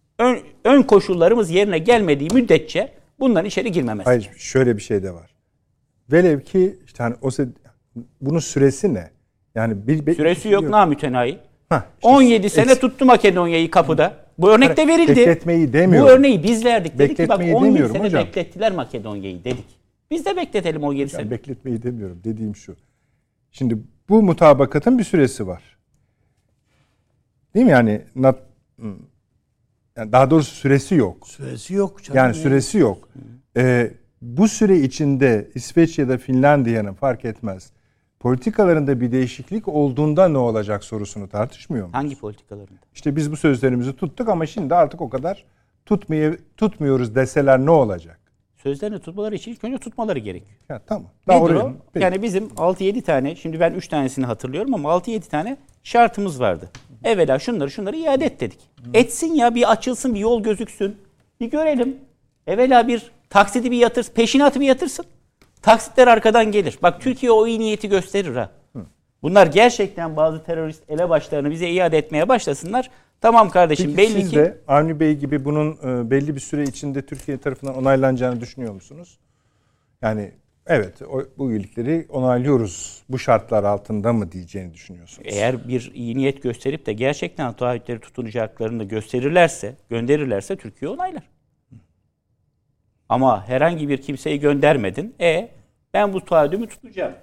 ön koşullarımız yerine gelmediği müddetçe bunların içeri girmemesi. Hayır, şöyle bir şey de var. Velev ki işte hani bunun süresi ne? Yani süresi yok namütenayi. 17 sene tuttu Makedonya'yı kapıda. Bu örnek de verildi. Bekletmeyi demiyorum. Bu örneği biz verdik. Dedik ki bak 17 sene hocam. Beklettiler Makedonya'yı dedik. Biz de bekletelim 17 sene. Bekletmeyi demiyorum. Dediğim şu. Şimdi bu mutabakatın bir süresi var. Değil mi yani? Yani daha doğrusu süresi yok. Süresi yok canım. Yani süresi yok. Bu süre içinde İsveç ya da Finlandiya'nın fark etmez. Politikalarında bir değişiklik olduğunda ne olacak sorusunu tartışmıyor muyuz? Hangi politikalarında? İşte biz bu sözlerimizi tuttuk ama şimdi artık o kadar tutmuyoruz deseler ne olacak? Sözlerini tutmaları için ilk önce tutmaları gerekiyor. Ya, tamam. Nedir o? Yani bizim 6-7 tane, şimdi ben 3 tanesini hatırlıyorum ama 6-7 tane şartımız vardı. Evvela şunları iade et dedik. Etsin ya, bir açılsın, bir yol gözüksün. Bir görelim. Evvela bir taksidi bir yatırsın, peşinatı bir yatırsın. Taksitler arkadan gelir. Bak Türkiye o iyi niyeti gösterir ha. Bunlar gerçekten bazı terörist elebaşlarını bize iade etmeye başlasınlar. Tamam kardeşim. Peki belli siz ki de Avni Bey gibi bunun belli bir süre içinde Türkiye tarafından onaylanacağını düşünüyor musunuz? Yani evet bu üyelikleri onaylıyoruz. Bu şartlar altında mı diyeceğini düşünüyorsunuz? Eğer bir iyi niyet gösterip de gerçekten taahhütleri tutunacaklarını gönderirlerse Türkiye onaylar. Ama herhangi bir kimseyi göndermedin. Ben bu taahhüdümü tutacağım.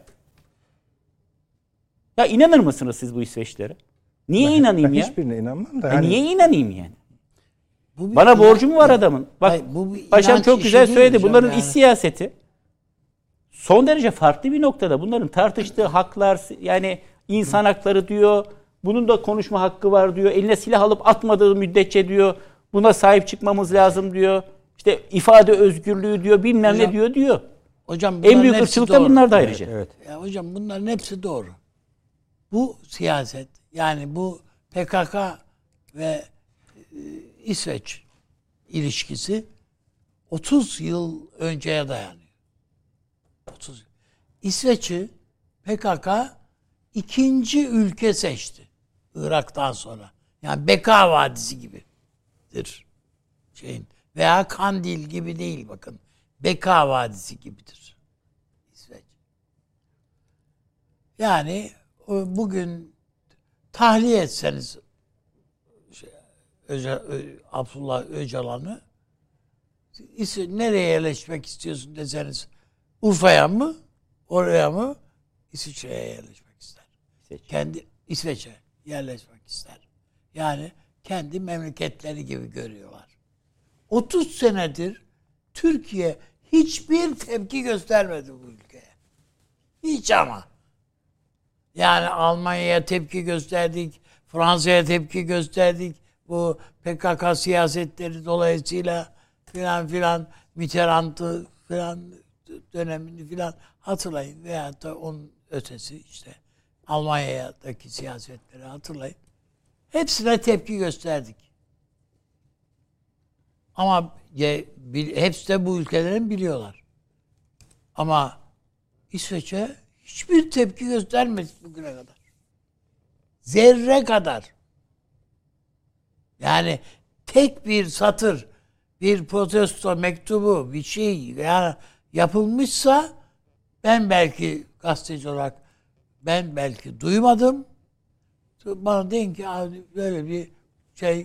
Ya inanır mısınız siz bu İsveçlilere? Niye inanayım ya? Hiçbirine inanmam da. Niye inanayım yani? Bana borcu mu var adamın? Bak paşam çok güzel söyledi. Bunların iş siyaseti son derece farklı bir noktada. Bunların tartıştığı haklar, yani insan hakları diyor. Bunun da konuşma hakkı var diyor. Eline silah alıp atmadığı müddetçe diyor. Buna sahip çıkmamız lazım diyor. İşte ifade özgürlüğü diyor, bilmem hocam, ne diyor. Hocam en büyük ırkçılık da bunlar da ayrıca. Evet. Ya hocam bunların hepsi doğru. Bu siyaset, yani bu PKK ve İsveç ilişkisi 30 yıl önceye dayanıyor. 30 yıl. İsveç'i PKK ikinci ülke seçti. Irak'tan sonra. Yani Beka Vadisi gibidir. Veya Kandil gibi değil bakın. Beka Vadisi gibidir. İsveç. Yani bugün tahliye etseniz Abdullah Öcalan'ı nereye yerleşmek istiyorsun deseniz Urfa'ya mı? Oraya mı? İsviçre'ye yerleşmek ister. Kendi İsveç'e yerleşmek ister. Yani kendi memleketleri gibi görüyorlar. 30 senedir Türkiye hiçbir tepki göstermedi bu ülkeye. Hiç ama. Yani Almanya'ya tepki gösterdik, Fransa'ya tepki gösterdik. Bu PKK siyasetleri dolayısıyla filan Mitterrand'ı filan dönemini filan hatırlayın. Veyahut da onun ötesi işte Almanya'daki siyasetleri hatırlayın. Hepsine tepki gösterdik. Ama hepsi de bu ülkelerin biliyorlar. Ama İsveç'e hiçbir tepki göstermedik bugüne kadar. Zerre kadar. Yani tek bir satır, bir protesto mektubu, bir şey yani yapılmışsa ben belki gazeteci olarak ben belki duymadım. Bana deyin ki böyle bir şey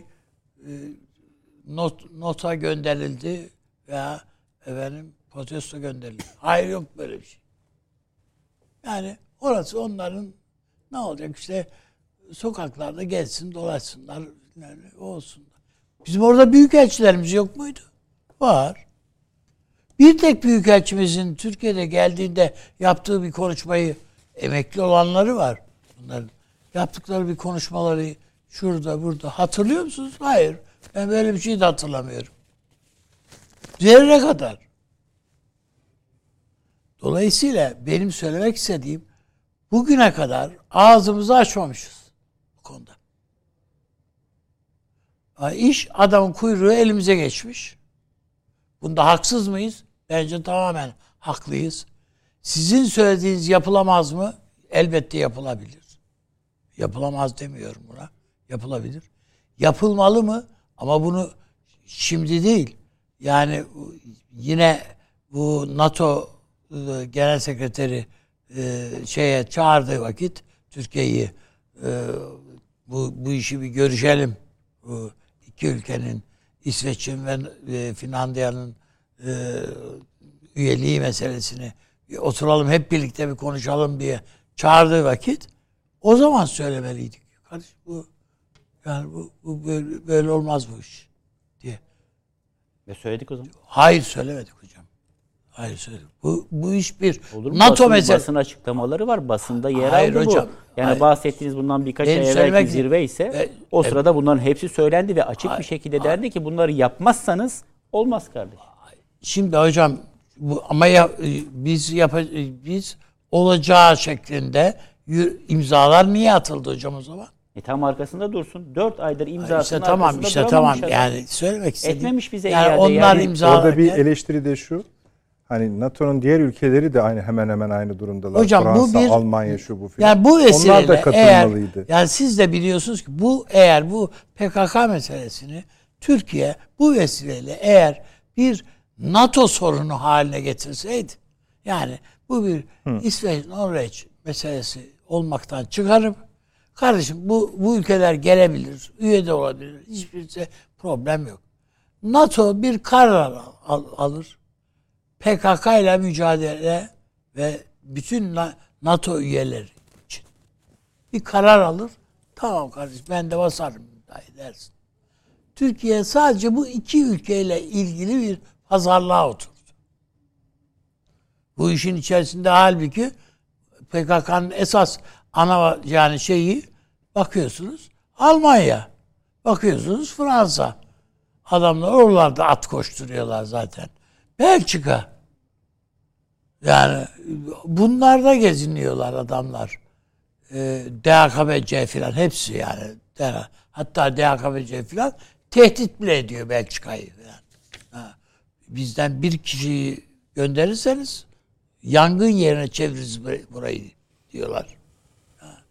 nota gönderildi veya protesto gönderildi. Hayır yok böyle bir şey. Yani orası onların ne olacak işte sokaklarda gezsin dolaşsınlar yani olsun. Bizim orada büyükelçilerimiz yok muydu? Var. Bir tek büyükelçimizin Türkiye'de geldiğinde yaptığı bir konuşmayı emekli olanları var. Bunların yaptıkları bir konuşmaları şurada burada hatırlıyor musunuz? Hayır. Ben böyle bir şey de hatırlamıyorum. Zerre kadar. Dolayısıyla benim söylemek istediğim bugüne kadar ağzımızı açmamışız bu konuda. İş adamın kuyruğu elimize geçmiş. Bunda haksız mıyız? Bence tamamen haklıyız. Sizin söylediğiniz yapılamaz mı? Elbette yapılabilir. Yapılamaz demiyorum buna. Yapılabilir. Yapılmalı mı? Ama bunu şimdi değil. Yani yine bu NATO Genel Sekreteri çağırdığı vakit Türkiye'yi bu işi bir görüşelim. Bu iki ülkenin İsveç'in ve Finlandiya'nın üyeliği meselesini bir oturalım hep birlikte bir konuşalım diye çağırdığı vakit o zaman söylemeliydik. Kardeşim bu böyle olmaz bu iş diye. Ve söyledik o zaman. Hayır söylemedik hocam. Hayır söyledik. Bu iş bir olur mu? NATO meselesi. Basın açıklamaları var. Basında yer hayır aldı hocam, bu. Yani hayır. bahsettiğiniz bundan birkaç ay evvelki zirve ise o sırada bunların hepsi söylendi ve açık bir şekilde derdi ki bunları yapmazsanız olmaz kardeş. Şimdi hocam ama biz olacağı şeklinde imzalar niye atıldı hocam o zaman? Tam arkasında dursun. 4 aydır imzasının arkasında tamam yani söylemek istediğim. Etmemiş bize yani onlar imzalar. Orada bir eleştiri de şu. Hani NATO'nun diğer ülkeleri de hemen hemen aynı durumdalar. Hocam, Fransa, Almanya şu bu filan. Yani bu vesileyle onlar da katılmalıydı. yani siz de biliyorsunuz ki bu PKK meselesini Türkiye bu vesileyle eğer bir NATO sorunu haline getirseydi yani bu bir İsveç-Norveç meselesi olmaktan çıkarıp kardeşim bu ülkeler gelebilir, üye de olabilir. Hiçbir problem yok. NATO bir karar alır. PKK ile mücadele ve bütün NATO üyeleri için bir karar alır. Tamam kardeşim ben de basarım dersin. Türkiye sadece bu iki ülkeyle ilgili bir pazarlığa oturdu. Bu işin içerisinde halbuki PKK'nın esas ana yani bakıyorsunuz Almanya, bakıyorsunuz Fransa. Adamlar oralarda at koşturuyorlar zaten. Belçika. Yani bunlarda geziniyorlar adamlar. DHKPC filan hepsi yani. Hatta DHKPC filan tehdit bile ediyor Belçika'yı. Yani. Bizden bir kişiyi gönderirseniz yangın yerine çeviririz burayı diyorlar.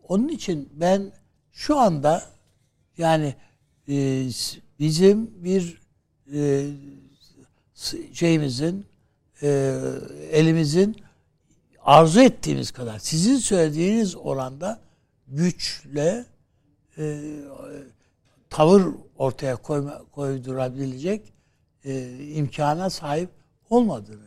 Onun için ben şu anda yani bizim bir şeyimizin elimizin arzu ettiğimiz kadar sizin söylediğiniz oranda güçle tavır ortaya koydurabilecek imkana sahip olmadığını,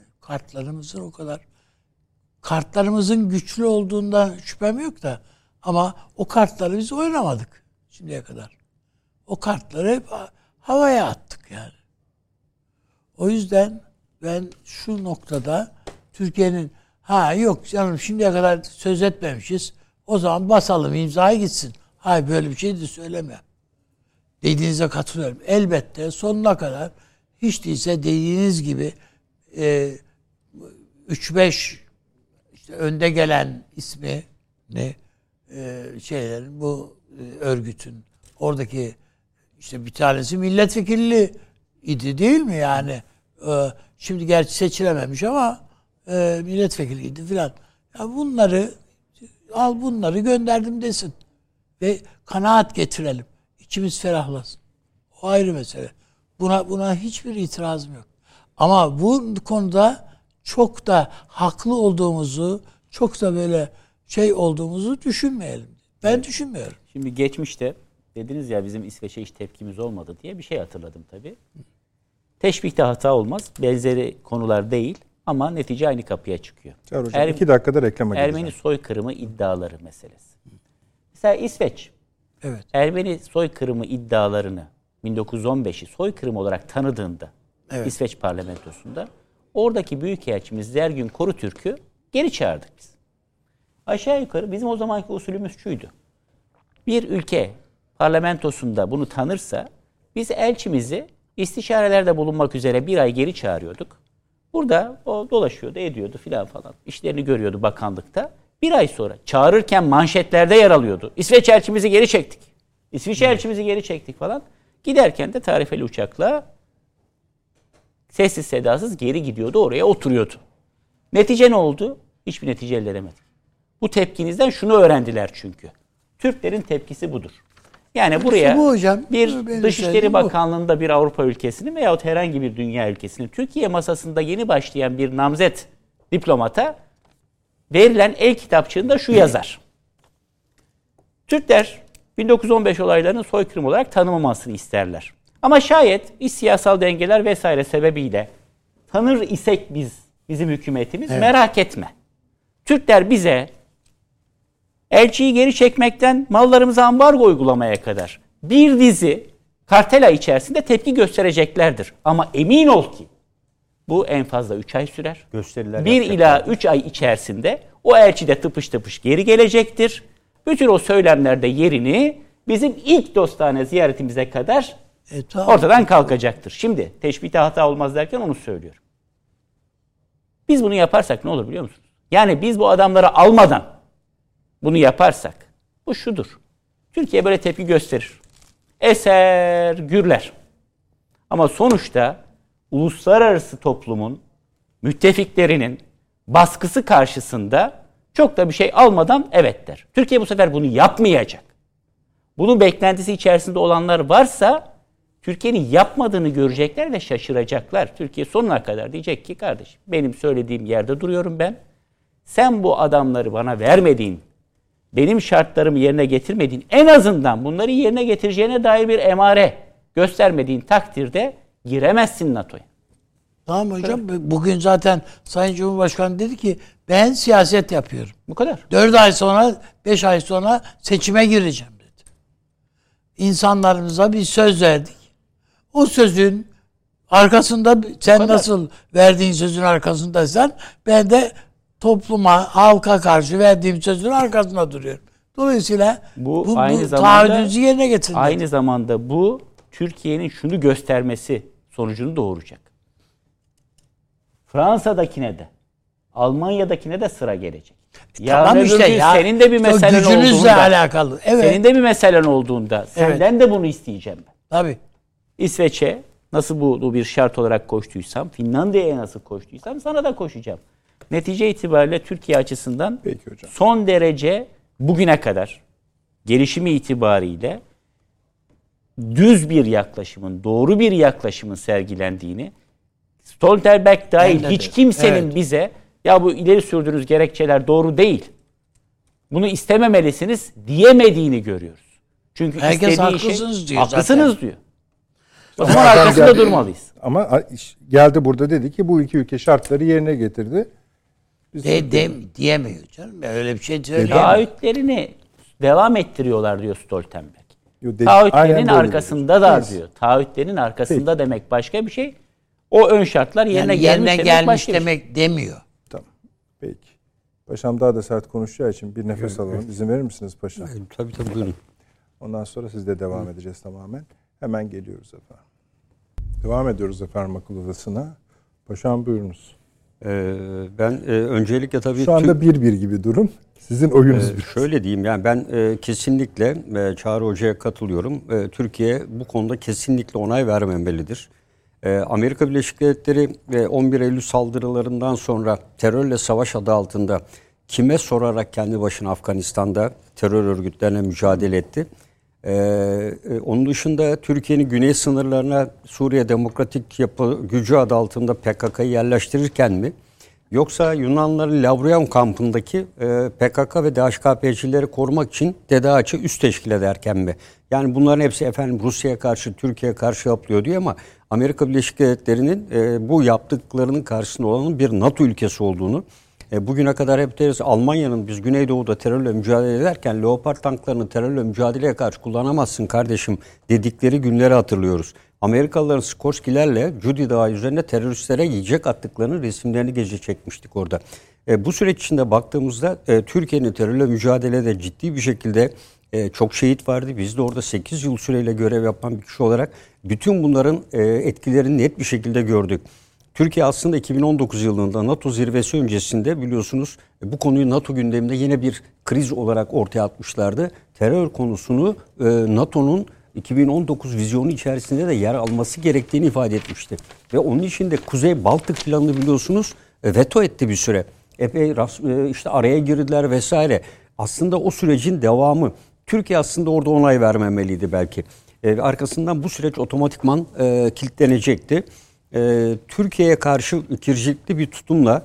kartlarımızın güçlü olduğundan şüphem yok da ama o kartları biz oynamadık şimdiye kadar. O kartları hep havaya attık yani. O yüzden ben şu noktada Türkiye'nin yok canım şimdiye kadar söz etmemişiz. O zaman basalım imzayı gitsin. Hayır böyle bir şey de söyleme. Dediğinize katılıyorum. Elbette sonuna kadar hiç değilse dediğiniz gibi 3-5 işte önde gelen ismi ne şeylerin bu örgütün oradaki işte bir tanesi milletvekilliği idi değil mi yani? Şimdi gerçi seçilememiş ama milletvekiliydi filan. Ya bunları gönderdim desin. Ve kanaat getirelim. İçimiz ferahlasın. O ayrı mesele. Buna hiçbir itirazım yok. Ama bu konuda çok da haklı olduğumuzu, çok da böyle olduğumuzu düşünmeyelim. Ben düşünmüyorum. Şimdi geçmişte dediniz ya bizim İsveç'e hiç tepkimiz olmadı diye bir şey hatırladım tabii. Teşbihte hata olmaz. Benzeri konular değil ama netice aynı kapıya çıkıyor. Hocam 2 dakikada reklama gireceğim. Ermeni soykırımı iddiaları meselesi. Mesela İsveç, evet. Ermeni soykırımı iddialarını 1915'i soykırım olarak tanıdığında İsveç parlamentosunda oradaki büyükelçimiz Zergün Korutürk'ü geri çağırdık biz. Aşağı yukarı bizim o zamanki usulümüz şuydu. Bir ülke parlamentosunda bunu tanırsa biz elçimizi istişarelerde bulunmak üzere bir ay geri çağırıyorduk. Burada o dolaşıyordu, ediyordu filan falan. İşlerini görüyordu bakanlıkta. Bir ay sonra çağırırken manşetlerde yer alıyordu. İsveç elçimizi geri çektik. İsviçre elçimizi geri çektik falan. Giderken de tarifeli uçakla sessiz sedasız geri gidiyordu, oraya oturuyordu. Netice ne oldu? Hiçbir netice elde edemedik. Bu tepkinizden şunu öğrendiler çünkü. Türklerin tepkisi budur. Yani buraya bir Dışişleri Bakanlığı'nda bir Avrupa ülkesinin veyahut herhangi bir dünya ülkesinin Türkiye masasında yeni başlayan bir namzet diplomata verilen el kitapçığında şu yazar. Türkler 1915 olaylarının soykırım olarak tanımamasını isterler. Ama şayet iç siyasal dengeler vesaire sebebiyle tanır isek bizim hükümetimiz merak etme. Türkler bize elçiyi geri çekmekten mallarımıza ambargo uygulamaya kadar bir dizi kartel ay içerisinde tepki göstereceklerdir. Ama emin ol ki bu en fazla 3 ay sürer. Gösteriler 1 ila 3 ay içerisinde o elçi de tıpış tıpış geri gelecektir. Bütün o söylemlerde yerini bizim ilk dostane ziyaretimize kadar ortadan kalkacaktır. Şimdi teşbihte hata olmaz derken onu söylüyorum. Biz bunu yaparsak ne olur biliyor musunuz? Yani biz bu adamları almadan bunu yaparsak bu şudur. Türkiye böyle tepki gösterir. Eser, gürler. Ama sonuçta uluslararası toplumun müttefiklerinin baskısı karşısında çok da bir şey almadan evet der. Türkiye bu sefer bunu yapmayacak. Bunun beklentisi içerisinde olanlar varsa Türkiye'nin yapmadığını görecekler ve şaşıracaklar. Türkiye sonuna kadar diyecek ki kardeşim benim söylediğim yerde duruyorum ben. Sen bu adamları bana vermediğin, benim şartlarımı yerine getirmediğin, en azından bunları yerine getireceğine dair bir emare göstermediğin takdirde giremezsin NATO'ya. Tamam hocam. Bugün zaten Sayın Cumhurbaşkanı dedi ki ben siyaset yapıyorum. Bu kadar. 4 ay sonra, 5 ay sonra seçime gireceğim dedi. İnsanlarımıza bir söz verdik. O sözün arkasında sen nasıl verdiğin sözün arkasındaysan ben de topluma, halka karşı verdiğim sözün arkasında duruyorum. Dolayısıyla bu taahhüdünüzü yerine getirin. Aynı zamanda bu Türkiye'nin şunu göstermesi sonucunu doğuracak. Fransa'dakine de, Almanya'dakine de sıra gelecek. Tamam işte ya. Senin de bir meselen olduğunda, alakalı. Evet. Senin de bir meselen olduğunda senden de bunu isteyeceğim ben. Tabii. İsveç'e nasıl bu bir şart olarak koştuysam, Finlandiya'ya nasıl koştuysam sana da koşacağım. Netice itibariyle Türkiye açısından son derece bugüne kadar gelişimi itibariyle düz bir yaklaşımın, doğru bir yaklaşımın sergilendiğini, Stoltenberg dahil hiç kimsenin bize ya bu ileri sürdüğünüz gerekçeler doğru değil, bunu istememelisiniz diyemediğini görüyoruz. Çünkü herkes istediği haklısınız şey, diyor haklısınız zaten. diyor. O zaman arkasında durmalıyız. Ama geldi burada dedi ki bu iki ülke şartları yerine getirdi. Diyemiyor canım. Öyle bir şey söyleyemem. Taahhütlerini devam ettiriyorlar diyor Stoltenberg. Aynen Taahhütlerin böyle arkasında da dedi. diyor. Taahhütlerin arkasında demek başka bir şey. O ön şartlar yerine gelmiş başka bir şey. demek demiyor. Tamam. Peki. Paşam daha da sert konuşacağı için bir nefes alalım. İzin verir misiniz paşam? Tabii buyurun. Ondan sonra siz de devam edeceğiz tamamen. Hemen geliyoruz efendim. Devam ediyoruz efendim akıl odasına. Paşam buyurunuz. Ben öncelikle tabii... Şu anda 1-1 gibi durum. Sizin oyunuz şöyle diyeyim, yani ben kesinlikle Çağrı Hoca'ya katılıyorum. Türkiye bu konuda kesinlikle onay vermemelidir. Amerika Birleşik Devletleri 11 Eylül saldırılarından sonra terörle savaş adı altında kime sorarak kendi başına Afganistan'da terör örgütlerine mücadele etti? Onun dışında Türkiye'nin güney sınırlarına Suriye Demokratik Yapı Gücü adı altında PKK'yı yerleştirirken mi? Yoksa Yunanlıların Lavrion kampındaki PKK ve DHKPC'leri korumak için DDAÇ'ı üst teşkil ederken mi? Yani bunların hepsi efendim Rusya'ya karşı, Türkiye'ye karşı yapılıyor diyor ama Amerika Birleşik Devletleri'nin bu yaptıklarının karşısında olanın bir NATO ülkesi olduğunu, bugüne kadar hep deriz Almanya'nın biz Güneydoğu'da terörle mücadele ederken Leopard tanklarını terörle mücadeleye karşı kullanamazsın kardeşim dedikleri günleri hatırlıyoruz. Amerikalıların Skorsky'lerle Cudi Dağı üzerine teröristlere yiyecek attıklarının resimlerini gece çekmiştik orada. Bu süreç içinde baktığımızda Türkiye'nin terörle mücadelede ciddi bir şekilde çok şehit vardı. Biz de orada 8 yıl süreyle görev yapan bir kişi olarak bütün bunların etkilerini net bir şekilde gördük. Türkiye aslında 2019 yılında NATO zirvesi öncesinde biliyorsunuz bu konuyu NATO gündeminde yine bir kriz olarak ortaya atmışlardı. Terör konusunu NATO'nun 2019 vizyonu içerisinde de yer alması gerektiğini ifade etmişti. Ve onun için de Kuzey Baltık planını biliyorsunuz veto etti bir süre. Epey işte araya girdiler vesaire. Aslında o sürecin devamı. Türkiye aslında orada onay vermemeliydi belki. Arkasından bu süreç otomatikman kilitlenecekti. Türkiye'ye karşı ikircikli bir tutumla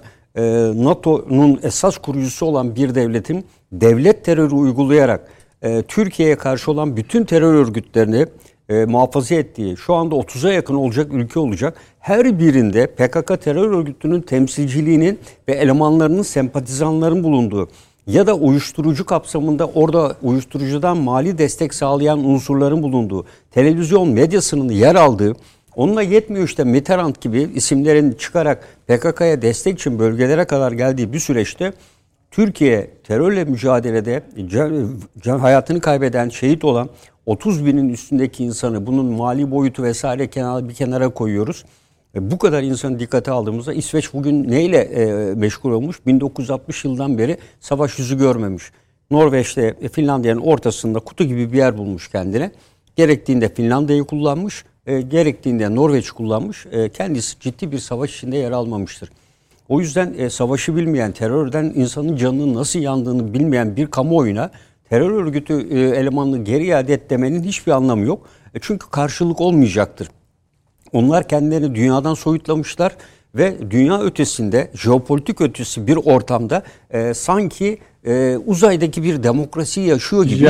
NATO'nun esas kurucusu olan bir devletin devlet terörü uygulayarak Türkiye'ye karşı olan bütün terör örgütlerini muhafaza ettiği, şu anda 30'a yakın olacak ülke olacak. Her birinde PKK terör örgütünün temsilciliğinin ve elemanlarının, sempatizanların bulunduğu ya da uyuşturucu kapsamında orada uyuşturucudan mali destek sağlayan unsurların bulunduğu, televizyon medyasının yer aldığı, onunla yetmiyor işte Mitterrand gibi isimlerin çıkarak PKK'ya destek için bölgelere kadar geldiği bir süreçte Türkiye terörle mücadelede hayatını kaybeden, şehit olan 30 binin üstündeki insanı, bunun mali boyutu vesaire bir kenara koyuyoruz. Bu kadar insanı dikkate aldığımızda İsveç bugün neyle meşgul olmuş? 1960 yıldan beri savaş yüzü görmemiş. Norveç'te Finlandiya'nın ortasında kutu gibi bir yer bulmuş kendine. Gerektiğinde Finlandiya'yı kullanmış, gerektiğinde Norveç'i kullanmış. Kendisi ciddi bir savaş içinde yer almamıştır. O yüzden savaşı bilmeyen, terörden insanın canının nasıl yandığını bilmeyen bir kamuoyuna terör örgütü elemanını geri iade et demenin hiçbir anlamı yok. Çünkü karşılık olmayacaktır. Onlar kendilerini dünyadan soyutlamışlar ve dünya ötesinde, jeopolitik ötesi bir ortamda sanki uzaydaki bir demokrasi yaşıyor gibi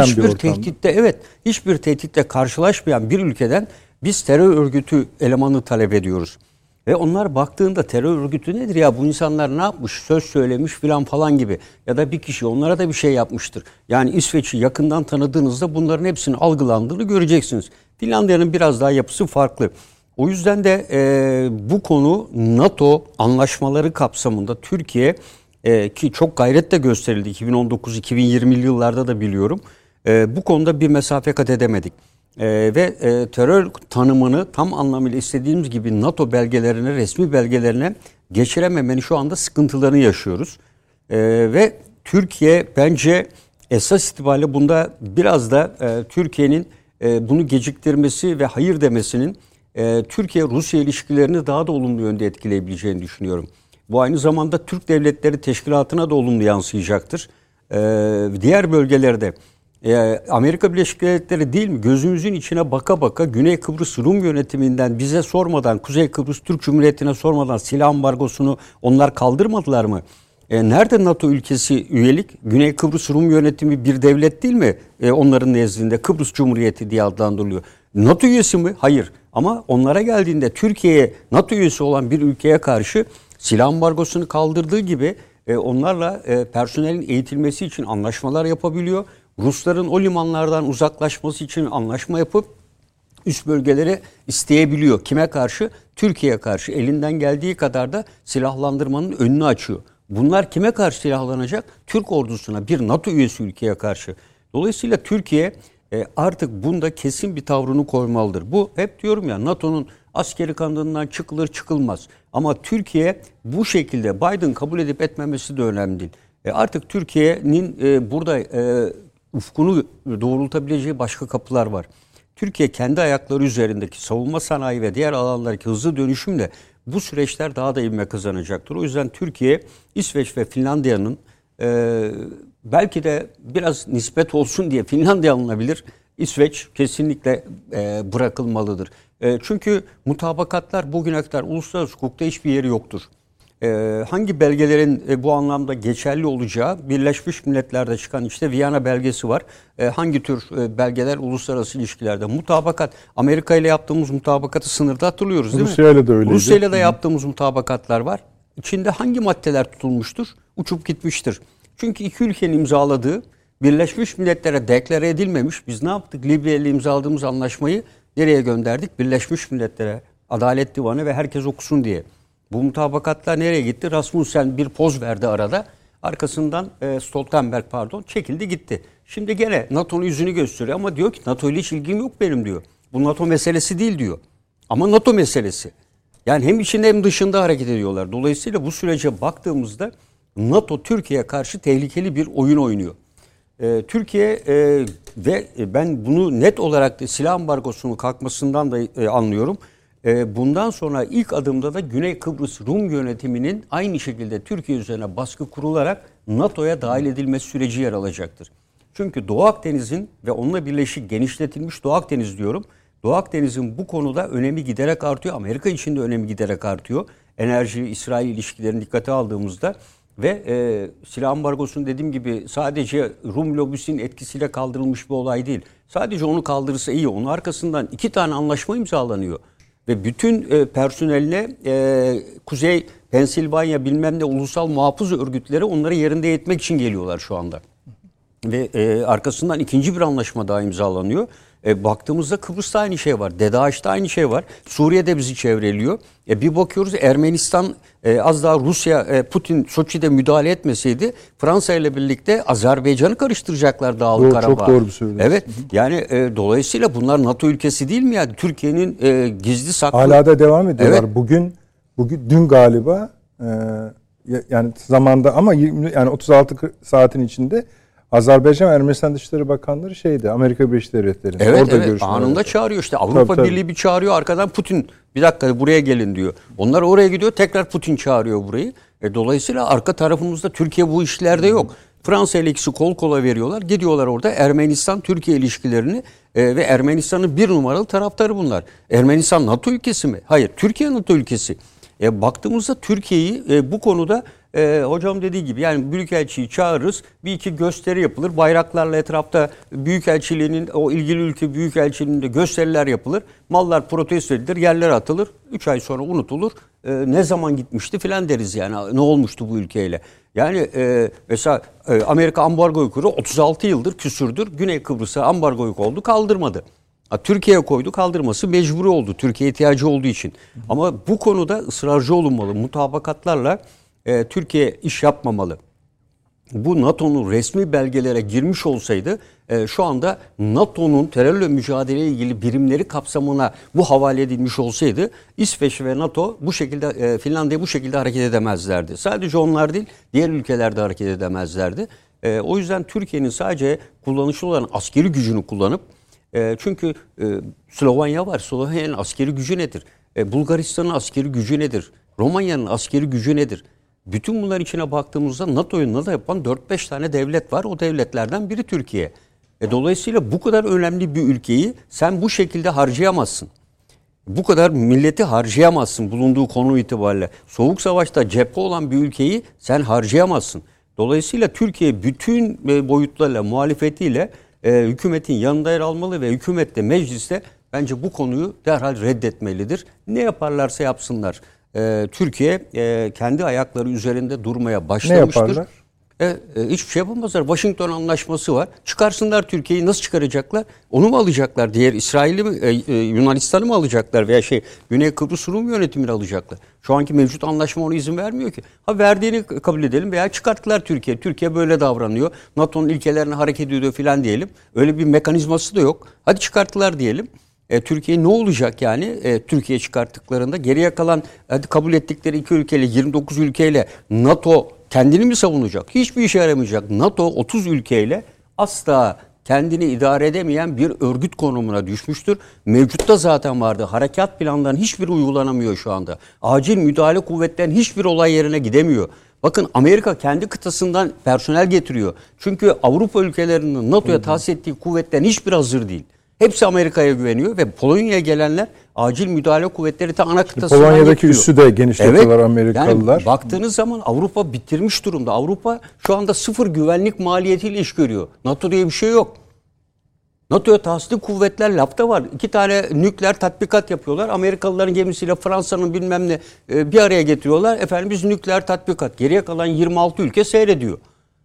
hiçbir tehditle karşılaşmayan bir ülkeden biz terör örgütü elemanı talep ediyoruz. Ve onlar baktığında terör örgütü nedir ya, bu insanlar ne yapmış, söz söylemiş falan gibi ya da bir kişi onlara da bir şey yapmıştır. Yani İsveç'i yakından tanıdığınızda bunların hepsinin algılandığını göreceksiniz. Finlandiya'nın biraz daha yapısı farklı. O yüzden de bu konu NATO anlaşmaları kapsamında Türkiye ki çok gayret de gösterildi 2019-2020'li yıllarda da biliyorum. Bu konuda bir mesafe kat edemedik. Ve terör tanımını tam anlamıyla istediğimiz gibi NATO belgelerine, resmi belgelerine geçirememenin şu anda sıkıntılarını yaşıyoruz. Ve Türkiye bence esas itibariyle bunda biraz da Türkiye'nin bunu geciktirmesi ve hayır demesinin Türkiye-Rusya ilişkilerini daha da olumlu yönde etkileyebileceğini düşünüyorum. Bu aynı zamanda Türk Devletleri Teşkilatı'na da olumlu yansıyacaktır. Diğer bölgelerde Amerika Birleşik Devletleri değil mi? Gözümüzün içine baka baka Güney Kıbrıs Rum yönetiminden bize sormadan, Kuzey Kıbrıs Türk Cumhuriyeti'ne sormadan silah ambargosunu onlar kaldırmadılar mı? Nerede NATO ülkesi üyelik? Güney Kıbrıs Rum yönetimi bir devlet değil mi? Onların nezdinde Kıbrıs Cumhuriyeti diye adlandırılıyor. NATO üyesi mi? Hayır. Ama onlara geldiğinde Türkiye'ye NATO üyesi olan bir ülkeye karşı silah ambargosunu kaldırdığı gibi onlarla personelin eğitilmesi için anlaşmalar yapabiliyor. Rusların o limanlardan uzaklaşması için anlaşma yapıp üst bölgeleri isteyebiliyor. Kime karşı? Türkiye'ye karşı. Elinden geldiği kadar da silahlandırmanın önünü açıyor. Bunlar kime karşı silahlanacak? Türk ordusuna, bir NATO üyesi ülkeye karşı. Dolayısıyla Türkiye artık bunda kesin bir tavrını koymalıdır. Bu hep diyorum ya, NATO'nun askeri kanadından çıkılır çıkılmaz. Ama Türkiye bu şekilde, Biden kabul edip etmemesi de önemli değil. Artık Türkiye'nin burada ufkunu doğrultabileceği başka kapılar var. Türkiye kendi ayakları üzerindeki savunma sanayi ve diğer alanlardaki hızlı dönüşümle bu süreçler daha da ivme kazanacaktır. O yüzden Türkiye, İsveç ve Finlandiya'nın belki de biraz nispet olsun diye Finlandiya alınabilir. İsveç kesinlikle bırakılmalıdır. Çünkü mutabakatlar bugüne kadar uluslararası hukukta hiçbir yeri yoktur. Hangi belgelerin bu anlamda geçerli olacağı Birleşmiş Milletler'de çıkan işte Viyana belgesi var. Hangi tür belgeler uluslararası ilişkilerde? Mutabakat. Amerika ile yaptığımız mutabakatı sınırda hatırlıyoruz değil mi? Rusya'yla da öyleydi. Rusya'yla da yaptığımız mutabakatlar var. İçinde hangi maddeler tutulmuştur? Uçup gitmiştir. Çünkü iki ülkenin imzaladığı Birleşmiş Milletler'e deklare edilmemiş. Biz ne yaptık? Libya ile imzaladığımız anlaşmayı nereye gönderdik? Birleşmiş Milletler'e, Adalet Divanı ve herkes okusun diye. Bu mutabakatlar nereye gitti? Rasmussen bir poz verdi arada. Arkasından Stoltenberg çekildi gitti. Şimdi gene NATO'nun yüzünü gösteriyor ama diyor ki NATO ile hiç ilgim yok benim diyor. Bu NATO meselesi değil diyor. Ama NATO meselesi. Yani hem içinde hem dışında hareket ediyorlar. Dolayısıyla bu sürece baktığımızda NATO Türkiye'ye karşı tehlikeli bir oyun oynuyor. Türkiye ve ben bunu net olarak da silah ambargosunun kalkmasından da anlıyorum. Bundan sonra ilk adımda da Güney Kıbrıs Rum yönetiminin aynı şekilde Türkiye üzerine baskı kurularak NATO'ya dahil edilmesi süreci yer alacaktır. Çünkü Doğu Akdeniz'in ve onunla birleşik genişletilmiş Doğu Akdeniz diyorum. Doğu Akdeniz'in bu konuda önemi giderek artıyor. Amerika için de önemi giderek artıyor. Enerji, İsrail ilişkilerini dikkate aldığımızda ve silah ambargosunun dediğim gibi sadece Rum lobisinin etkisiyle kaldırılmış bir olay değil. Sadece onu kaldırırsa iyi. Onun arkasından 2 tane anlaşma imzalanıyor. Ve bütün personeline Kuzey Pensilvanya bilmem ne ulusal muhafız örgütleri onları yerinde eğitmek için geliyorlar şu anda. Ve arkasından ikinci bir anlaşma daha imzalanıyor. Baktığımızda Kıbrıs'ta aynı şey var. DAEŞ'te aynı şey var. Suriye'de bizi çevreliyor. Bir bakıyoruz Ermenistan az daha Rusya Putin Soçi'de müdahale etmeseydi Fransa ile birlikte Azerbaycan'ı karıştıracaklar Dağlık Karabağ. Çok doğru söylüyorsun. Evet. Yani dolayısıyla bunlar NATO ülkesi değil mi yani? Türkiye'nin gizli saklı. Hala da devam ediyorlar. Evet. Bugün dün galiba yani zamanda ama yani 36 saatin içinde Azerbaycan ve Ermenistan Dışişleri Bakanları Amerika Birleşik Devletleri'nde. Evet, orada evet. Anında çağırıyor işte. Avrupa tabii. Birliği bir çağırıyor, arkadan Putin bir dakika buraya gelin diyor. Onlar oraya gidiyor, tekrar Putin çağırıyor burayı. Dolayısıyla arka tarafımızda Türkiye bu işlerde yok. Fransa ile ikisi kol kola veriyorlar. Gidiyorlar orada Ermenistan-Türkiye ilişkilerini ve Ermenistan'ın bir numaralı taraftarı bunlar. Ermenistan NATO ülkesi mi? Hayır. Türkiye NATO ülkesi. Baktığımızda Türkiye'yi bu konuda hocam dediği gibi yani büyükelçiyi çağırırız, bir iki gösteri yapılır, bayraklarla etrafta büyükelçiliğinin o ilgili ülke büyükelçiliğinde gösteriler yapılır, mallar protesto edilir, yerler atılır, 3 ay sonra unutulur, ne zaman gitmişti filan deriz yani ne olmuştu bu ülkeyle. Yani mesela Amerika ambargoyu kuruyor, 36 yıldır küsürdür Güney Kıbrıs'a ambargoyu koydu, kaldırmadı. Türkiye'ye koydu, kaldırması mecburi oldu. Türkiye ihtiyacı olduğu için. Ama bu konuda ısrarcı olunmalı. Mutabakatlarla Türkiye iş yapmamalı. Bu NATO'nun resmi belgelere girmiş olsaydı şu anda NATO'nun terörle mücadeleyle ilgili birimleri kapsamına bu havale edilmiş olsaydı İsveç ve NATO bu şekilde Finlandiya bu şekilde hareket edemezlerdi. Sadece onlar değil, diğer ülkeler de hareket edemezlerdi. O yüzden Türkiye'nin sadece kullanışlı olan askeri gücünü kullanıp çünkü Slovenya var. Slovanya'nın askeri gücü nedir? Bulgaristan'ın askeri gücü nedir? Romanya'nın askeri gücü nedir? Bütün bunların içine baktığımızda NATO'yu NATO yapan 4-5 tane devlet var. O devletlerden biri Türkiye. Dolayısıyla bu kadar önemli bir ülkeyi sen bu şekilde harcayamazsın. Bu kadar milleti harcayamazsın bulunduğu konu itibariyle. Soğuk Savaş'ta cephe olan bir ülkeyi sen harcayamazsın. Dolayısıyla Türkiye bütün boyutlarıyla, muhalefetiyle hükümetin yanında yer almalı ve hükümet de mecliste bence bu konuyu derhal reddetmelidir. Ne yaparlarsa yapsınlar. Türkiye kendi ayakları üzerinde durmaya başlamıştır. Ne yaparlar? Hiçbir şey yapamazlar. Washington Anlaşması var. Çıkarsınlar Türkiye'yi. Nasıl çıkaracaklar? Onu mu alacaklar? Diğer İsrail'i mi, Yunanistan'ı mı alacaklar? Veya Güney Kıbrıs Rum yönetimini alacaklar. Şu anki mevcut anlaşma ona izin vermiyor ki. Ha verdiğini kabul edelim veya çıkarttılar Türkiye. Türkiye böyle davranıyor. NATO'nun ilkelerine hareket ediyor falan diyelim. Öyle bir mekanizması da yok. Hadi çıkarttılar diyelim. Türkiye ne olacak yani? Türkiye çıkarttıklarında geriye kalan hadi kabul ettikleri 2 ülkeyle 29 ülkeyle NATO kendini mi savunacak? Hiçbir işe yaramayacak. NATO 30 ülkeyle asla kendini idare edemeyen bir örgüt konumuna düşmüştür. Mevcutta zaten vardı. Harekat planlarının hiçbiri uygulanamıyor şu anda. Acil müdahale kuvvetlerinin hiçbir olay yerine gidemiyor. Bakın Amerika kendi kıtasından personel getiriyor. Çünkü Avrupa ülkelerinin NATO'ya tahsis ettiği kuvvetlerin hiçbir hazır değil. Hepsi Amerika'ya güveniyor ve Polonya'ya gelenler acil müdahale kuvvetleri de ana kıtasından Polonya'daki getiriyor. üssü de genişletiyorlar Amerikalılar. Yani baktığınız zaman Avrupa bitirmiş durumda. Avrupa şu anda sıfır güvenlik maliyetiyle iş görüyor. NATO diye bir şey yok. NATO'ya tahsisli kuvvetler lafta var. 2 tane nükleer tatbikat yapıyorlar. Amerikalıların gemisiyle Fransa'nın bilmem ne bir araya getiriyorlar. Efendim biz nükleer tatbikat. Geriye kalan 26 ülke seyrediyor.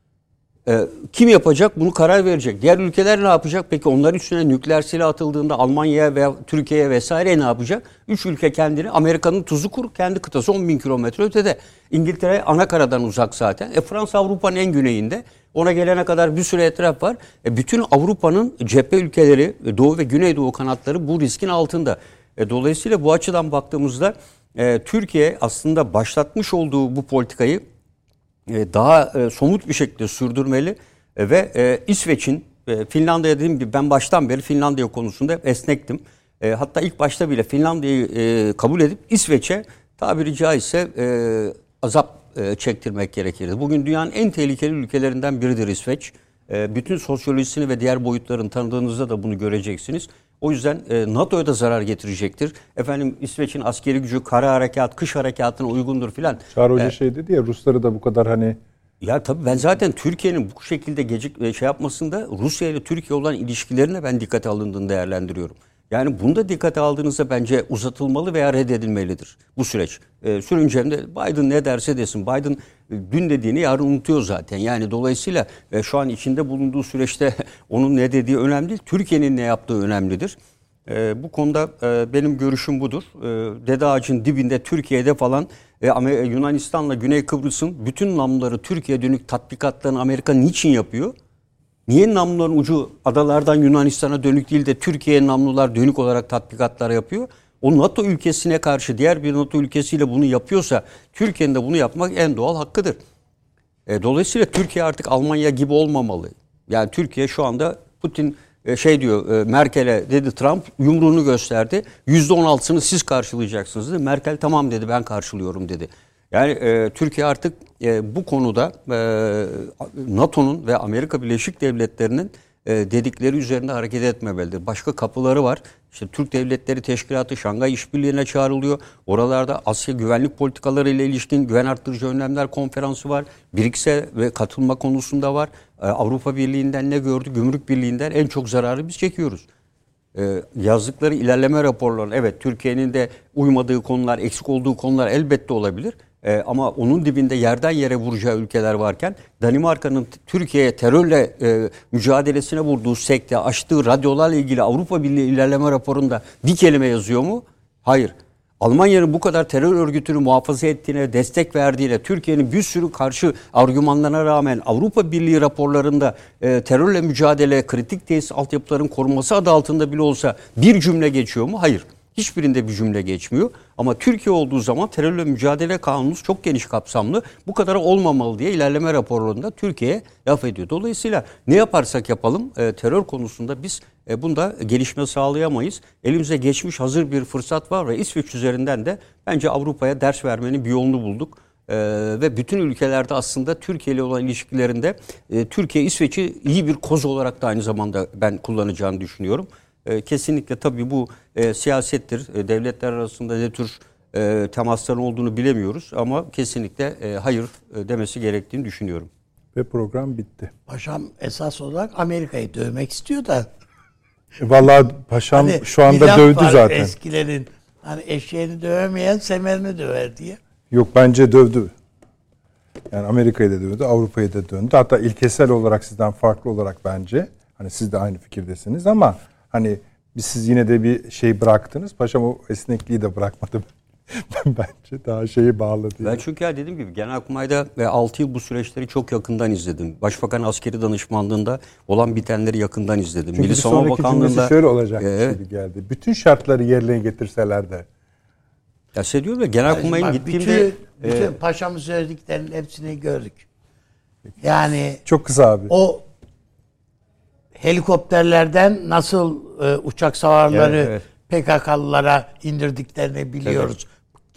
Kim yapacak? Bunu karar verecek. Diğer ülkeler ne yapacak? Peki onların üstüne nükleer silah atıldığında Almanya veya Türkiye vesaire ne yapacak? 3 ülke kendini Amerika'nın tuzu kuru. Kendi kıtası 10.000 kilometre ötede. İngiltere ana karadan uzak zaten. Fransa Avrupa'nın en güneyinde. Ona gelene kadar bir sürü etraf var. Bütün Avrupa'nın cephe ülkeleri, Doğu ve Güneydoğu kanatları bu riskin altında. Dolayısıyla bu açıdan baktığımızda Türkiye aslında başlatmış olduğu bu politikayı daha somut bir şekilde sürdürmeli ve İsveç'in, Finlandiya dediğim gibi ben baştan beri Finlandiya konusunda hep esnektim. Hatta ilk başta bile Finlandiya'yı kabul edip İsveç'e tabiri caizse azap çektirmek gerekirdi. Bugün dünyanın en tehlikeli ülkelerinden biridir İsveç. Bütün sosyolojisini ve diğer boyutlarını tanıdığınızda da bunu göreceksiniz. O yüzden NATO'ya da zarar getirecektir. Efendim İsveç'in askeri gücü kara harekat, kış harekatına uygundur filan. Çağrı Hoca dedi ya Rusları da bu kadar Ya tabii ben zaten Türkiye'nin bu şekilde yapmasında Rusya ile Türkiye olan ilişkilerine ben dikkate alındığını değerlendiriyorum. Yani bunu da dikkate aldığınızda bence uzatılmalı veya reddedilmelidir bu süreç. Sürünce de Biden ne derse desin. Biden dün dediğini yarın unutuyor zaten. Yani dolayısıyla şu an içinde bulunduğu süreçte onun ne dediği önemli değil. Türkiye'nin ne yaptığı önemlidir. Bu konuda benim görüşüm budur. Dede ağacın dibinde Türkiye'de falan Yunanistan'la Güney Kıbrıs'ın bütün namluları Türkiye'ye dönük tatbikatlarını Amerika niçin yapıyor? Niye namluların ucu adalardan Yunanistan'a dönük değil de Türkiye'ye namlular dönük olarak tatbikatlar yapıyor? O NATO ülkesine karşı diğer bir NATO ülkesiyle bunu yapıyorsa Türkiye'nin de bunu yapmak en doğal hakkıdır. Dolayısıyla Türkiye artık Almanya gibi olmamalı. Yani Türkiye şu anda Putin diyor Merkel'e dedi Trump yumruğunu gösterdi. %16'sını siz karşılayacaksınız dedi. Merkel tamam dedi ben karşılıyorum dedi. Yani Türkiye artık bu konuda NATO'nun ve Amerika Birleşik Devletleri'nin dedikleri üzerinde hareket etmemelidir. Başka kapıları var. İşte Türk Devletleri Teşkilatı Şangay İşbirliği'ne çağrılıyor. Oralarda Asya güvenlik politikaları ile ilişkin güven arttırıcı önlemler konferansı var. BRICS'e ve katılma konusunda var. Avrupa Birliği'nden ne gördü? Gümrük Birliği'nden en çok zararı biz çekiyoruz. Yazdıkları ilerleme raporlarına evet Türkiye'nin de uymadığı konular, eksik olduğu konular elbette olabilir. Ama onun dibinde yerden yere vuracağı ülkeler varken Danimarka'nın Türkiye'ye terörle mücadelesine vurduğu sekte, açtığı radyolarla ilgili Avrupa Birliği ilerleme raporunda bir kelime yazıyor mu? Hayır. Almanya'nın bu kadar terör örgütünü muhafaza ettiğine, destek verdiğine, Türkiye'nin bir sürü karşı argümanlarına rağmen Avrupa Birliği raporlarında terörle mücadele, kritik tesis altyapıların korunması adı altında bile olsa bir cümle geçiyor mu? Hayır. Hiçbirinde bir cümle geçmiyor. Ama Türkiye olduğu zaman terörle mücadele kanunumuz çok geniş kapsamlı. Bu kadar olmamalı diye ilerleme raporlarında Türkiye'ye laf ediyor. Dolayısıyla ne yaparsak yapalım terör konusunda biz bunda gelişme sağlayamayız. Elimize geçmiş hazır bir fırsat var ve İsveç üzerinden de bence Avrupa'ya ders vermenin bir yolunu bulduk. Ve bütün ülkelerde aslında Türkiye ile olan ilişkilerinde Türkiye İsveç'i iyi bir koz olarak da aynı zamanda ben kullanacağını düşünüyorum. Kesinlikle tabii bu siyasettir. Devletler arasında ne tür temasların olduğunu bilemiyoruz ama kesinlikle hayır demesi gerektiğini düşünüyorum. Ve program bitti. Paşam esas olarak Amerika'yı dövmek istiyor da. Vallahi paşam Hani şu anda bir laf dövdü var zaten. Eskilerin hani eşeğini dövemeyen semerini döver diye. Yok, bence dövdü. Yani Amerika'yı da dövdü, Avrupa'yı da döndü. Hatta ilkesel olarak sizden farklı olarak bence. Hani siz de aynı fikirdesiniz ama hani siz yine de bir şey bıraktınız. Paşam o esnekliği de bırakmadı. Bence daha şeyi bağladı. Ben çünkü dediğim gibi Genelkurmay'da 6 yıl bu süreçleri çok yakından izledim. Başbakan askeri danışmanlığında olan bitenleri yakından izledim. Çünkü Milli bir Savunma sonraki Bakanlığı'nda cümlesi şöyle olacak gibi geldi. Bütün şartları yerine getirseler de. ya diyorum ya Genelkurmay'ın gittiğimde bütün paşamın söylediklerinin hepsini gördük. Yani Çok kısa abi. o helikopterlerden nasıl uçak savarları Evet. PKK'lılara indirdiklerini biliyoruz.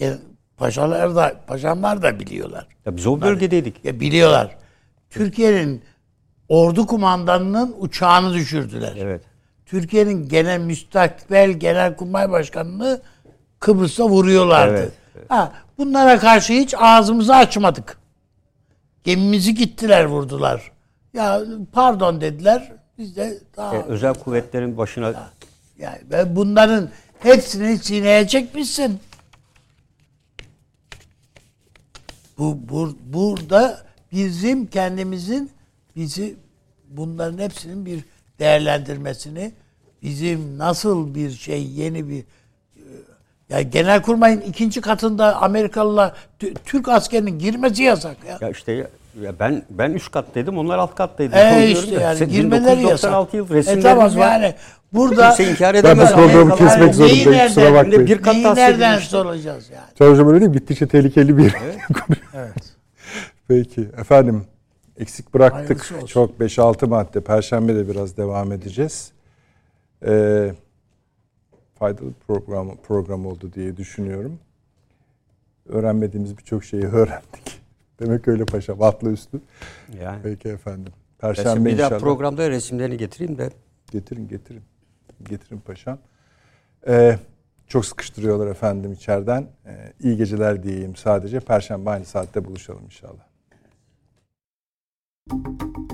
Paşamlar da biliyorlar. ya biz o bölgedeydik. Ya biliyorlar. Türkiye'nin ordu kumandanının uçağını düşürdüler. Evet. Türkiye'nin müstakbel Genelkurmay Başkanı'nı Kıbrıs'ta vuruyorlardı. Evet, evet. Bunlara karşı hiç ağzımızı açmadık. Gemimizi gittiler vurdular. Ya pardon dediler. Biz de daha Özel kuvvetlerin başına yani ve bunların hepsini sineye çekmişsin. Burada bizim kendimizin bunların hepsinin bir değerlendirmesini, bizim nasıl bir şey yeni bir yani Genelkurmay'ın 2. katında Amerikalılar Türk askerinin girmesi yasak ya. ya işte ya ben üst kattaydım, onlar alt kattaydı. İşte yani girmeleri yasak. 1996 yıl resimlerimiz tamam var. yani burada Kimse inkar Ben edemez. bu programı Amerikalılar- kesmek zorundayım. Kusura bakmayın. Bir kat neyi daha nereden sevdirilmişti. soracağız yani? Hocam öyle değil mi? Bittikçe tehlikeli bir yere. Evet. Peki. Efendim eksik bıraktık. Hayırlısı olsun. Çok 5-6 madde. Perşembe de biraz devam edeceğiz. Faydalı program oldu diye düşünüyorum. Öğrenmediğimiz birçok şeyi öğrendik. Demek öyle paşam. Atlı üstü. Yani. Peki efendim. Bir Perşembe daha inşallah. programda resimlerini getireyim de. Getirin. Getirin paşam. Çok sıkıştırıyorlar efendim içeriden. İyi geceler diyeyim sadece. Perşembe aynı saatte buluşalım inşallah.